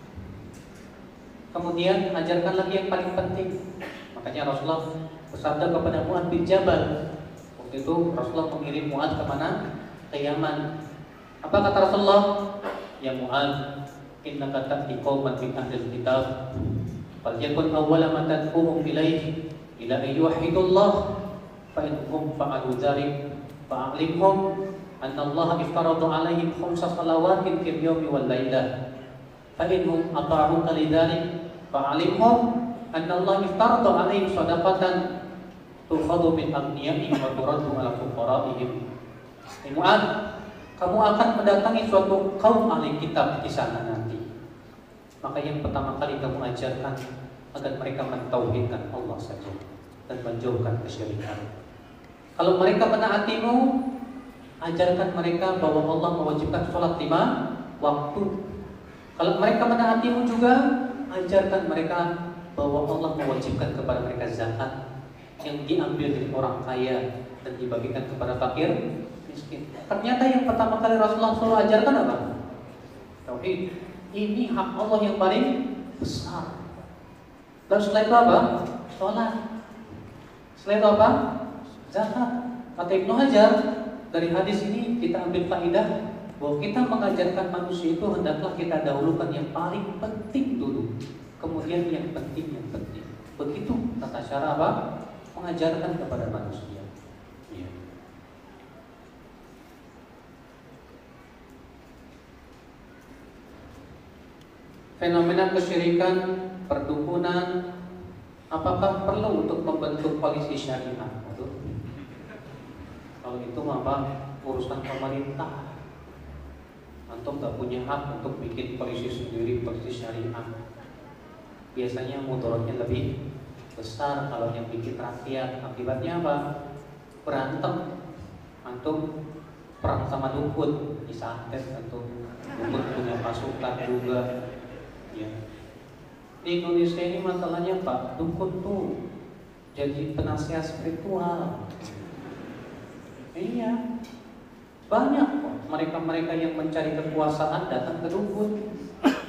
Kemudian ajarkan lagi yang paling penting. Makanya Rasulullah bersabda kepada Mu'adz bin Jabal. Waktu itu Rasulullah mengirim Mu'adz kemana? Ke Yaman. Apa kata Rasulullah? Ya Mu'adz, innaka ta'ti qauman min ahlil kitab, falyakun awwala ma tad'uhum ilaihi ila an yuwahhidullah, fa in hum fa'alu dzalik fa'alimhum anna Allah iftarada 'alaihim khamsa salawatin fil yawmi wal lailah, fa in hum ata'uka lidzalik fa'alimhum anna Allah iftarada 'alaihim shadaqatan tukhadhu min aghniyahim wa turaddu 'ala fuqara'ihim. Mu'adz, kamu akan mendatangi suatu kaum ahli kitab di sana nanti. Maka yang pertama kali kamu ajarkan agar mereka mentauhidkan Allah saja dan menjauhkan kesyirikan. Kalau mereka menaatimu, ajarkan mereka bahwa Allah mewajibkan sholat 5 waktu. Kalau mereka menaatimu juga, ajarkan mereka bahwa Allah mewajibkan kepada mereka zakat yang diambil dari orang kaya dan dibagikan kepada fakir miskin. Ternyata yang pertama kali Rasulullah SAW ajarkan apa? Tauhid. Ini hak Allah yang paling besar. Dan setelah itu apa? Sholat. Setelah itu apa? Zakat. Kata Ibnu Hajar, dari hadis ini kita ambil faedah bahwa kita mengajarkan manusia itu hendaklah kita dahulukan yang paling penting dulu, kemudian yang penting. Begitu tata cara apa? Mengajarkan kepada manusia. Ya. Fenomena kesyirikan, perdukunan, apakah perlu untuk membentuk polisi syariah? Kalau itu apa? Urusan pemerintah. Antum gak punya hak untuk bikin polisi sendiri, polisi syariah. Biasanya mudaratnya lebih besar kalau yang bikin rakyat. Akibatnya apa? Berantem. Antum perang sama dukun, disantet antum. Dukun punya pasukan juga. Ya. Di Indonesia ini masalahnya Pak, dukun tuh jadi penasihat spiritual. Iya, banyak kok mereka-mereka yang mencari kekuasaan datang ke dukun.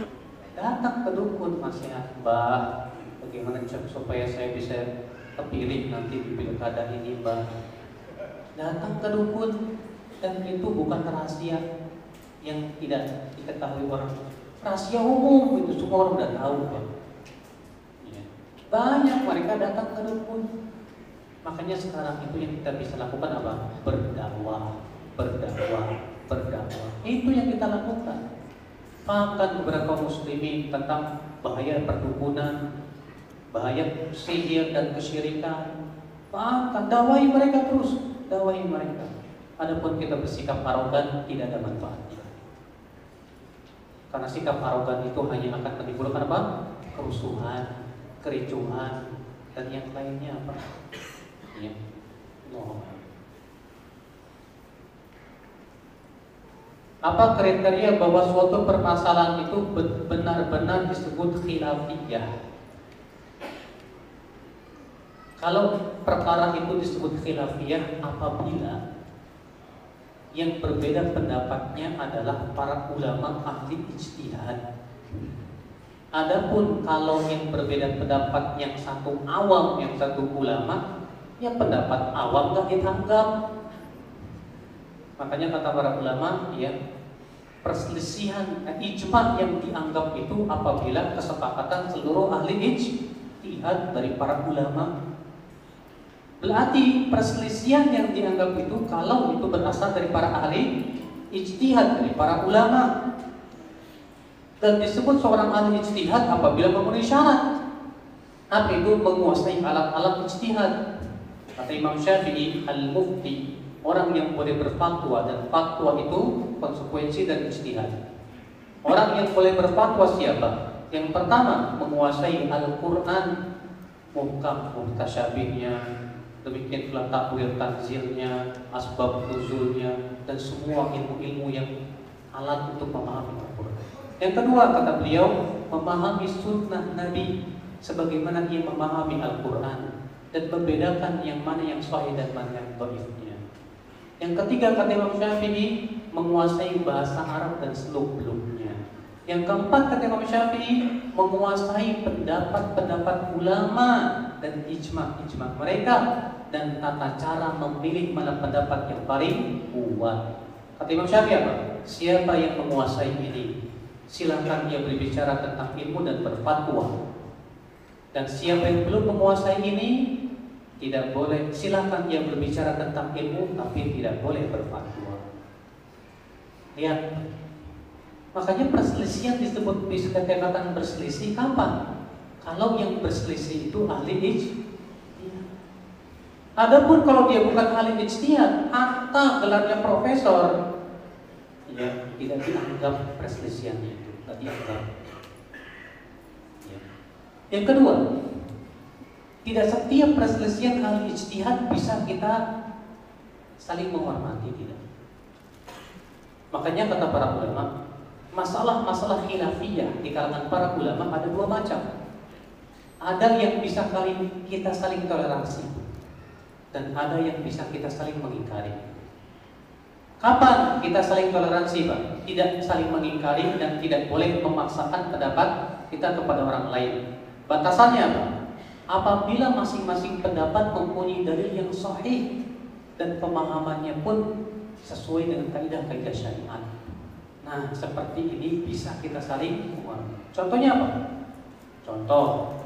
Nasihat, Mbak, bagaimana supaya saya bisa terpilih nanti di pilkada ini, Mbak. Datang ke dukun, dan itu bukan rahasia yang tidak diketahui orang. Rahasia umum, itu semua orang udah tahu, Pak. Ya. Banyak mereka datang ke dukun. Makanya sekarang itu yang kita bisa lakukan apa? Berdakwah. Itu yang kita lakukan. Fahamkan kepada kaum muslimin tentang bahaya perdukunan, bahaya sihir dan kesyirikan. Fahamkan, dakwahi mereka terus, dakwahi mereka. Adapun kita bersikap arogan tidak ada manfaatnya. Karena sikap arogan itu hanya akan menimbulkan apa? Kerusuhan, kericuhan, dan yang lainnya apa? Ya. Apa kriteria bahwa suatu permasalahan itu benar-benar disebut khilafiyah? Kalau perkara itu disebut khilafiyah apabila yang berbeda pendapatnya adalah para ulama ahli ijtihad. Adapun kalau yang berbeda pendapat, yang satu awam, yang satu ulama, ya pendapat awam gak ditanggap. Makanya kata para ulama, ya perselisihan ijma yang dianggap itu apabila kesepakatan seluruh ahli ijtihad dari para ulama. Berarti perselisihan yang dianggap itu kalau itu berasal dari para ahli ijtihad, dari para ulama. Dan disebut seorang ahli ijtihad apabila memenuhi syarat. Apa itu? Menguasai alat-alat ijtihad. Kata Imam Syafi'i, al-mufti, orang yang boleh berfatwa, dan fatwa itu konsekuensi dari ijtihad. Orang yang boleh berfatwa siapa? Yang pertama, menguasai Al-Quran, muhkam, muhtasyabihnya, demikian pula takwil tanzilnya, asbab nuzulnya, dan semua ilmu-ilmu yang alat untuk memahami Al-Quran. Yang kedua, kata beliau, memahami sunnah Nabi sebagaimana ia memahami Al-Quran dan membedakan yang mana yang sahih dan mana yang dhaifnya. Yang ketiga, kata Imam Syafi'i, menguasai bahasa Arab dan seluk-beluknya. Yang keempat, kata Imam Syafi'i, menguasai pendapat-pendapat ulama dan ijma' mereka dan tata cara memilih mana pendapat yang paling kuat. Kata Imam Syafi'i apa? Siapa yang menguasai ini, silakan dia berbicara tentang ilmu dan berfatwa. Dan siapa yang belum menguasai ini, tidak boleh, silakan dia berbicara tentang ilmu tapi tidak boleh berfatwa. Lihat, makanya perselisihan disebut bisa dikatakan berselisih kapan? Kalau yang berselisih itu ahli ijtihad. Adapun kalau dia bukan ahli ijtihad, atau gelarnya profesor, ya tidak dianggap perselisihannya itu, tidak dianggap. Ya. Yang kedua, tidak setiap perselisihan ahli ijtihad bisa kita saling menghormati, tidak. Makanya kata para ulama, masalah-masalah khilafiyah di kalangan para ulama ada dua macam. Ada yang bisa kita saling toleransi, dan ada yang bisa kita saling mengingkari. Kapan kita saling toleransi, Pak? Tidak saling mengingkari dan tidak boleh memaksakan pendapat kita kepada orang lain. Batasannya apa? Apabila masing-masing pendapat mempunyai dalil yang sahih dan pemahamannya pun sesuai dengan kaidah-kaidah syariat. Nah, seperti ini bisa kita saling menghormati. Contohnya apa? Contoh,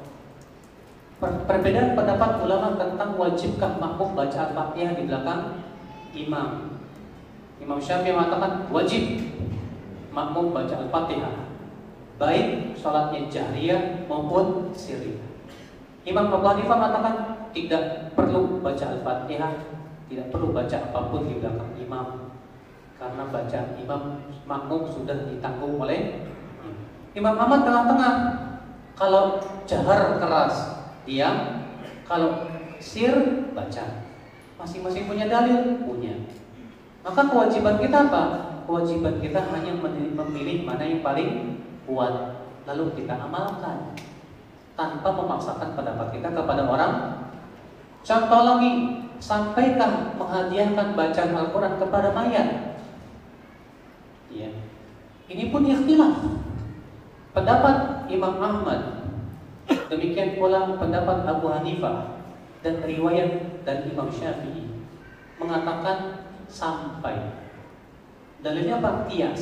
perbedaan pendapat ulama tentang wajibkah makmum baca Al-Fatihah di belakang imam. Imam Syafi'i mengatakan wajib makmum baca Al-Fatihah, baik salatnya jahriyah maupun sirriyah. Imam Abu Hanifah mengatakan tidak perlu baca Al-Fatihah, tidak perlu baca apapun di belakang imam, karena bacaan imam makmum sudah ditanggung oleh Imam Ahmad tengah-tengah. Kalau jahar keras diam, kalau sir baca. Masing-masing punya dalil, punya. Maka kewajiban kita apa? Kewajiban kita hanya memilih mana yang paling kuat, lalu kita amalkan tanpa memaksakan pendapat kita kepada orang. Contoh lagi, sampaikah menghadiahkan bacaan Al-Quran kepada mayat? Ya. Ini pun ikhtilaf. Pendapat Imam Ahmad, demikian pula pendapat Abu Hanifah dan riwayat dan Imam Syafi'i mengatakan sampai. Dalilnya apa? Qiyas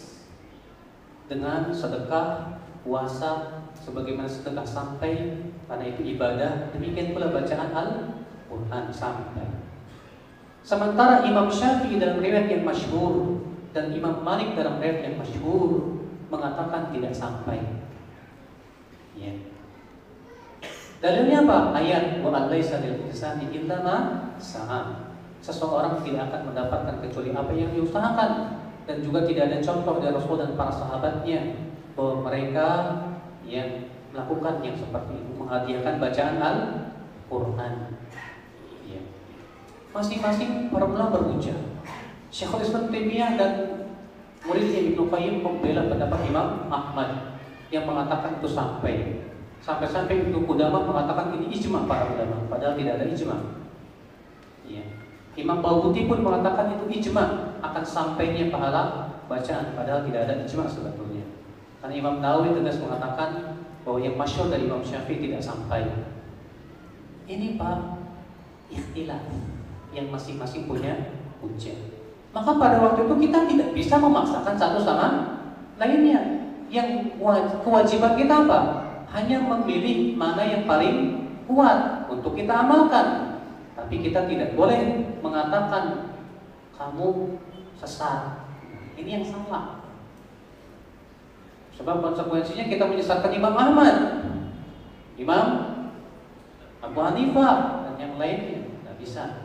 dengan sedekah, puasa, sebagaimana sedekah sampai, karena itu ibadah. Demikian pula bacaan Al-Quran sampai. Sementara Imam Syafi'i dalam riwayat yang masyhur dan Imam Malik dalam riwayat yang masyhur mengatakan tidak sampai. Ya. Dalilnya apa? Ayat wa alaisa lil insani illa ma sa'a. Seseorang tidak akan mendapatkan kecuali apa yang diusahakan, dan juga tidak ada contoh dari Rasul dan para sahabatnya bahwa mereka yang melakukan yang seperti itu, menghadiahkan bacaan Al-Quran. Ya. Masing-masing para ulama berhujjah. Syekhul Islam Taimiyah dan muridnya Ibnu Qayyim membela pendapat Imam Ahmad yang mengatakan itu sampai Ibnu Qudamah mengatakan ini ijma para ulama, padahal tidak ada ijma. Ya. Imam Bahuti pun mengatakan itu ijma akan sampainya pahala bacaan, padahal tidak ada ijma sebetulnya. Karena Imam Nawawi tegas mengatakan bahwa yang masyhur dari Imam Syafi'i tidak sampai. Ini Pak, ikhtilaf yang masing-masing punya hujah. Maka pada waktu itu kita tidak bisa memaksakan satu sama lainnya. Yang kewajiban kita apa? Hanya memilih mana yang paling kuat untuk kita amalkan. Tapi kita tidak boleh mengatakan kamu sesat. Ini yang salah. Sebab konsekuensinya kita menyesatkan Imam Ahmad, Imam Abu Hanifah dan yang lainnya. Tidak bisa.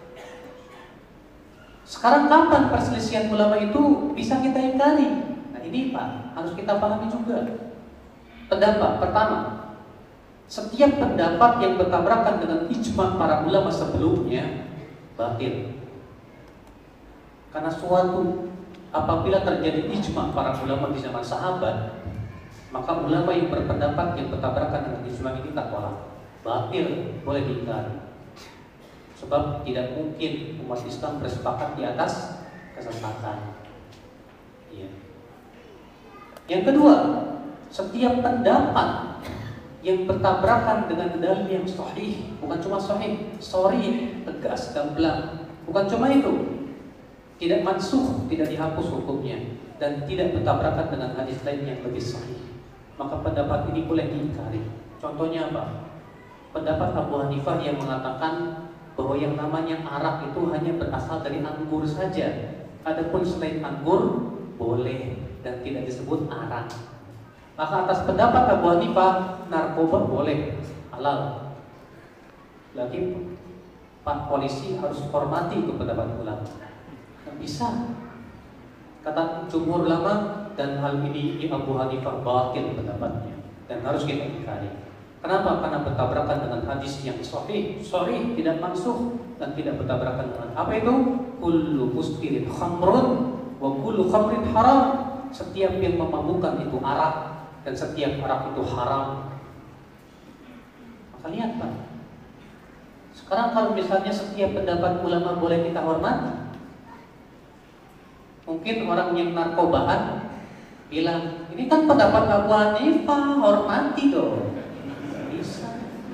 Sekarang kapan perselisihan ulama itu bisa kita ingkari? Nah ini Pak, harus kita pahami juga. Pendapat pertama, setiap pendapat yang bertabrakan dengan ijma para ulama sebelumnya batil. Karena suatu apabila terjadi ijma para ulama di zaman sahabat, maka ulama yang berpendapat yang bertabrakan dengan ijma ini tak tolak, batil, boleh diingkari. Sebab tidak mungkin umat Islam bersepakat di atas kesesatan. Ya. Yang kedua, setiap pendapat yang bertabrakan dengan dalil yang sahih, bukan cuma sahih, sorry, tegas, gamblang, bukan cuma itu, tidak mansukh, tidak dihapus hukumnya, dan tidak bertabrakan dengan hadis lain yang lebih sahih, maka pendapat ini boleh diingkari. Contohnya apa? Pendapat Abu Hanifah yang mengatakan bahwa yang namanya arak itu hanya berasal dari anggur saja. Adapun selain anggur boleh dan tidak disebut arak. Maka atas pendapat Abu Hanifah, narkoba boleh, halal. Lagi Pak polisi harus hormati itu pendapat ulama. Tidak bisa. Kata jumhur ulama, dan hal ini Abu Hanifah batil pendapatnya dan harus kita ingkari. Kenapa? Karena bertabrakan dengan hadis yang sahih, tidak mansukh dan tidak bertabrakan dengan apa itu? Kullu muskirin khamrun wa kullu khamrin haram. Setiap yang memabukkan itu arak dan setiap arak itu haram. Maka lihat Pak. Sekarang kalau misalnya setiap pendapat ulama boleh kita hormati, mungkin orang yang narkobaan bilang, ini kan pendapat Abu Hanifah, hormati dong. Bisa.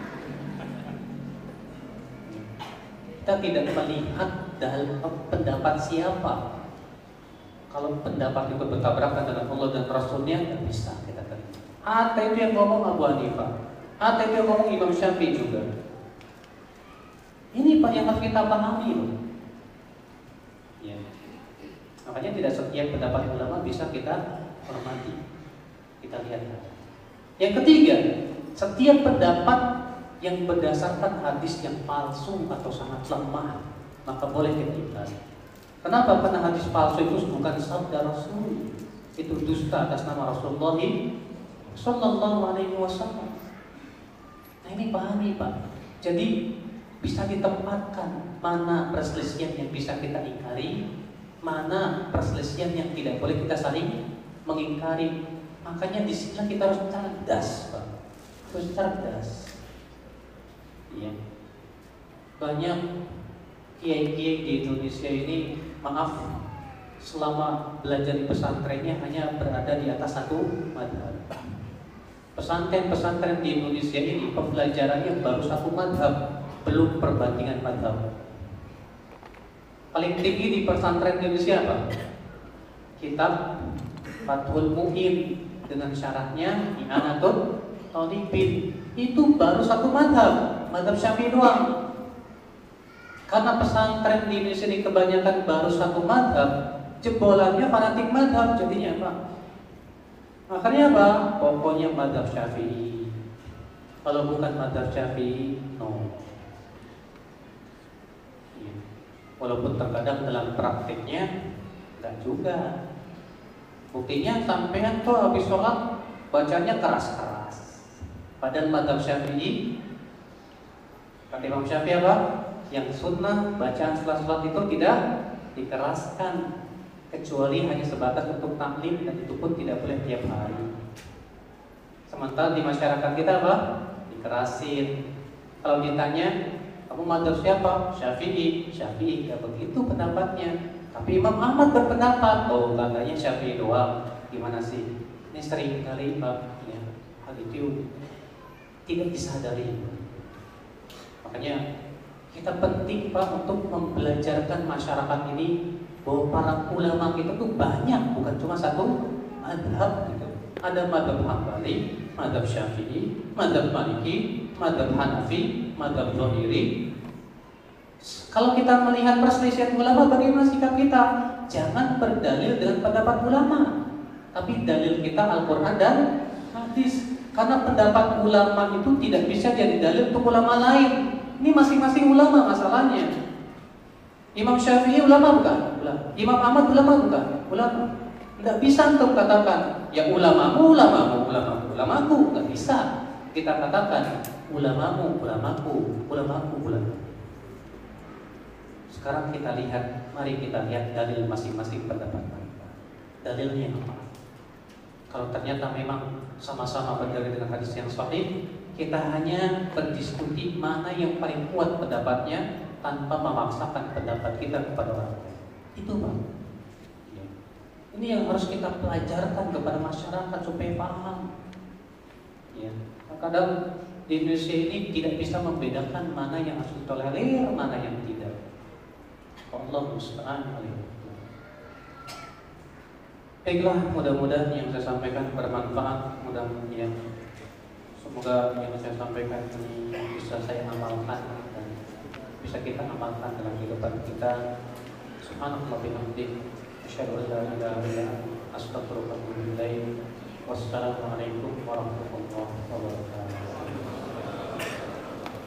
Kita tidak melihat dalam pendapat siapa. Kalau pendapat itu bertabrakan dengan Allah dan Rasulnya, tidak bisa kita terima. Atau itu yang ngomong Abu Hanifah, atau itu yang ngomong Imam Syafi'i juga. Ini Pak yang harus kita pahami loh. Ya. Makanya tidak setiap pendapat ulama bisa kita hormati. Kita lihat. Yang ketiga, setiap pendapat yang berdasarkan hadis yang palsu atau sangat lemah, maka boleh kita ingkari. Kenapa? Karena hadis palsu itu bukan sabda Rasul, itu dusta atas nama Rasulullah Sallallahu Alaihi Wasallam. Nah ini pahami Pak. Jadi bisa ditempatkan mana perselisihan yang bisa kita ingkari, mana perselisihan yang tidak boleh kita saling mengingkari. Makanya di sini kita harus cerdas Pak. Harus cerdas. Iya. Banyak kiai-kiai di Indonesia ini, maaf, selama belajar di pesantrennya hanya berada di atas satu madhab. Pesantren-pesantren di Indonesia ini pembelajarannya baru satu madhab, belum perbandingan madhab. Paling tinggi di pesantren Indonesia apa? Kitab Fathul Mu'in dengan syaratnya I'anatul Talibin. Itu baru satu madhab, madhab Syafi'i doang. Karena pesantren di Indonesia ini kebanyakan baru satu madhab, jebolannya fanatik madhab, jadinya apa? Makanya apa? Pokoknya madhab Syafi'i. Kalau bukan madhab Syafi'i, no. Walaupun terkadang dalam praktiknya enggak juga. Buktinya sampean tuh habis sholat bacanya keras-keras. Padahal madhab Syafi'i, kata Imam Syafi'i apa? Yang sunnah bacaan setelah sholat itu tidak dikeraskan, kecuali hanya sebatas untuk taklim, dan itu pun tidak boleh tiap hari. Sementara di masyarakat kita apa? Dikerasin. Kalau ditanya, kamu mazhab siapa? Syafi'i. Syafi'i, ya begitu pendapatnya. Tapi Imam Ahmad berpendapat, oh katanya Syafi'i doang. Gimana sih? Ini sering kali Pak, ya, hal itu tidak disadari. Makanya kita penting Pak untuk membelajarkan masyarakat ini bahwa para ulama kita tuh banyak, bukan cuma satu madhab gitu. Ada madhab Hambali, madhab Syafi'i, madhab Maliki, madhab Hanafi, madhab Zahiri. Kalau kita melihat perselisihan ulama, bagaimana sikap kita? Jangan berdalil dengan pendapat ulama, tapi dalil kita Al-Quran dan hadis. Karena pendapat ulama itu tidak bisa jadi dalil untuk ulama lain. Ini masing-masing ulama masalahnya. Imam Syafi'i ulama bukan? Ulama. Imam Ahmad ulama bukan? Ulama. Tidak bisa untuk katakan ya ulamamu, ulamaku. Tidak bisa kita katakan ulamamu, ulamaku. Sekarang kita lihat, mari kita lihat dalil masing-masing pendapat mereka. Dalilnya apa? Kalau ternyata memang sama-sama berdalil dengan hadis yang sahih, kita hanya berdiskusi mana yang paling kuat pendapatnya tanpa memaksakan pendapat kita kepada orang lain. Itu Pak. Ya. Ini yang harus kita pelajarkan kepada masyarakat supaya paham. Ya. Kadang di Indonesia ini tidak bisa membedakan mana yang harus ditolerir, mana yang tidak. Allah musta'an. Baiklah, mudah-mudahan yang saya sampaikan bermanfaat. Mudah-mudahan semoga yang saya sampaikan ini bisa saya amalkan dan bisa kita amalkan dalam kehidupan kita. Subhanallah bihamdihi, asyhadu an la ilaha illa anta, astaghfiruka wa atubu ilaik. Wassalamualaikum warahmatullahi wabarakatuh.